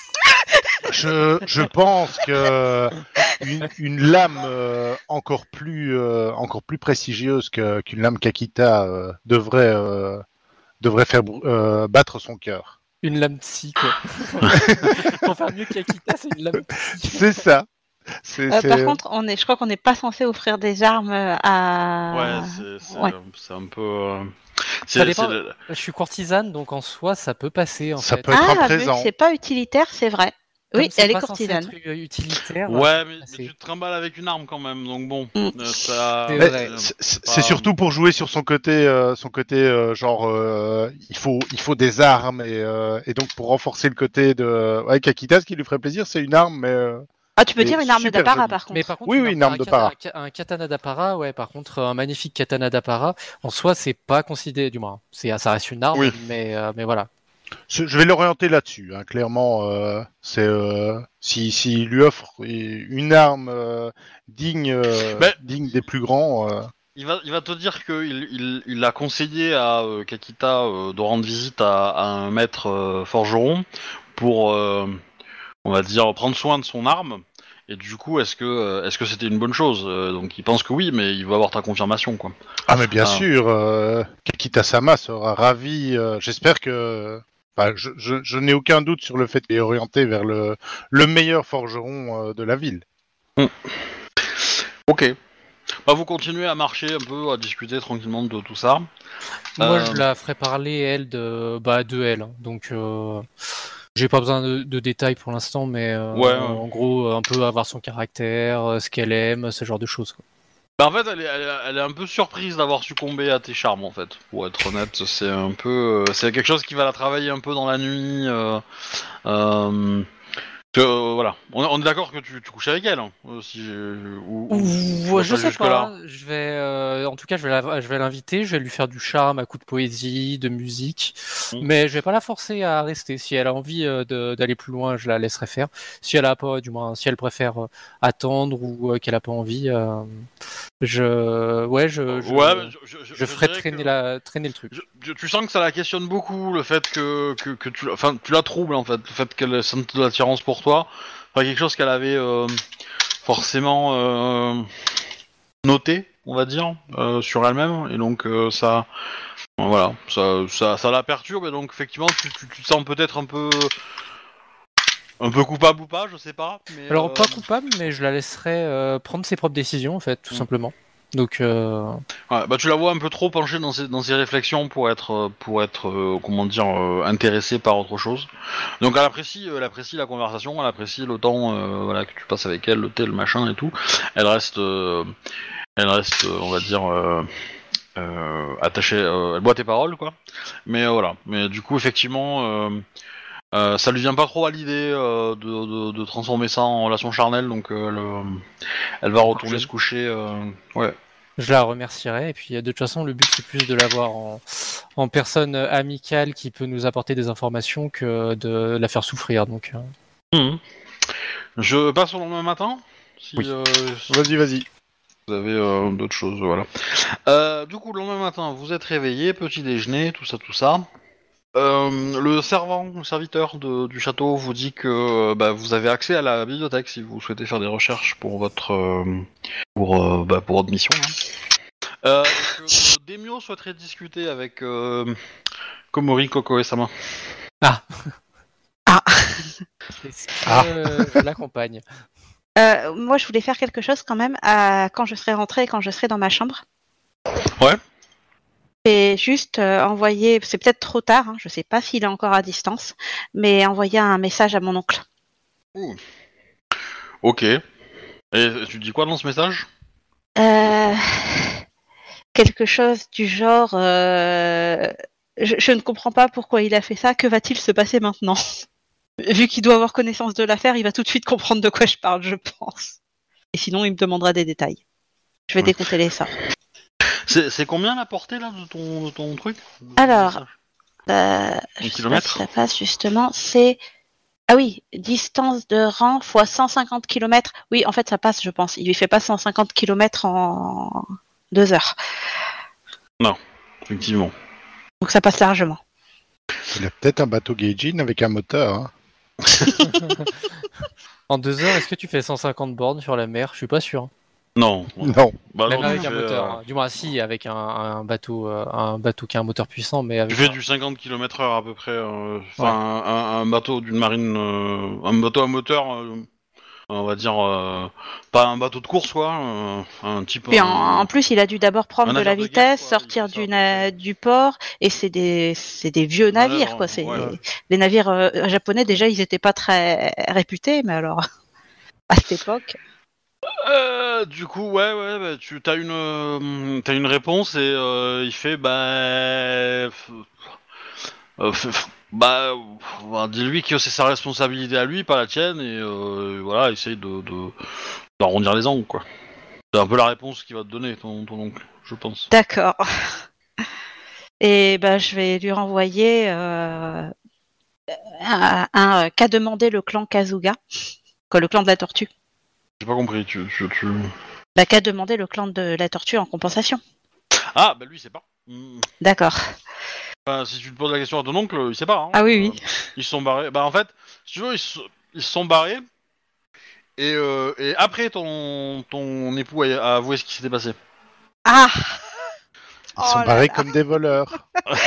je, je pense que une, une lame euh, encore plus euh, encore plus prestigieuse que, qu'une lame Kakita euh, devrait euh, devrait faire brou- euh, battre son cœur. Une lame psy, quoi. Pour faire mieux qu'Akita, c'est une lame psy. C'est ça. C'est, Euh, c'est- par contre, on est, je crois qu'on n'est pas censé offrir des armes à. Ouais, c'est, c'est, ouais. c'est un peu. euh, c'est, Ça dépend. c'est le- Je suis courtisane, donc en soi, ça peut passer, en Ça fait. peut être un Ah, vu présent. que c'est pas utilitaire, c'est vrai. Comme Oui, c'est elle est pas censé courtisane. être u- utilitaire. Ouais, mais, mais c'est- tu te trimbales avec une arme quand même, donc bon. Mm. euh, ça, C'est Mais vrai. euh, c'est, c'est- pas- c'est surtout pour jouer sur son côté, euh, son côté euh, genre euh, il faut il faut des armes et, euh, et donc pour renforcer le côté de ouais, Kakita, ce qui lui ferait plaisir, c'est une arme, mais euh, Ah, tu peux Et dire une arme super d'apparat joli. par contre. Mais par contre, Oui, oui, une arme un de kata- para. un ka- un katana d'apparat, ouais, par contre, un magnifique katana d'apparat, en soi, c'est pas considéré, du moins, c'est, ça reste une arme, Oui. mais, euh, mais voilà. Ce- Je vais l'orienter là-dessus, hein, clairement. Euh, c'est euh, si s'il lui offre une arme euh, digne, euh, Mais- digne des plus grands. euh, Il va, il va te dire qu'il il, il a conseillé à euh, Kakita euh, de rendre visite à, à un maître euh, forgeron pour, euh, on va dire, prendre soin de son arme. Et du coup, est-ce que, euh, est-ce que c'était une bonne chose? Euh, Donc, il pense que oui, mais il veut avoir ta confirmation, quoi. Ah mais bien Ah. sûr, euh, Kakita-sama sera ravi. euh, J'espère que. Enfin, je, je, je n'ai aucun doute sur le fait qu'il est orienté vers le, le meilleur forgeron euh, de la ville. Ok. Bah, vous continuez à marcher un peu, à discuter tranquillement de tout ça. Moi, Euh, je la ferai parler, elle, de, bah, de elle, hein. Donc, euh, j'ai pas besoin de, de détails pour l'instant, mais euh, Ouais, ouais. en gros, un peu avoir son caractère, euh, ce qu'elle aime, ce genre de choses, quoi. Bah, en fait, elle est, elle, est, elle est un peu surprise d'avoir succombé à tes charmes, en fait. Pour être honnête, c'est un peu, euh, c'est quelque chose qui va la travailler un peu dans la nuit. Euh, euh, que, euh, voilà. On, on est d'accord que tu, tu couches avec elle, hein, euh, si j'ai- ou, ou- tu vas je sais jusque-là. pas. Je vais, euh, en tout cas, je vais, la- je vais l'inviter. Je vais lui faire du charme à coup de poésie, de musique, Mm. mais je vais pas la forcer à rester. Si elle a envie euh, de- d'aller plus loin, je la laisserai faire. Si elle a pas, du moins, si elle préfère euh, attendre ou euh, qu'elle a pas envie, euh, je, ouais, je, je, ouais, mais je, je, je- je je ferai dirais traîner que- la, traîner le truc. Je- je- tu sens que ça la questionne beaucoup, le fait que, que, que tu, enfin, tu la troubles en fait, le fait qu'elle sente de l'attirance pour toi, enfin, quelque chose qu'elle avait euh, forcément euh, noté, on va dire, euh, sur elle-même, et donc euh, ça, voilà, ça, ça, ça la perturbe, et donc effectivement, tu, tu, tu te sens peut-être un peu, un peu coupable ou pas, je sais pas. Mais, Alors, euh, pas coupable, mais je la laisserai euh, prendre ses propres décisions, en fait, tout Mm. simplement. Donc, euh... ouais, bah tu la vois un peu trop penchée dans ses, dans ses réflexions pour être, euh, pour être, euh, comment dire, euh, intéressée par autre chose. Donc elle apprécie, euh, elle apprécie la conversation, elle apprécie le temps, euh, voilà, que tu passes avec elle, le thé, le machin et tout. Elle reste, euh, elle reste, euh, on va dire, euh, euh, attachée, euh, elle boit tes paroles, quoi. Mais euh, voilà. Mais du coup, effectivement. Euh, Euh, ça lui vient pas trop à l'idée euh, de, de, de transformer ça en relation charnelle, donc euh, elle, euh, elle va retourner je... se coucher. Euh... Ouais. je la remercierai. Et puis, de toute façon, le but, c'est plus de l'avoir en, en personne amicale qui peut nous apporter des informations que de la faire souffrir. Donc, euh... Mmh. Je passe au lendemain matin. Si, Oui. euh, si Vas-y, vas-y. vous avez euh, d'autres choses, voilà. Euh, du coup, le lendemain matin, vous êtes réveillé, petit déjeuner, tout ça, tout ça. Euh, le servant, le serviteur de, du château vous dit que euh, bah, vous avez accès à la bibliothèque si vous souhaitez faire des recherches pour votre euh, pour euh, bah, pour votre mission. Hein. Euh, et que Demio souhaiterait discuter avec euh, Komori, Koko et Sama. Ah. Ah. Est-ce que Ah. euh, je l'accompagne? Euh, moi, je voulais faire quelque chose quand même à... quand je serai rentrée et quand je serai dans ma chambre. Ouais. Et juste euh, envoyer, c'est peut-être trop tard, hein, je sais pas s'il est encore à distance, mais envoyer un message à mon oncle. Ouh. Ok. Et tu dis quoi dans ce message? Euh... Quelque chose du genre, euh... je, je ne comprends pas pourquoi il a fait ça, que va-t-il se passer maintenant? Vu qu'il doit avoir connaissance de l'affaire, il va tout de suite comprendre de quoi je parle, je pense. Et sinon, il me demandera des détails. Je vais Ouais. décompter les sorts. C'est, c'est combien la portée là de ton, de ton truc? De ton Alors, message Euh, je sais pas kilomètre si ça passe justement, c'est... Ah oui, distance de rang fois cent cinquante kilomètres. Oui, en fait, ça passe, je pense. Il lui fait pas cent cinquante kilomètres en deux heures. Effectivement. Donc ça passe largement. Il a peut-être un bateau Gaijin avec un moteur. Hein. En deux heures, est-ce que tu fais cent cinquante bornes sur la mer? Je suis pas sûr. Non. Non. Bah Même non, avec tu un fais, moteur. euh, hein. Du moins, si, avec un, un bateau, euh, un bateau qui a un moteur puissant, mais avec. Tu fais un- du cinquante kilomètres heure à peu près. euh, Enfin, un, un- un bateau d'une marine, euh, un bateau à moteur, euh, on va dire, euh, pas un bateau de course quoi, euh, un type. Puis en, un- en plus, il a dû d'abord prendre un de la navire de guerre, vitesse, quoi, sortir il fait ça du, à peu na- près. du port, et c'est des, c'est des vieux Manœuvre, navires, quoi. C'est ouais. les navires euh, japonais déjà, ils étaient pas très réputés, mais alors à cette époque. Euh, du coup, ouais, ouais, bah, tu as une, euh, t'as une réponse et euh, il fait, bah, f- euh, f- f- bah, bah, dis-lui que c'est sa responsabilité à lui, pas la tienne, et euh, voilà, essaye de, de d'arrondir les angles, quoi. C'est un peu la réponse qu'il va te donner, ton, ton oncle, je pense. D'accord. Et ben, je vais lui renvoyer euh, un, un qu'a demandé le clan Kazuga, quoi, le clan de la tortue. J'ai pas compris, tu, tu, tu... Bah, qu'a demandé le clan de la tortue en compensation. Ah, bah lui, il sait pas. Hmm. D'accord. Enfin, si tu te poses la question à ton oncle, il sait pas. Hein. Ah oui, oui. Euh, ils se sont barrés. Bah en fait, si tu veux, ils se, ils se sont barrés. Et, euh, et après, ton, ton époux a, a avoué ce qui s'était passé. Ah. Ils Oh sont là barrés là. comme des voleurs.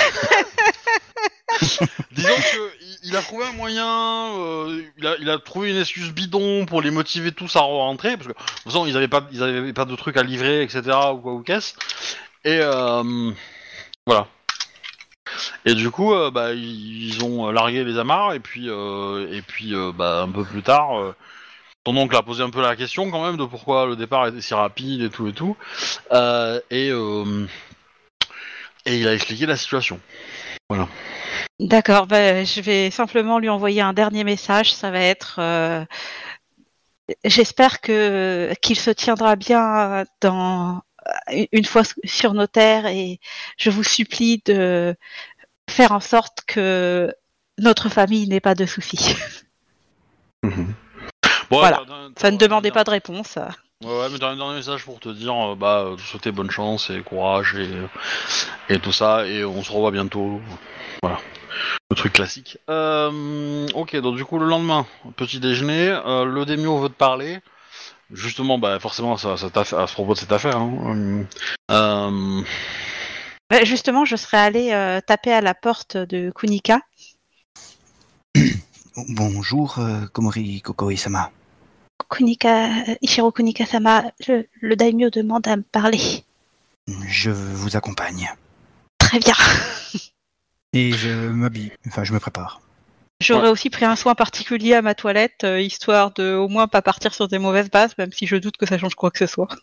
Disons qu'il il a trouvé un moyen, euh, il, a, il a trouvé une excuse bidon pour les motiver tous à rentrer, parce que de toute façon ils avaient pas, ils avaient pas de trucs à livrer, et cetera ou quoi ou qu'est-ce. Et euh, voilà. Et du coup, euh, bah, ils, ils ont largué les amarres et puis, euh, et puis, euh, bah, un peu plus tard, euh, ton oncle a posé un peu la question quand même de pourquoi le départ était si rapide et tout et tout, euh, et euh, et il a expliqué la situation. Voilà. D'accord. Bah, je vais simplement lui envoyer un dernier message. Ça va être. Euh... J'espère que qu'il se tiendra bien dans une fois sur nos terres et je vous supplie de faire en sorte que notre famille n'ait pas de soucis. Mmh. Bon, Voilà. t'as- t'as- Ça ne t'as- demandez t'as- pas de réponse. Ouais, ouais, mais t'as un dernier message pour te dire, euh, bah, euh, te souhaiter bonne chance et courage et, et tout ça, et on se revoit bientôt. Voilà. Le truc classique. Euh, ok, donc du coup, le lendemain, petit déjeuner, euh, le Demio veut te parler. Justement, bah, forcément, ça, ça t'a fait- à ce propos de cette affaire. Hein. Euh, Bah, justement, je serais allée euh, taper à la porte de Kunika. Bonjour, euh, Komori Kokoi-sama. Kunika, Ichiro Kunika-sama, le, le daimyo demande à me parler. Je vous accompagne. Très bien. Et je m'habille, enfin je me prépare. J'aurais aussi pris un soin particulier à ma toilette, euh, histoire de au moins pas partir sur des mauvaises bases, même si je doute que ça change quoi que ce soit.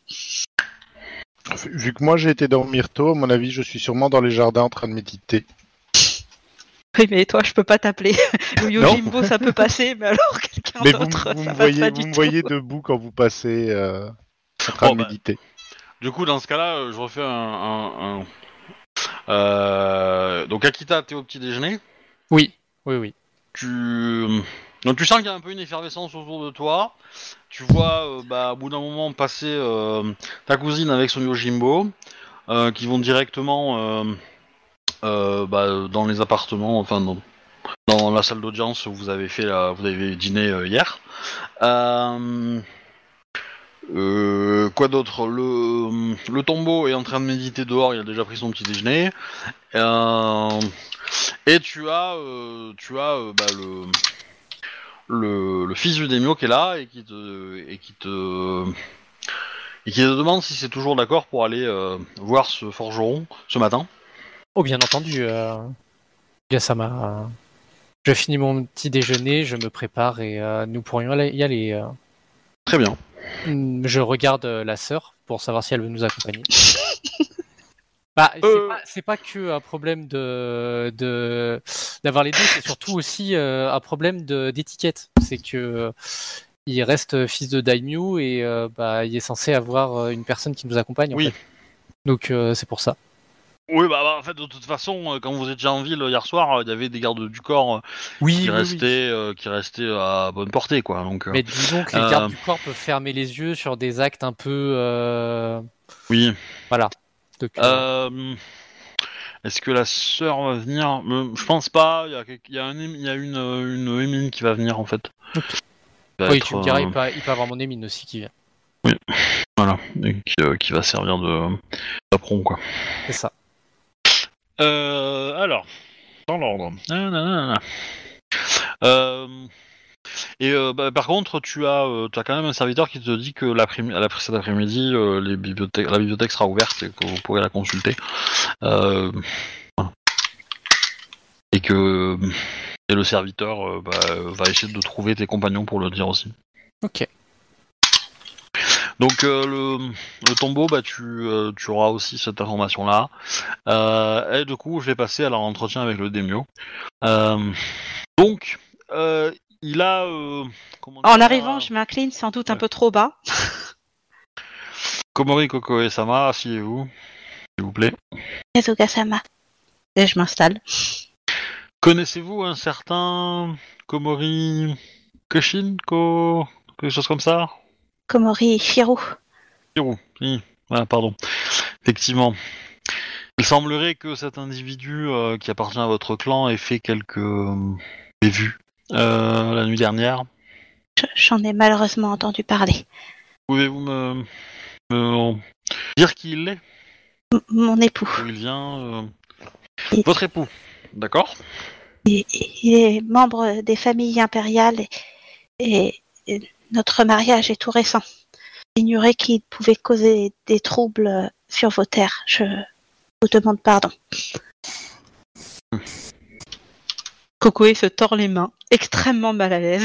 Vu que moi j'ai été dormir tôt, à mon avis, je suis sûrement dans les jardins en train de méditer. Oui, mais toi, je peux pas t'appeler. Le Yojimbo, ça peut passer, mais alors quelqu'un Mais vous, d'autre, m- vous ça me passe voyez, pas vous du me tout. voyez debout quand vous passez euh, en train Bon, de bah. méditer. Du coup, dans ce cas-là, euh, je refais un. un, un- Euh, Donc, Akita, t'es au petit déjeuner. Oui, oui, oui. Tu. Donc, tu sens qu'il y a un peu une effervescence autour de toi. Tu vois, euh, bah, au bout d'un moment, passer euh, ta cousine avec son Yojimbo, euh, qui vont directement euh, euh, bah, dans les appartements, enfin, dans, dans la salle d'audience où vous avez fait la, vous avez dîné euh, hier. Euh, euh, quoi d'autre? Le, le tombeau est en train de méditer dehors, il a déjà pris son petit déjeuner. Euh, et tu as, euh, tu as euh, bah, le, le, le fils du daimyo qui est là et qui te, et qui te, et qui te demande si c'est toujours d'accord pour aller euh, voir ce forgeron ce matin. Oh, bien entendu, euh, Gasama. euh, Je finis mon petit déjeuner, je me prépare et euh, nous pourrions aller- y aller. euh. Très bien. Hmm, Je regarde euh, la sœur pour savoir si elle veut nous accompagner. Bah, c'est Euh. pas, c'est pas que un problème de, de d'avoir les deux, c'est surtout aussi euh, un problème de d'étiquette. C'est que euh, il reste fils de daimyo et euh, bah il est censé avoir euh, une personne qui nous accompagne en Oui. fait. Donc euh, c'est pour ça. Oui, bah, bah, en fait, de toute façon, euh, quand vous étiez en ville euh, hier soir, euh, il y avait des gardes du corps euh, Oui, qui oui, oui. restaient, euh, qui restaient à bonne portée, quoi. Donc, euh, Mais disons que les euh, gardes du corps peuvent fermer les yeux sur des actes un peu, euh, oui. voilà. Donc, euh, Euh, Est-ce que la sœur va venir? Euh, Je pense pas. Il y a, quel- il y a, un, il y a une, euh, une Émine qui va venir en fait. Ok. Qui va oui, être, tu me diras, euh, il peut, il peut avoir mon émine aussi qui vient. voilà, et qui, euh, qui va servir de d'apron quoi. C'est ça. Euh, alors, dans l'ordre. Nanana. Euh, et euh, bah, par contre, tu as, euh, tu as quand même un serviteur qui te dit que l'après, l'après cet après-midi, euh, les bibliothèques, la bibliothèque sera ouverte et que vous pourrez la consulter. Euh, voilà. Et que et le serviteur euh, bah, va essayer de trouver tes compagnons pour le dire aussi. Ok. Donc euh, le, le tombeau, bah tu, euh, tu auras aussi cette information-là. Euh, et du coup, je vais passer à l'entretien avec le daimyo. Euh, donc, euh, il a... Euh, comment En dire, arrivant, je m'incline sans doute un Ouais. peu trop bas. Komori Kokoe-sama, asseyez-vous, s'il vous plaît. Kazuga-sama. Et je m'installe. Connaissez-vous un certain Komori Kushin, Ko... quelque chose comme ça? Komori Shiro. Hiro, oui. Ah, pardon. Effectivement. Il semblerait que cet individu euh, qui appartient à votre clan ait fait quelques euh, vues euh, la nuit dernière. Je- J'en ai malheureusement entendu parler. Pouvez-vous me, me dire qui il est? M- mon époux. D'où il vient euh, Il, Votre époux, d'accord? il- il est membre des familles impériales et, et- et notre mariage est tout récent. J'ignorais qu'il pouvait causer des troubles sur vos terres. Je vous demande pardon. Kokoe se tord les mains, extrêmement mal à l'aise.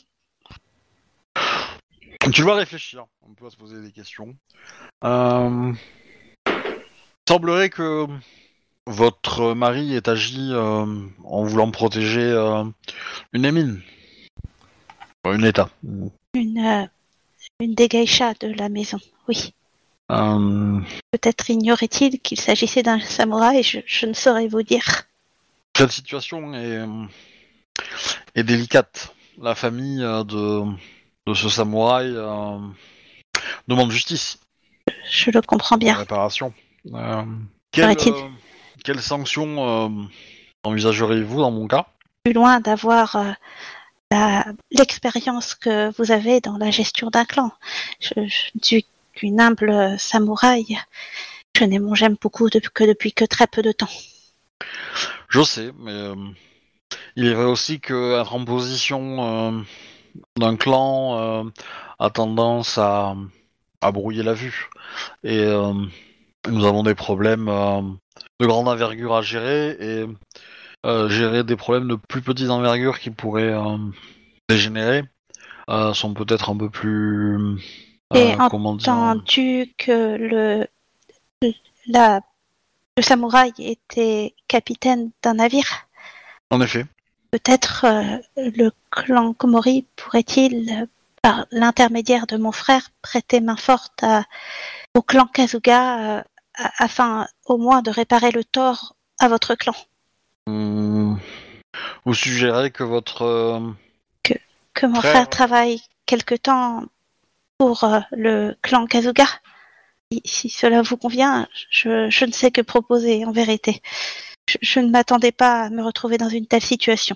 Tu dois réfléchir, on peut se poser des questions. Euh... Il semblerait que votre mari ait agi euh, en voulant protéger euh, une émine. Une état. Une, euh, une des geishas de la maison, oui. Euh... Peut-être ignorait-il qu'il s'agissait d'un samouraï, je, je ne saurais vous dire. Cette situation est, est délicate. La famille euh, de, de ce samouraï euh, demande justice. Je le comprends bien. Réparation. Euh, quelle, Ferait-il euh, quelle sanction euh, envisageriez-vous dans mon cas? plus loin d'avoir euh, la- l'expérience que vous avez dans la gestion d'un clan. Je, je ne suis qu'une humble samouraï. Je n'ai mon j'aime beaucoup de- que depuis que très peu de temps. Je sais, mais euh, il est vrai aussi que être en position euh, d'un clan euh, a tendance à, à brouiller la vue. Et euh, nous avons des problèmes euh, de grande envergure à gérer et euh, gérer des problèmes de plus petite envergure qui pourraient euh, dégénérer euh, sont peut-être un peu plus... Et euh, comment dire entendu que le, la, le samouraï était capitaine d'un navire, En effet. peut-être euh, le clan Komori pourrait-il, euh, par l'intermédiaire de mon frère, prêter main forte à, au clan Kasuga euh, a- afin au moins de réparer le tort à votre clan. Hum, vous suggérez que votre... euh, Que mon Frère. frère travaille quelque temps pour euh, le clan Kasuga. Si, si cela vous convient, je, je ne sais que proposer en vérité. Je, je ne m'attendais pas à me retrouver dans une telle situation.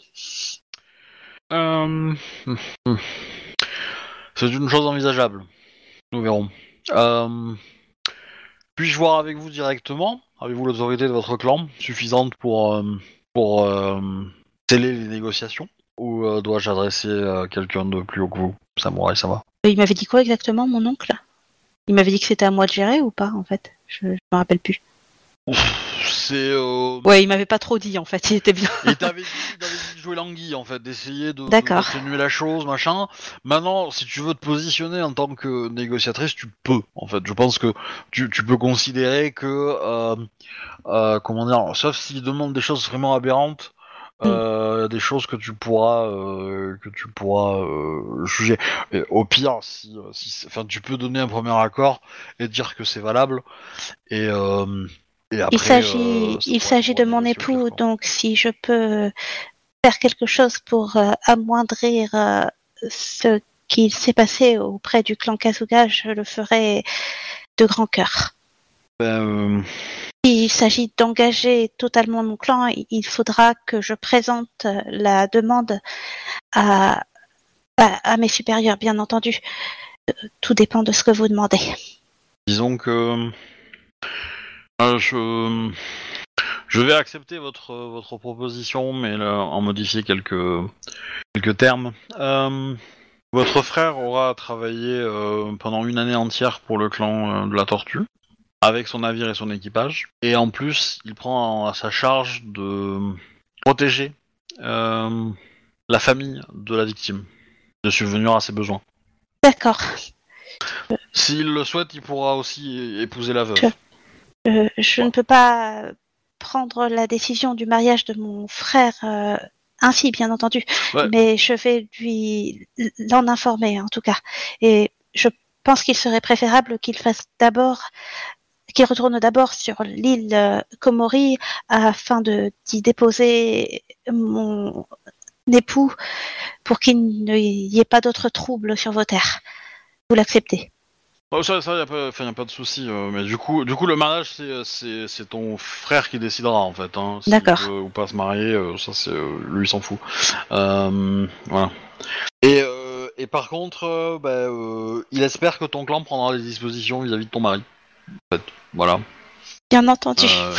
Euh, C'est une chose envisageable. Nous verrons. Euh, Puis-je voir avec vous directement? Avez-vous l'autorité de votre clan suffisante pour, euh, pour euh, sceller les négociations? Ou euh, dois-je adresser euh, quelqu'un de plus haut que vous? Samouraï, ça va? Il m'avait dit quoi exactement, mon oncle? Il m'avait dit que c'était à moi de gérer ou pas, en fait? Je ne me rappelle plus. C'est... Euh... Ouais, il m'avait pas trop dit, en fait. Il était bien. Il t'avait dit, il t'avait dit de jouer l'anguille, en fait, d'essayer de, D'accord. d'atténuer la chose, machin. Maintenant, si tu veux te positionner en tant que négociatrice, tu peux, en fait. Je pense que tu, tu peux considérer que... Euh, euh, comment dire, sauf s'il demande des choses vraiment aberrantes, euh, des choses que tu pourras euh, que tu pourras euh, juger. Et au pire, si, si enfin, tu peux donner un premier accord et dire que c'est valable. Et, euh, et après, Il s'agit, euh, ça il pourra s'agit de être mon négocié au pire, époux, quoi. donc si je peux faire quelque chose pour euh, amoindrir euh, ce qu'il s'est passé auprès du clan Kasuga, je le ferai de grand cœur. Ben, euh, S'il s'agit d'engager totalement mon clan, il faudra que je présente la demande à, à, à mes supérieurs, bien entendu. Tout dépend de ce que vous demandez. disons que euh, je je vais accepter votre votre proposition, mais là, en modifier quelques quelques termes. Euh, Votre frère aura travaillé euh, pendant une année entière pour le clan euh, de la Tortue, avec son navire et son équipage. Et en plus, il prend à sa charge de protéger euh, la famille de la victime, de subvenir à ses besoins. D'accord. S'il le souhaite, il pourra aussi épouser la veuve. Je, euh, je ne peux pas prendre la décision du mariage de mon frère euh, ainsi, bien entendu, Ouais. mais je vais lui l'en informer en tout cas. Et je pense qu'il serait préférable qu'il fasse d'abord, qu'il retourne d'abord sur l'île euh, Komori afin de d'y déposer mon époux pour qu'il n'y ait pas d'autres troubles sur vos terres. Vous l'acceptez? Oh, ça, ça y a pas, enfin, y a pas de souci. Euh, mais du coup, du coup, le mariage, c'est, c'est, c'est ton frère qui décidera en fait. Hein, s'il D'accord. veut ou pas se marier, euh, ça, c'est euh, lui, il s'en fout. Euh, voilà. Et, euh, et par contre, euh, bah, euh, il espère que ton clan prendra les dispositions vis-à-vis de ton mari. En fait, voilà. Bien entendu. Euh,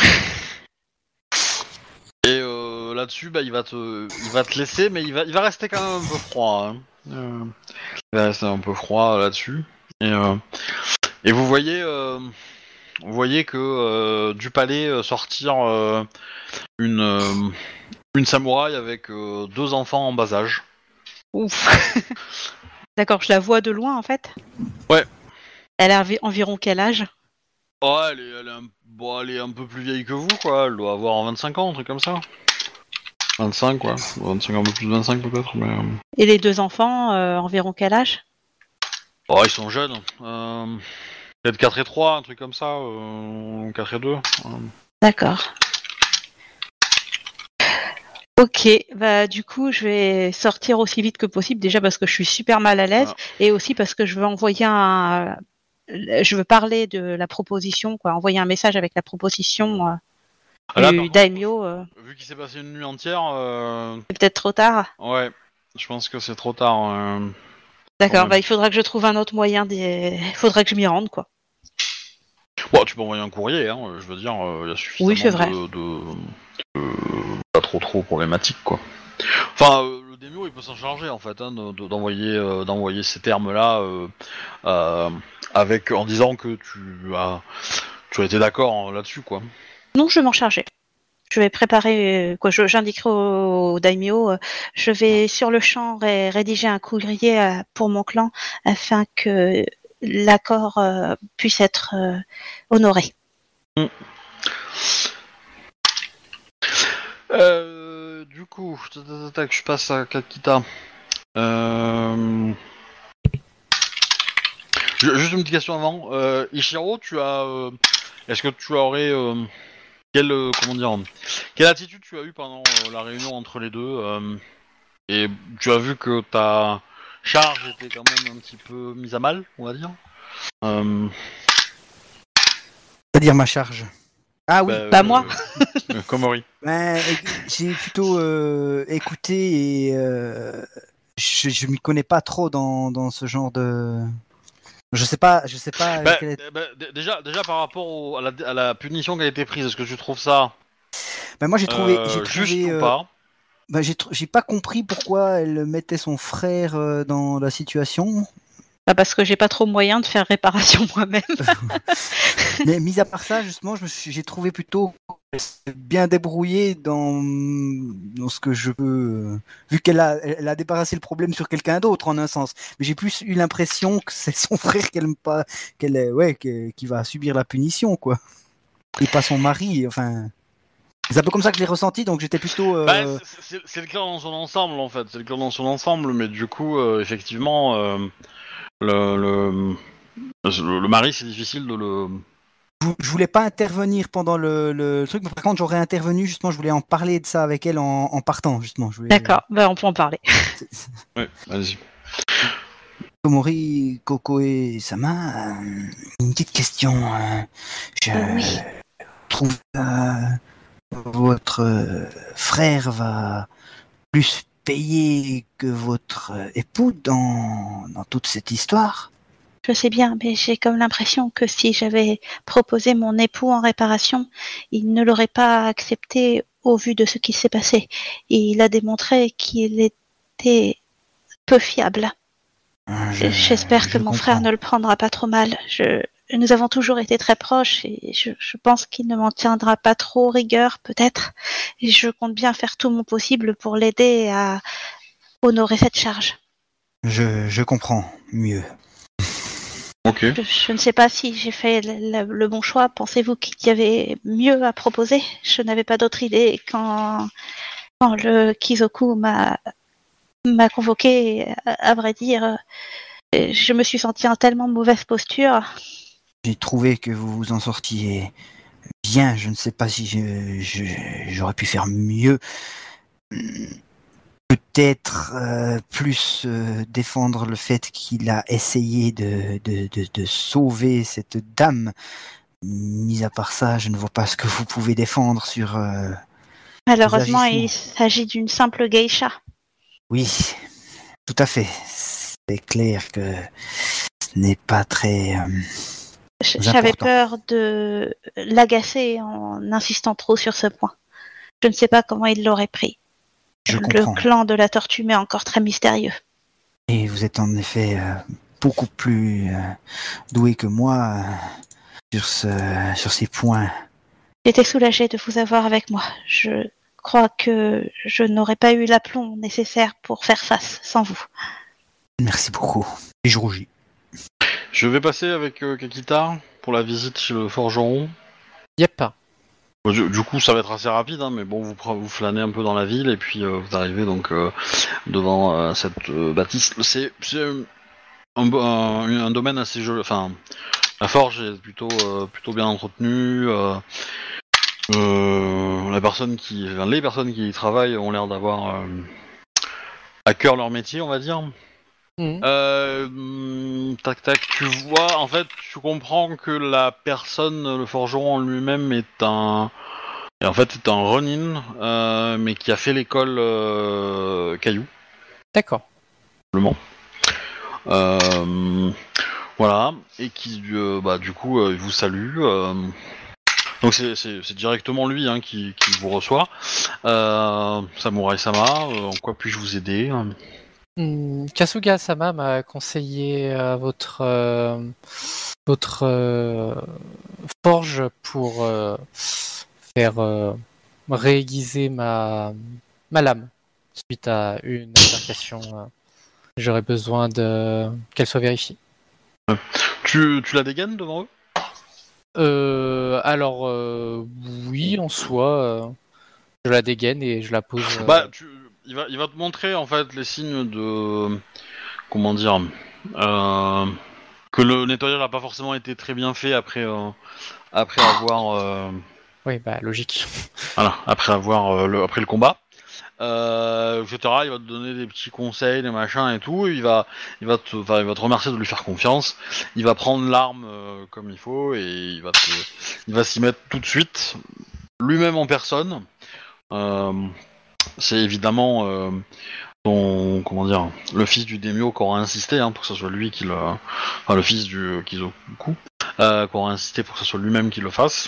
Et euh, là-dessus, bah, il va te, il va te laisser, mais il va, il va rester quand même un peu froid. Hein. Euh, il va rester un peu froid là-dessus. Et, euh, et vous voyez, euh, vous voyez que euh, du palais euh, sortir euh, une, euh, une samouraï avec euh, deux enfants en bas âge. Ouf. D'accord, je la vois de loin en fait. Ouais. Elle a environ quel âge? Oh, elle est, elle est, un, bon, elle est un peu plus vieille que vous, quoi. Elle doit avoir vingt-cinq ans, un truc comme ça. vingt-cinq, quoi. vingt-cinq, un peu plus de vingt-cinq peut-être, mais... euh, Et les deux enfants, euh, environ quel âge? Oh, ils sont jeunes. Euh, peut-être quatre et trois, un truc comme ça. Euh, quatre et deux. Euh. D'accord. Ok, bah du coup je vais sortir aussi vite que possible, déjà parce que je suis super mal à l'aise, Ah. et aussi parce que je veux envoyer un... Je veux parler de la proposition, quoi, envoyer un message avec la proposition euh, Ah, là, du par contre, daimyo. Euh, vu qu'il s'est passé une nuit entière, euh, c'est peut-être trop tard. ouais, je pense que c'est trop tard. Euh, D'accord, ouais. bah il faudra que je trouve un autre moyen, des... il faudra que je m'y rende, quoi. Bon, tu peux envoyer un courrier, hein, je veux dire, il y a suffisamment Oui, c'est vrai. de... de, de- pas trop trop problématique, quoi. Enfin, euh, le daimyo, il peut s'en charger en fait, hein, de- de- d'envoyer, euh, d'envoyer ces termes-là euh, euh, avec en disant que tu as, tu as été d'accord hein, là-dessus, quoi. Non, je vais m'en charger. Je vais préparer, euh, quoi, je- j'indiquerai au, au daimyo, euh, je vais sur le champ ré- rédiger un courrier euh, pour mon clan afin que l'accord euh, puisse être euh, honoré. Mm. Euh, du coup, tac, tac, tac, je passe à Kakita. Euh... ju- Juste une petite question avant. Euh, Ichiro, tu as, euh, est-ce que tu aurais euh, quelle, euh, comment dire, quelle attitude tu as eu pendant euh, la réunion entre les deux euh, et tu as vu que ta charge était quand même un petit peu mise à mal, on va dire. Euh, C'est-à-dire ma charge. Ah oui, bah, Bah, moi. euh, Komori. ben, éc- j'ai plutôt euh, écouté et euh, je, je m'y connais pas trop dans, dans ce genre de. Je sais pas, je sais pas. Bah, quelle est- euh, bah, d- déjà, déjà par rapport au- à, la, à la punition qui a été prise, est-ce que tu trouves ça Ben, moi j'ai trouvé, euh, j'ai juste trouvé, ou euh, pas? ben, j'ai tr- j'ai pas compris pourquoi elle mettait son frère euh, dans la situation. Bah, parce que j'ai pas trop moyen de faire réparation moi-même. Mais mis à part ça, justement, je me suis, j'ai trouvé plutôt bien débrouillé dans, dans ce que je peux, euh, vu qu'elle a, elle a débarrassé le problème sur quelqu'un d'autre en un sens. Mais j'ai plus eu l'impression que c'est son frère qu'elle me pas, qu'elle est, ouais, que- qui va subir la punition, quoi. Et pas son mari. Enfin, c'est un peu comme ça que je l'ai ressenti, donc j'étais plutôt. euh, Bah, c'est- c'est c'est le clan dans son ensemble en fait, c'est le clan dans son ensemble, mais du coup, euh, effectivement, euh, le, le, le, le mari, c'est difficile de le. je je voulais pas intervenir pendant le, le truc, mais par contre, j'aurais intervenu, justement, je voulais en parler de ça avec elle en, en partant, justement. Je voulais- D'accord, bah, on peut en parler. Ouais, vas-y. Komori, Koko et Sama, euh, une petite question. euh, Je Oui. trouve que votre euh, frère va plus payer que votre euh, époux dans, dans toute cette histoire. Je sais bien, mais j'ai comme l'impression que si j'avais proposé mon époux en réparation, il ne l'aurait pas accepté au vu de ce qui s'est passé. Et il a démontré qu'il était peu fiable. Je- J'espère je que mon frère comprends. ne le prendra pas trop mal. Je, nous avons toujours été très proches et je, je pense qu'il ne m'en tiendra pas trop rigueur, peut-être. Et je compte bien faire tout mon possible pour l'aider à honorer cette charge. Je, je comprends mieux. Ok. Je, je ne sais pas si j'ai fait le, le- le bon choix. Pensez-vous qu'il y avait mieux à proposer? Je n'avais pas d'autre idée quand, quand le Kizoku m'a m'a convoqué. À, à vrai dire, je me suis sentie en tellement mauvaise posture. J'ai trouvé que vous vous en sortiez bien. Je ne sais pas si je- je- j'aurais pu faire mieux. Peut-être euh, plus euh, défendre le fait qu'il a essayé de, de, de, de sauver cette dame. Mis à part ça, je ne vois pas ce que vous pouvez défendre sur... euh, Malheureusement, agissements. il s'agit d'une simple geisha. Oui, tout à fait. C'est clair que ce n'est pas très... euh, J- C'est J'avais important. peur de l'agacer en insistant trop sur ce point. Je ne sais pas comment il l'aurait pris. Je Le comprends. clan de la tortue m'est encore très mystérieux. Et vous êtes en effet euh, beaucoup plus euh, doué que moi euh, sur, ce, sur ces points. J'étais soulagée de vous avoir avec moi. Je crois que je n'aurais pas eu l'aplomb nécessaire pour faire face sans vous. Merci beaucoup. Et je rougis. Je vais passer avec euh, Kakita pour la visite chez le forgeron. Yep. Bon, Du, du coup, ça va être assez rapide, hein, mais bon, vous, pre- vous flânez un peu dans la ville et puis euh, vous arrivez donc euh, devant euh, cette euh, bâtisse. C'est c'est un, bo- un, un domaine assez joli. Enfin, la forge est plutôt euh, plutôt bien entretenue. Euh, euh, la personne qui, enfin, les personnes qui y travaillent ont l'air d'avoir euh, à cœur leur métier, on va dire. Mhm. Euh, hum, tac tac, tu vois, en fait, tu comprends que la personne, le forgeron en lui-même est un, et en fait, est un Ronin, euh, mais qui a fait l'école euh, Caillou, D'accord. simplement. Euh, voilà, et qui, euh, bah, du coup, euh, il vous salue. Euh, Donc c'est, c'est, c'est directement lui hein, qui, qui vous reçoit. Euh, Samurai-sama, euh, en quoi puis-je vous aider? Hmm, Kasuga-sama m'a conseillé euh, votre euh, votre euh, forge pour euh, faire euh, réaiguiser ma ma lame suite à une altercation. euh, J'aurais besoin de qu'elle soit vérifiée. Tu, tu la dégaines devant eux? Euh, alors euh, oui, en soi, euh, je la dégaine et je la pose. euh, Bah, tu, il va, il va te montrer en fait les signes de, comment dire, euh, que le nettoyage n'a pas forcément été très bien fait après, euh, après avoir, euh, Oui, bah logique. voilà, après avoir euh, le, après le combat. Euh, et cetera. Il va te donner des petits conseils, des machins et tout. Il va, il va te, enfin, il va te remercier de lui faire confiance. Il va prendre l'arme euh, comme il faut et il va te, il va s'y mettre tout de suite, lui-même en personne. Euh, c'est évidemment euh, ton, comment dire, le fils du daimyo qui aura insisté hein, pour que ce soit lui qui le, enfin le fils du Kizoku, euh, qui aura insisté pour que ce soit lui-même qui le fasse.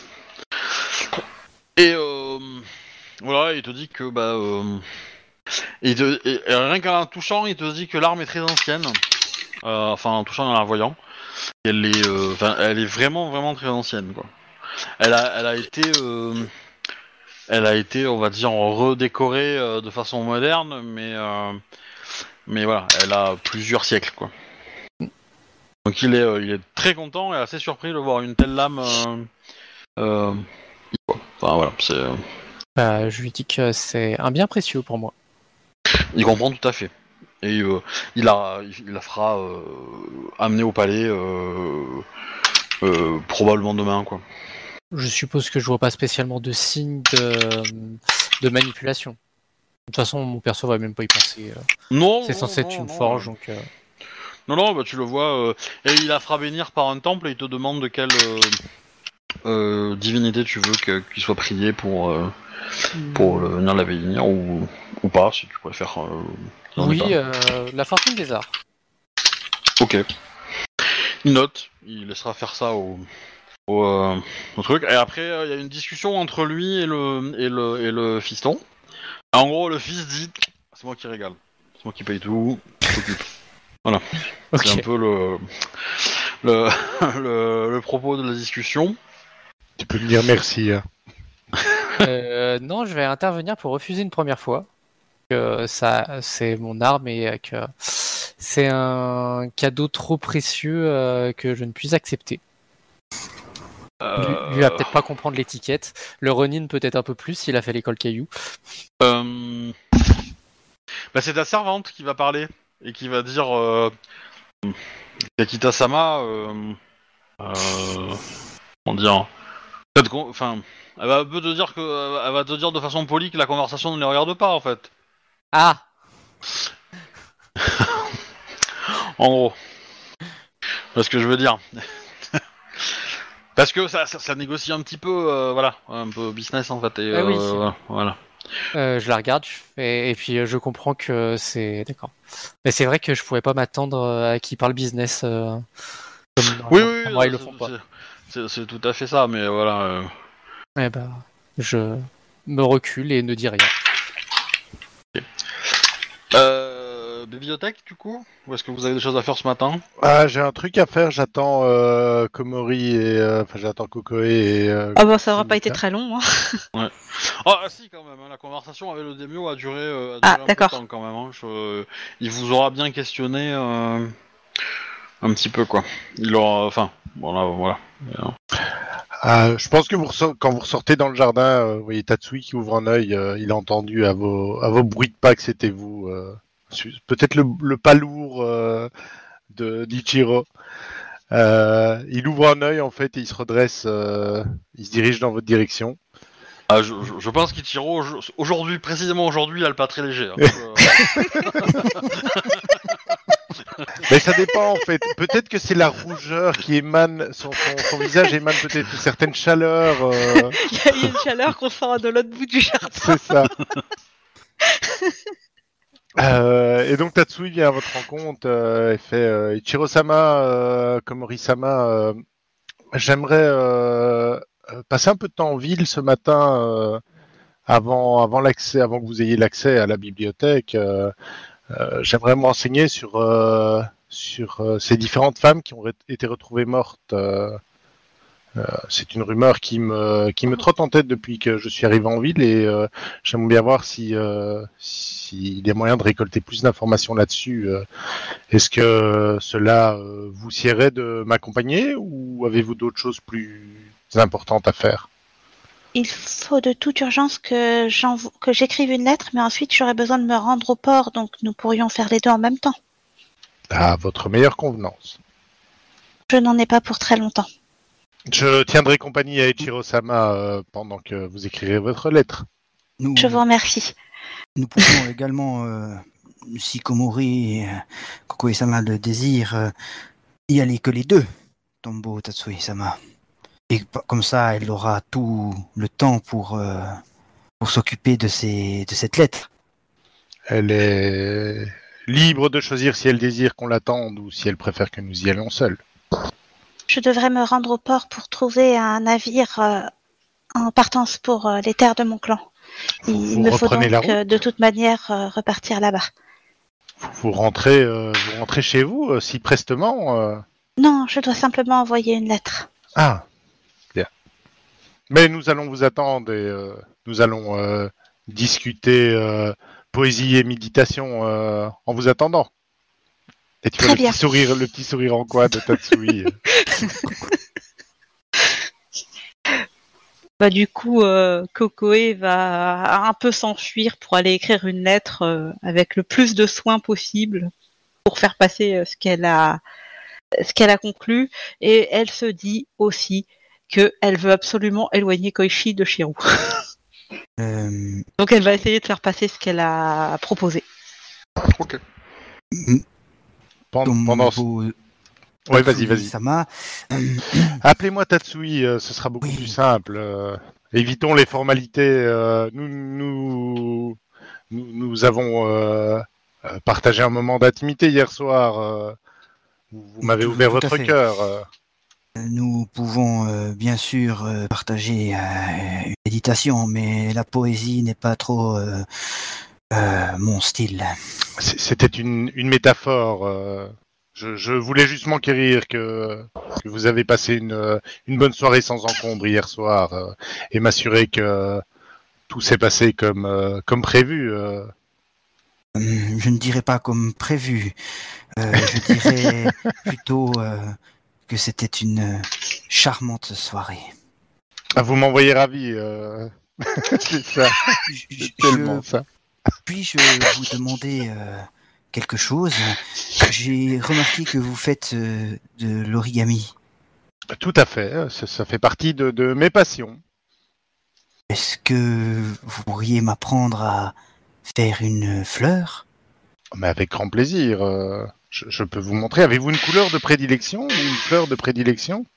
Et euh, voilà, il te dit que bah, euh, il te, et, et rien qu'en la touchant, il te dit que l'arme est très ancienne. Euh, enfin, en touchant et en la voyant, elle est, euh, enfin, elle est vraiment, vraiment très ancienne, quoi. Elle a, elle a été, euh, elle a été, on va dire, redécorée euh, de façon moderne, mais, euh, mais voilà, elle a plusieurs siècles, quoi. Donc il est, euh, il est très content et assez surpris de voir une telle lame. Euh, euh, quoi. Enfin voilà, c'est. euh, Bah, je lui dis que c'est un bien précieux pour moi. Il comprend tout à fait. Et euh, il, la, il la fera euh, amener au palais euh, euh, probablement demain, quoi. Je suppose que je vois pas spécialement de signe de, de manipulation. De toute façon, mon perso va même pas y penser. euh. Non, C'est non, censé non, être une non, forge, euh, donc. euh, Non, non, bah tu le vois. euh, Et il la fera bénir par un temple et il te demande de quelle euh, euh, divinité tu veux que- qu'il soit prié pour, euh, pour euh, venir la bénir ou, ou pas, si tu préfères. Euh, qu'il en ait Oui, pas. euh, la fortune des arts. Ok. Il note, il laissera faire ça au, au, euh, au truc. Et après, euh, il y a une discussion entre lui et le, et le, et le fiston. En gros, le fils dit c'est moi qui régale, c'est moi qui paye tout, je t'occupe. Voilà. C'est un Ok. peu le, le, le, le propos de la discussion. Tu peux me dire merci. Hein. Euh, non, je vais intervenir pour refuser une première fois. Que ça, c'est mon arme et que c'est un cadeau trop précieux euh, que je ne puis accepter. Lui, lui va Euh, peut-être pas comprendre l'étiquette. Le Ronin peut-être un peu plus s'il a fait l'école caillou. euh, bah, c'est ta servante qui va parler et qui va dire euh, Kakita-sama, euh, euh, comment dire, peut-être qu'on- enfin, elle va peut te dire que, elle va te dire de façon polie que la conversation ne les regarde pas en fait. Ah, En gros, c'est ce que je veux dire. Parce que ça, ça, ça négocie un petit peu, euh, voilà, un peu business en fait. Et, Ah oui. euh, voilà. Euh, je la regarde, je fais... et puis euh, je comprends que c'est d'accord. Mais c'est vrai que je pourrais pas m'attendre euh, à qui parle business euh, comme Oui, normalement, oui, moi, ils oui, le c'est- font pas. c'est- c'est c'est tout à fait ça, mais voilà. euh, Eh ben, je me recule et ne dis rien. Euh, bibliothèque du coup? Ou est-ce que vous avez des choses à faire ce matin? Ah, j'ai un truc à faire. J'attends euh, Komori et euh, enfin j'attends Kokoe et. Euh, Ah bah ça aura pas été Kumika. très long. Hein. Ah ah, si quand même, hein, la conversation avec le daimyo a duré, euh, a duré Ah, un peu de d'accord. temps quand même. Hein. Je- il vous aura bien questionné euh, un petit peu quoi. Il aura, enfin, voilà, voilà. Ah, je pense que vous ressort- quand vous ressortez dans le jardin, euh, vous voyez Tatsui qui ouvre un œil. euh, il a entendu à vos à vos bruits de pas que c'était vous. euh, su- Peut-être le, le pas lourd euh, de d'Ichiro. Euh, il ouvre un œil en fait et il se redresse. euh, il se dirige dans votre direction. Ah, je, je, je pense qu'Ichiro, je- aujourd'hui, précisément aujourd'hui, il a le pas très léger. Hein. Je- Mais ça dépend en fait. Peut-être que c'est la rougeur qui émane, son, son, son visage émane peut-être une certaine chaleur. euh, Il y a une chaleur qu'on sent de l'autre bout du jardin. C'est ça. Euh, et donc Tatsui vient à votre rencontre euh, et fait euh, Ichiro-sama, euh, Komori-sama, euh, j'aimerais euh, euh, passé un peu de temps en ville ce matin, euh, avant, avant l'accès, avant que vous ayez l'accès à la bibliothèque. Euh, euh, j'aimerais me renseigner sur, euh, sur euh, ces différentes femmes qui ont re- été retrouvées mortes. Euh, euh, c'est une rumeur qui me, qui me trotte en tête depuis que je suis arrivé en ville et euh, j'aimerais bien voir si, euh, s'il y a moyen de récolter plus d'informations là-dessus. Euh, est-ce que cela euh, vous siérait de m'accompagner ou avez-vous d'autres choses plus importantes à faire? Il faut de toute urgence que, j'envo- que j'écrive une lettre, mais ensuite j'aurai besoin de me rendre au port, donc nous pourrions faire les deux en même temps. À votre meilleure convenance. Je n'en ai pas pour très longtemps. Je tiendrai compagnie à Ichiro-sama euh, pendant que vous écrirez votre lettre. Nous, Je vous remercie. nous pouvons également, euh, si Komori et euh, Kokoi-sama le désirent, euh, y aller que les deux, Tombo Tatsui-sama. Et p- comme ça, elle aura tout le temps pour, euh, pour s'occuper de, ces, de cette lettre. Elle est libre de choisir si elle désire qu'on l'attende ou si elle préfère que nous y allions seuls. Je devrais me rendre au port pour trouver un navire euh, en partance pour euh, les terres de mon clan. Vous, Il vous me faut reprenez donc la route euh, de toute manière euh, repartir là-bas. vous, vous rentrez, euh, vous rentrez chez vous euh, si prestement euh... Non, je dois simplement envoyer une lettre. Ah, bien. Mais nous allons vous attendre et euh, nous allons euh, discuter euh, poésie et méditation euh, en vous attendant. Et tu vois Très le bien. petit sourire, le petit sourire en coin de Tatsui. euh. Bah, du coup, euh, Kokoe va un peu s'enfuir pour aller écrire une lettre euh, avec le plus de soin possible pour faire passer euh, ce qu'elle a, ce qu'elle a conclu. Et elle se dit aussi qu'elle veut absolument éloigner Koichi de Shirou. Euh, Donc elle va essayer de faire passer ce qu'elle a proposé. Ok. m- Pen- Pendant ce... Tombo Ouais, vas-y, vas-y. Tatsui-sama, euh, Appelez-moi Tatsui, euh, ce sera beaucoup Oui. plus simple. euh, évitons les formalités. euh, nous, nous, nous, nous avons euh, euh, partagé un moment d'intimité hier soir. euh, vous vous m'avez Tout- ouvert tout à votre fait. cœur. euh. nous pouvons euh, bien sûr euh, partager euh, une méditation, mais la poésie n'est pas trop euh, euh, mon style. C- C'était une, une métaphore. euh, Je, je voulais juste m'enquérir que, que vous avez passé une, euh, une bonne soirée sans encombre hier soir euh, et m'assurer que tout s'est passé comme, euh, comme prévu. euh. Hum, Je ne dirais pas comme prévu. Euh, je dirais plutôt euh, que c'était une euh, charmante soirée. Ah, vous m'envoyez ravi. euh. C'est ça, Je- c'est je- tellement ça. Puis-je vous demander euh, quelque chose? J'ai remarqué que vous faites euh, de l'origami. Tout à fait, hein, ça, ça fait partie de, de mes passions. Est-ce que vous pourriez m'apprendre à faire une fleur? Mais avec grand plaisir. euh, je, je peux vous montrer. Avez-vous une couleur de prédilection ou une fleur de prédilection?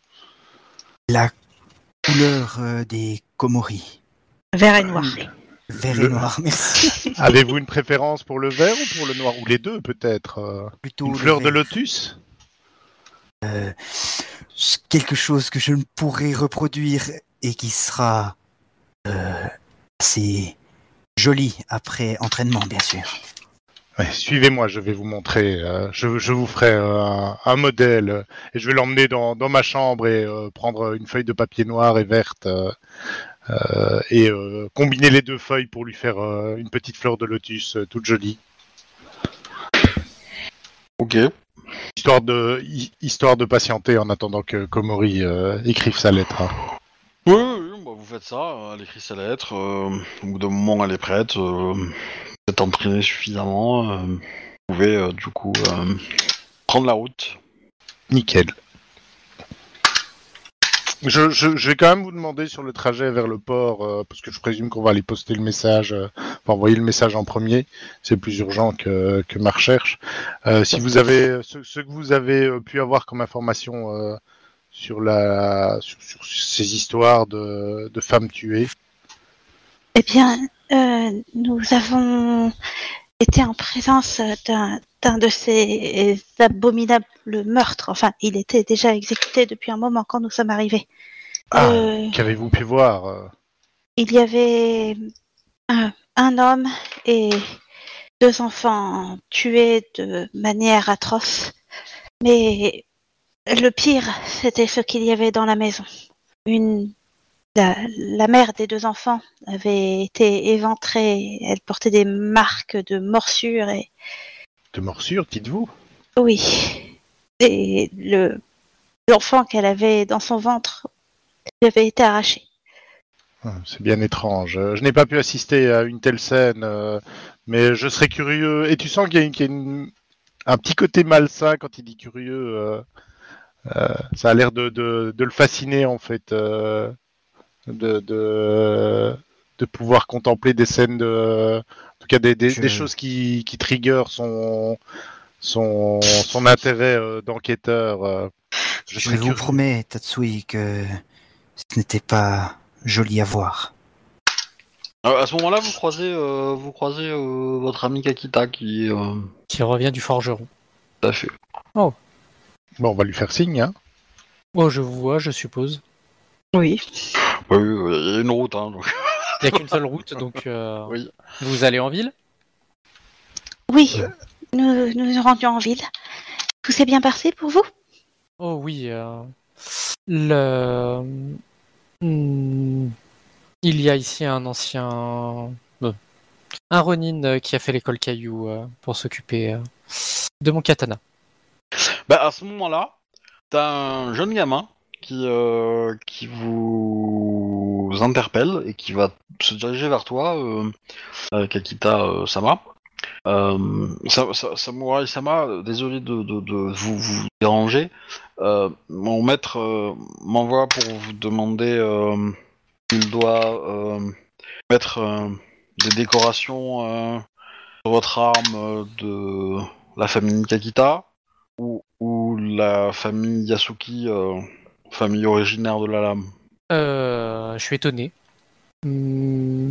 La couleur euh, des Komori. Vert et noir. Vert Le- et noir, merci. Avez-vous une préférence pour le vert ou pour le noir? Ou les deux peut-être euh, Plutôt Une le fleur de vert. lotus? Euh, c'est quelque chose que je ne pourrai reproduire et qui sera euh, assez joli après entraînement, bien sûr. Ouais, suivez-moi, je vais vous montrer. euh, je, je vous ferai euh, un, un modèle euh, et je vais l'emmener dans, dans ma chambre et euh, prendre une feuille de papier noire et verte euh, euh, et euh, combiner les deux feuilles pour lui faire euh, une petite fleur de lotus euh, toute jolie. Ok. Histoire de, hi- histoire de patienter en attendant que Komori euh, écrive sa lettre. hein. Oui, oui, oui, bah, vous faites ça, euh, elle écrit sa lettre, euh, au bout d'un moment elle est prête, euh, vous êtes entraîné suffisamment, euh, vous pouvez euh, du coup euh, prendre la route. Nickel. Je, je, je vais quand même vous demander sur le trajet vers le port, euh, parce que je présume qu'on va aller poster le message, euh, enfin envoyer le message en premier, c'est plus urgent que, que ma recherche. Euh, si vous avez ce, ce que vous avez euh, pu avoir comme information euh, sur la sur, sur ces histoires de, de femmes tuées. Eh bien, euh, nous avons été en présence d'un, d'un de ces abominables meurtres. Enfin, il était déjà exécuté depuis un moment quand nous sommes arrivés. Ah, Euh, qu'avez-vous pu voir euh il y avait un, un homme et deux enfants tués de manière atroce. Mais le pire, c'était ce qu'il y avait dans la maison. Une, la, la mère des deux enfants avait été éventrée. Elle portait des marques de morsures et De morsures, dites-vous? oui. Et le l'enfant qu'elle avait dans son ventre lui avait été arraché. Hum, C'est bien étrange. Euh, Je n'ai pas pu assister à une telle scène, euh, mais je serais curieux. Et tu sens qu'il y a, une- qu'il y a une- un petit côté malsain quand il dit curieux. euh, euh, ça a l'air de, de- de le fasciner en fait, euh, de, de, de pouvoir contempler des scènes de, en tout cas des, des, Je, des choses qui, qui trigger son, son, son intérêt euh, d'enquêteur. euh. Je je serais vous curieux. promets, Tatsui, que ce n'était pas joli à voir. Euh, à ce moment-là, vous croisez, euh, vous croisez euh, votre ami Kakita qui est euh, Qui revient du forgeron. tout à fait. Bon, on va lui faire signe. Hein. Oh, je vous vois, je suppose. Oui. Oui, oui, il y a une route, hein, donc. Il n'y a qu'une seule route, donc euh, Oui. vous allez en ville? Oui, nous nous nous rendions en ville. Tout s'est bien passé pour vous? Oh oui. euh, le... Hmm, il y a ici un ancien... euh, un Ronin euh, qui a fait l'école Caillou euh, pour s'occuper euh, de mon katana. Bah, à ce moment-là, t'as un jeune gamin qui, euh, qui vous interpelle et qui va se diriger vers toi, euh, avec Akita euh, Sama. Euh, Sa- Sa- Samurai Sama, euh, désolé de, de- de vous, vous déranger. Euh, mon maître euh, m'envoie pour vous demander euh, s'il doit euh, mettre euh, des décorations euh, sur votre arme euh, de la famille Kakita ou, ou la famille Yasuki, euh, famille originaire de la lame. Euh, je suis étonné. Hmm,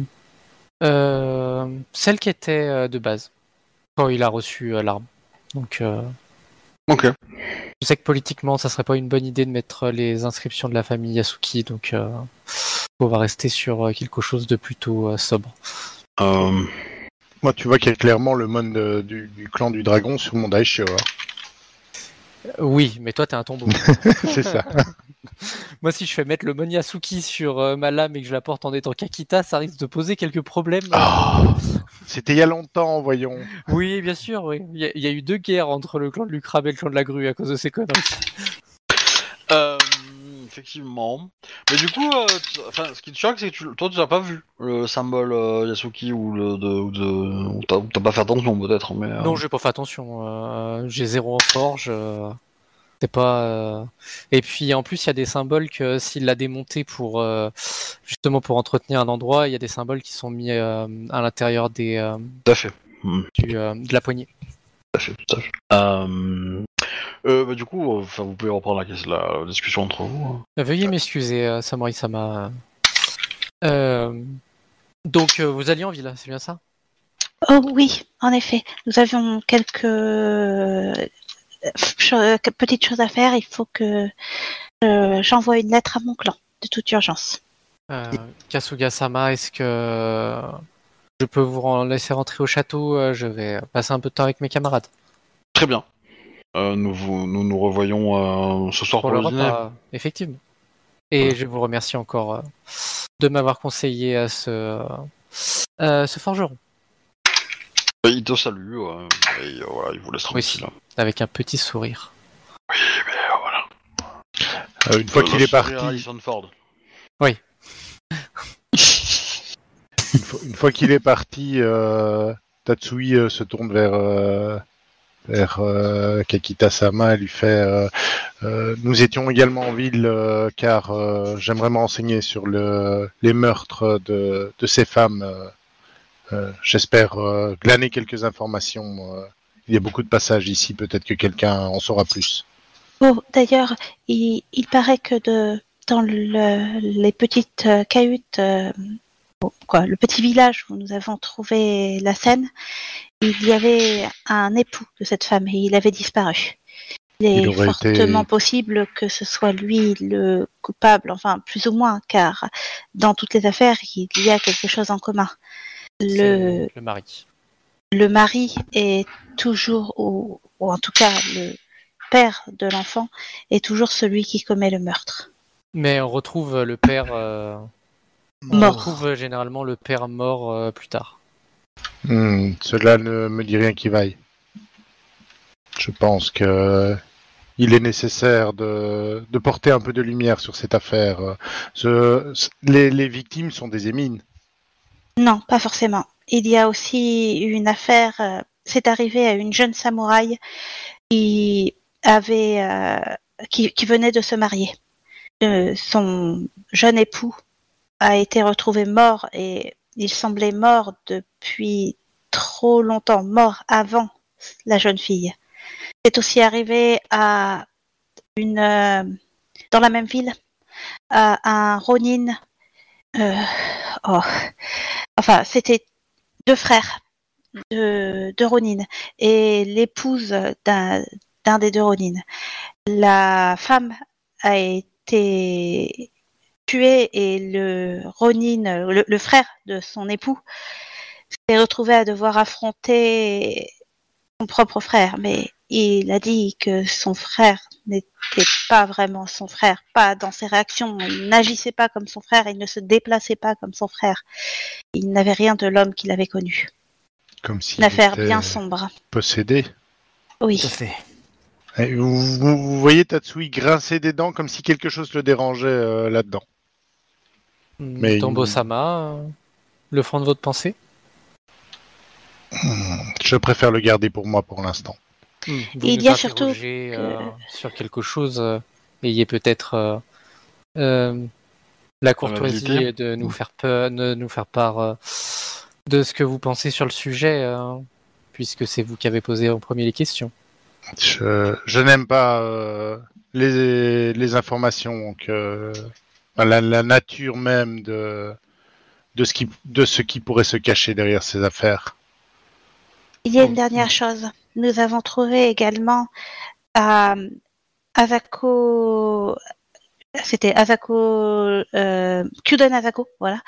euh, celle qui était euh, de base, quand il a reçu euh, l'arme. Donc, euh, Ok. je sais que politiquement, ça serait pas une bonne idée de mettre les inscriptions de la famille Yasuki, donc euh, on va rester sur euh, quelque chose de plutôt euh, sobre. Euh, Moi, tu vois qu'il y a clairement le monde euh, du, du clan du dragon sur mon Daishio. Hein. Oui, mais toi, t'es un tombeau. C'est ça. Moi, si je fais mettre le Mon Yasuki sur euh, ma lame et que je la porte en étant Kakita, ça risque de poser quelques problèmes. Ah, c'était il y a longtemps, voyons. Oui, bien sûr, oui. Il y, a, il y a eu deux guerres entre le clan de Lucrab et le clan de la grue à cause de ces conneries. Euh, effectivement. Mais du coup, euh, tu- enfin, ce qui te choque, c'est que tu, toi, tu n'as pas vu le symbole euh, Yasuki ou le de, ou de ou t'as, t'as pas fait attention peut-être, mais. euh, Non, j'ai pas fait attention. euh, j'ai zéro en forge. euh, c'est pas. euh, Et puis en plus, il y a des symboles que s'il l'a démonté pour euh, justement pour entretenir un endroit, il y a des symboles qui sont mis euh, à l'intérieur des euh, Tout à fait. Hmm, du, euh, de la poignée. tout à fait, tout à fait. Euh, euh, bah, du coup, euh, enfin, vous pouvez reprendre la, la, la discussion entre vous. Hein. Euh, Veuillez m'excuser, euh, Samurai-sama. Euh, Donc, euh, vous alliez en ville, c'est bien ça? Oh oui, en effet. Nous avions quelques euh, cho- petites choses à faire. Il faut que euh, j'envoie une lettre à mon clan, de toute urgence. Euh, Kasuga-sama, est-ce que je peux vous ren- laisser rentrer au château? Euh, Je vais passer un peu de temps avec mes camarades. Très bien. Euh, nous, vous, nous nous revoyons euh, ce soir Pour pour, le le dîner. repas, effectivement. Et je vous remercie encore euh, de m'avoir conseillé à ce, euh, ce forgeron, Euh, Il te salue euh, et euh, voilà, il vous laisse Oui. tranquille. avec un petit sourire. Oui, mais euh, voilà. Euh, une fois Euh, qu'il le est sourire parti, Harrison Ford. une fois, une fois qu'il est parti, euh, Tatsui euh, se tourne vers euh, vers euh, Kakita-sama et lui fait euh, euh, nous étions également en ville euh, car euh, j'aimerais m'enseigner sur le, les meurtres de, de ces femmes. Euh, euh, J'espère euh, glaner quelques informations. Euh, il y a beaucoup de passages ici, peut-être que quelqu'un en saura plus. Oh, d'ailleurs, il, il paraît que de, dans le, les petites euh, cahutes, euh, bon, quoi, le petit village où nous avons trouvé la scène, il y avait un époux de cette femme et il avait disparu. Il est Il aurait fortement été- possible que ce soit lui le coupable, enfin plus ou moins, car dans toutes les affaires, il y a quelque chose en commun. Le, C'est le mari. le mari est toujours, ou, ou en tout cas le père de l'enfant, est toujours celui qui commet le meurtre. Mais on retrouve le père. euh, On Mort. retrouve généralement le père mort euh, plus tard. Hmm, cela ne me dit rien qui vaille. Je pense que il est nécessaire de, de porter un peu de lumière sur cette affaire. Ce- ce- les, les victimes sont des émines. Non, pas forcément. Il y a aussi une affaire, euh, c'est arrivé à une jeune samouraï qui avait, euh, qui, qui venait de se marier. Euh, son jeune époux a été retrouvé mort et il semblait mort depuis trop longtemps, mort avant la jeune fille. C'est aussi arrivé à une, euh, dans la même ville, à un Ronin. Euh, oh, enfin, c'était deux frères de, de Ronin et l'épouse d'un, d'un des deux Ronin. La femme a été tuée et le Ronin, le, le frère de son époux, s'est retrouvé à devoir affronter son propre frère, mais il a dit que son frère n'était pas vraiment son frère, pas dans ses réactions, il n'agissait pas comme son frère, il ne se déplaçait pas comme son frère. Il n'avait rien de l'homme qu'il avait connu. Comme s'il Une affaire était bien sombre. possédé. Oui. Tout à fait. Et vous, vous- vous voyez Tatsui grincer des dents comme si quelque chose le dérangeait euh, là-dedans. Mais- Tombo-sama, euh, le fond de votre pensée. Hmm, je préfère le garder pour moi pour l'instant. Hmm, Vous Il nous y a surtout interrogez, que- euh, sur quelque chose. euh, ayez peut-être euh, euh, la courtoisie Amabilité. de nous faire peur, de nous faire part euh, de ce que vous pensez sur le sujet, euh, puisque c'est vous qui avez posé en premier les questions. Je, je n'aime pas euh, les, les informations, que, la, la nature même de, de, ce qui, de ce qui pourrait se cacher derrière ces affaires. Il y a une dernière chose. Nous avons trouvé également à Asako, c'était Asako, euh, Kyuden Asako, voilà,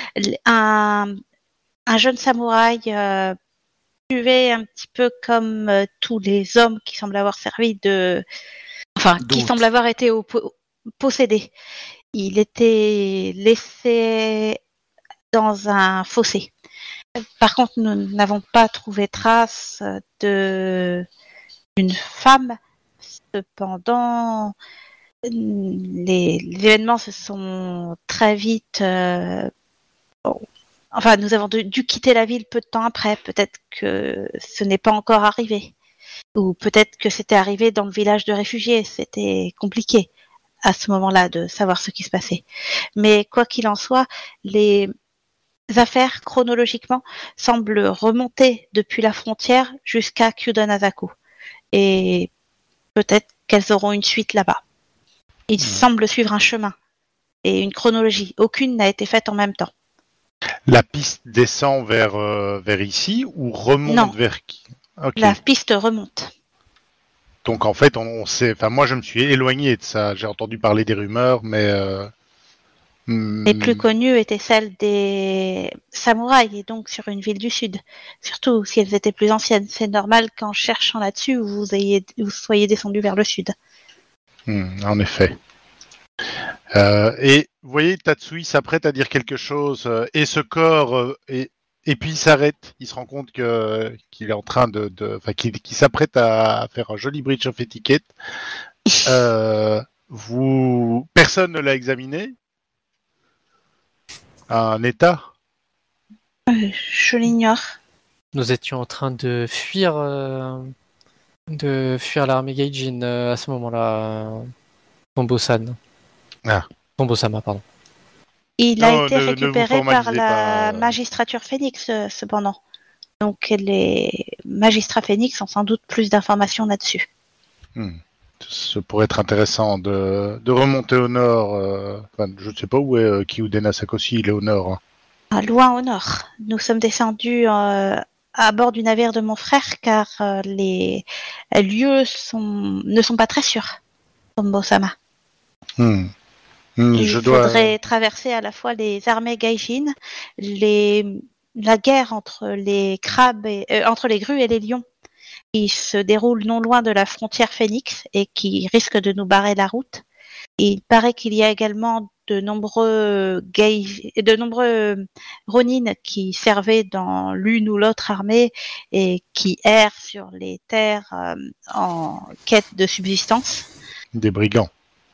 un, un jeune samouraï euh, tué un petit peu comme euh, tous les hommes qui semblent avoir servi de, enfin, qui D'autres. semblent avoir été au, po- possédés. Il était laissé dans un fossé. Par contre, nous n'avons pas trouvé trace de d'une femme. Cependant, les, les événements se sont très vite. Euh, bon, enfin, nous avons dû, dû quitter la ville peu de temps après. Peut-être que ce n'est pas encore arrivé, ou peut-être que c'était arrivé dans le village de réfugiés. C'était compliqué à ce moment-là de savoir ce qui se passait. Mais quoi qu'il en soit, les affaires chronologiquement semblent remonter depuis la frontière jusqu'à Kyuden Asako. Et peut-être qu'elles auront une suite là-bas. Il Mmh. semble suivre un chemin et une chronologie. Aucune n'a été faite en même temps. La piste descend vers, euh, vers ici ou remonte Non. vers qui? Ok. La piste remonte. Donc en fait, on, on sait. Enfin, moi, je me suis éloigné de ça. J'ai entendu parler des rumeurs, mais. Euh... Les hmm, plus connues étaient celles des samouraïs et donc sur une ville du sud. Surtout si elles étaient plus anciennes. C'est normal qu'en cherchant là-dessus, vous, ayez, vous soyez descendu vers le sud. hmm, en effet. Euh, et vous voyez, Tatsui s'apprête à dire quelque chose euh, et ce corps euh, et, et puis il s'arrête. Il se rend compte que qu'il est en train de, de enfin qu'il, qu'il s'apprête à faire un joli bridge of etiquette. Euh, vous, personne ne l'a examiné. Un état. Euh, je l'ignore. Nous étions en train de fuir, euh, de fuir l'armée Gaijin euh, à ce moment-là. euh, Tombo-san. Ah. Tombo-sama, pardon. Il a Non, été ne- ne vous récupéré par formalisez la pas. magistrature Phoenix, euh, cependant. Donc les magistrats Phoenix ont sans doute plus d'informations là-dessus. Hmm. Ce pourrait être intéressant de, de remonter au nord. Euh, enfin, je ne sais pas où est euh, Kyuden Asakoshi, il est au nord. Hein. Ah, loin au nord. Nous sommes descendus euh, à bord du navire de mon frère, car euh, les lieux sont, ne sont pas très sûrs, Tombo-sama. Hmm. Hmm, Il je dois. faudrait traverser à la fois les armées gaijin, les... la guerre entre les crabes, et... euh, entre les grues et les lions, qui se déroule non loin de la frontière Phénix et qui risque de nous barrer la route. Et il paraît qu'il y a également de nombreux gai... de nombreux Ronin qui servaient dans l'une ou l'autre armée et qui errent sur les terres euh, en quête de subsistance. Des brigands.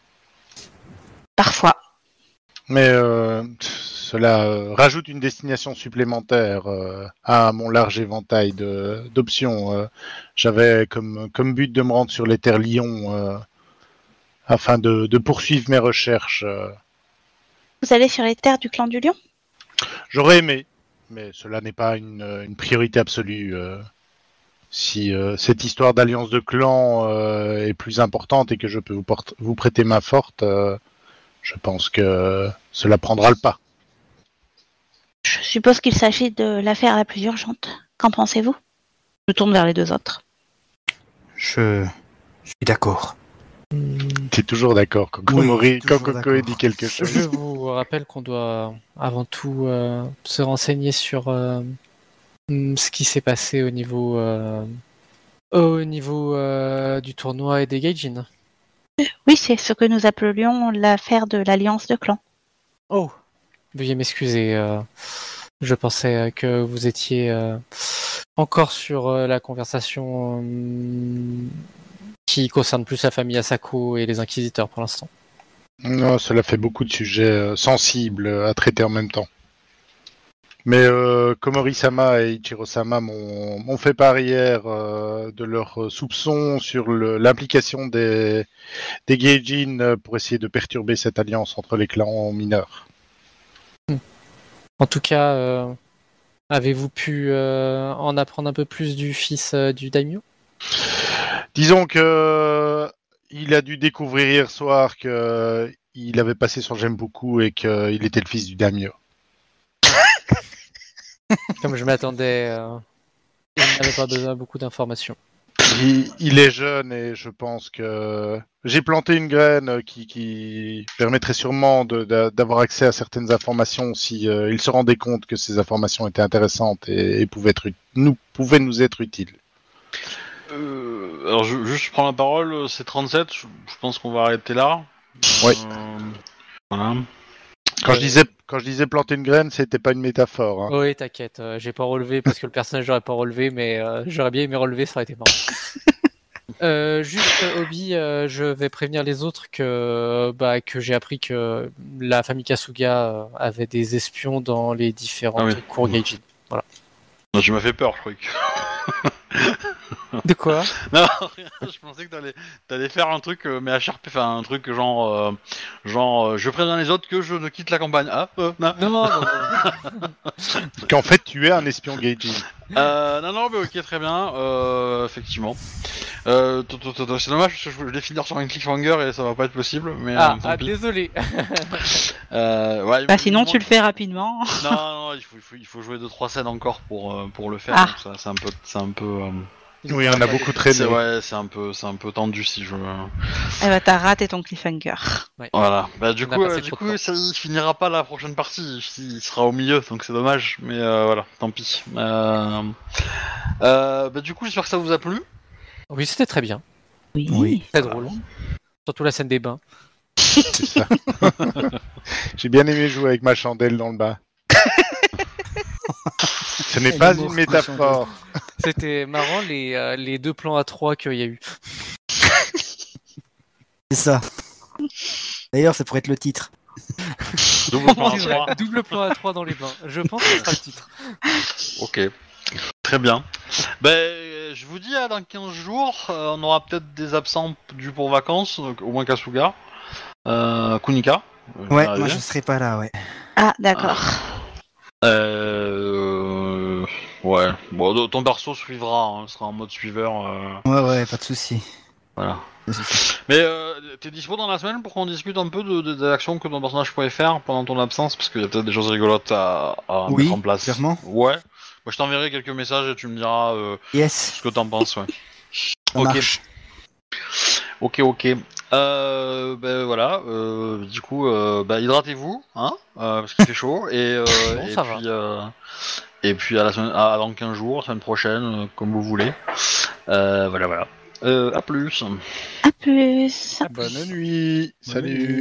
Parfois. Mais euh, cela euh, rajoute une destination supplémentaire euh, à mon large éventail de, d'options. Euh, j'avais comme, comme but de me rendre sur les terres Lion euh, afin de, de poursuivre mes recherches. Euh. Vous allez sur les terres du clan du Lion ? J'aurais aimé, mais cela n'est pas une, une priorité absolue. Euh. Si euh, cette histoire d'alliance de clans euh, est plus importante et que je peux vous, porte, vous prêter main forte, euh, je pense que cela prendra le pas. Je suppose qu'il s'agit de l'affaire la plus urgente. Qu'en pensez-vous ? Je tourne vers les deux autres. Je, je suis d'accord. T'es toujours d'accord quand Oui, Komori, quand toujours Kokoi d'accord. dit quelque chose. Je vous rappelle qu'on doit avant tout euh, se renseigner sur euh, ce qui s'est passé au niveau, euh, au niveau euh, du tournoi et des Gaijin. Oui, c'est ce que nous appelions l'affaire de l'alliance de clans. Oh, veuillez m'excuser. euh, je pensais que vous étiez euh, encore sur euh, la conversation euh, qui concerne plus la famille Asako et les inquisiteurs pour l'instant. Non, cela fait beaucoup de sujets euh, sensibles à traiter en même temps. Mais euh, Komori-sama et Ichiro-sama m'ont, m'ont fait part hier euh, de leurs soupçons sur le, l'implication des, des Gaijin pour essayer de perturber cette alliance entre les clans mineurs. En tout cas, euh, avez-vous pu euh, en apprendre un peu plus du fils euh, du daimyo ? Disons que il a dû découvrir hier soir qu'il avait passé son Genboku et qu'il était le fils du daimyo. Comme je m'attendais, euh, il n'avait pas besoin de beaucoup d'informations. Il, il est jeune et je pense que j'ai planté une graine qui, qui permettrait sûrement de, de, d'avoir accès à certaines informations si euh, il se rendait compte que ces informations étaient intéressantes et, et pouvaient, être, nous, pouvaient nous être utiles. Euh, alors, je, juste, je prends la parole, c'est trente-sept, je, je pense qu'on va arrêter là. Oui. Euh, voilà. Quand, Euh, je disais, quand je disais planter une graine, c'était pas une métaphore. Hein. Oui, t'inquiète, euh, j'ai pas relevé parce que le personnage n'aurait pas relevé, mais euh, j'aurais bien aimé relever, ça aurait été marrant. euh, juste, Obi, euh, je vais prévenir les autres que, bah, que j'ai appris que la famille Kasuga euh, avait des espions dans les différentes Ah oui. cours Gaijin. Voilà. Non, tu m'as fait peur, je crois que... De quoi ? Non, rien, je pensais que t'allais, t'allais faire un truc, euh, mais à Sharp, enfin un truc genre, euh, genre, euh, je préviens les autres que je ne quitte la campagne. Ah, euh, non. Non, non, non. non. Qu'en fait, tu es un espion Gaijin. Euh, non, non, mais ok, très bien, euh, effectivement. Euh, t- t- t- c'est dommage parce que je voulais finir sur un cliffhanger et ça va pas être possible, mais Ah, euh, tant ah, pis. désolé. Euh, ouais, Bah, mais sinon, moi- tu le fais rapidement. Non, non, il faut, il faut, il faut jouer deux trois scènes encore pour euh, pour le faire. Ah. Donc ça, c'est un peu, c'est un peu. euh, Oui, on a beaucoup traîné. c'est ouais, c'est un peu, c'est un peu tendu si je. Eh bah, t'as raté ton cliffhanger. Voilà. Bah du On a coup, passé euh, du trop de coup, temps. ça il finira pas la prochaine partie. Il, il sera au milieu, donc c'est dommage. Mais euh, voilà, tant pis. Euh... Euh, bah du coup, j'espère que ça vous a plu. Oui, c'était très bien. Oui. Oui. Très drôle. Surtout la scène des bains. C'est ça. J'ai bien aimé jouer avec ma chandelle dans le bain. Ce n'est Elle pas est morte, une ma métaphore. C'était marrant les, euh, les deux plans à trois qu'il y a eu. C'est ça. D'ailleurs, ça pourrait être le titre. Double plan à C'est vrai, trois. double plan à trois dans les bains. Je pense que ce sera le titre. Ok. Très bien. Ben, je vous dis, à dans quinze jours, euh, on aura peut-être des absents dus pour vacances, donc au moins Kasuga. Euh, Kunika. euh, Ouais, va moi arriver. je serai pas là, ouais. Ah, d'accord. Euh... Ouais. Bon, ton perso suivra, hein, sera en mode suiveur. euh, Ouais, ouais, pas de souci. Voilà. Pas de souci. Mais euh, t'es dispo dans la semaine pour qu'on discute un peu de, de- des actions que ton personnage pourrait faire pendant ton absence, parce qu'il y a peut-être des choses rigolotes à, à Oui, mettre en place. clairement. Ouais. je t'enverrai quelques messages et tu me diras euh, Yes, ce que t'en penses. Ouais. ça Ok. marche. Ok, ok. Euh, ben voilà. Euh, du coup, euh, bah, hydratez-vous, hein, euh, parce qu'il fait chaud. Et, euh, Bon, et ça puis, euh, et puis à la semaine, à, dans quinze jours, semaine prochaine, euh, comme vous voulez. Euh, voilà, voilà. Euh, à plus. À plus. Bonne nuit. Bonne Salut. nuit.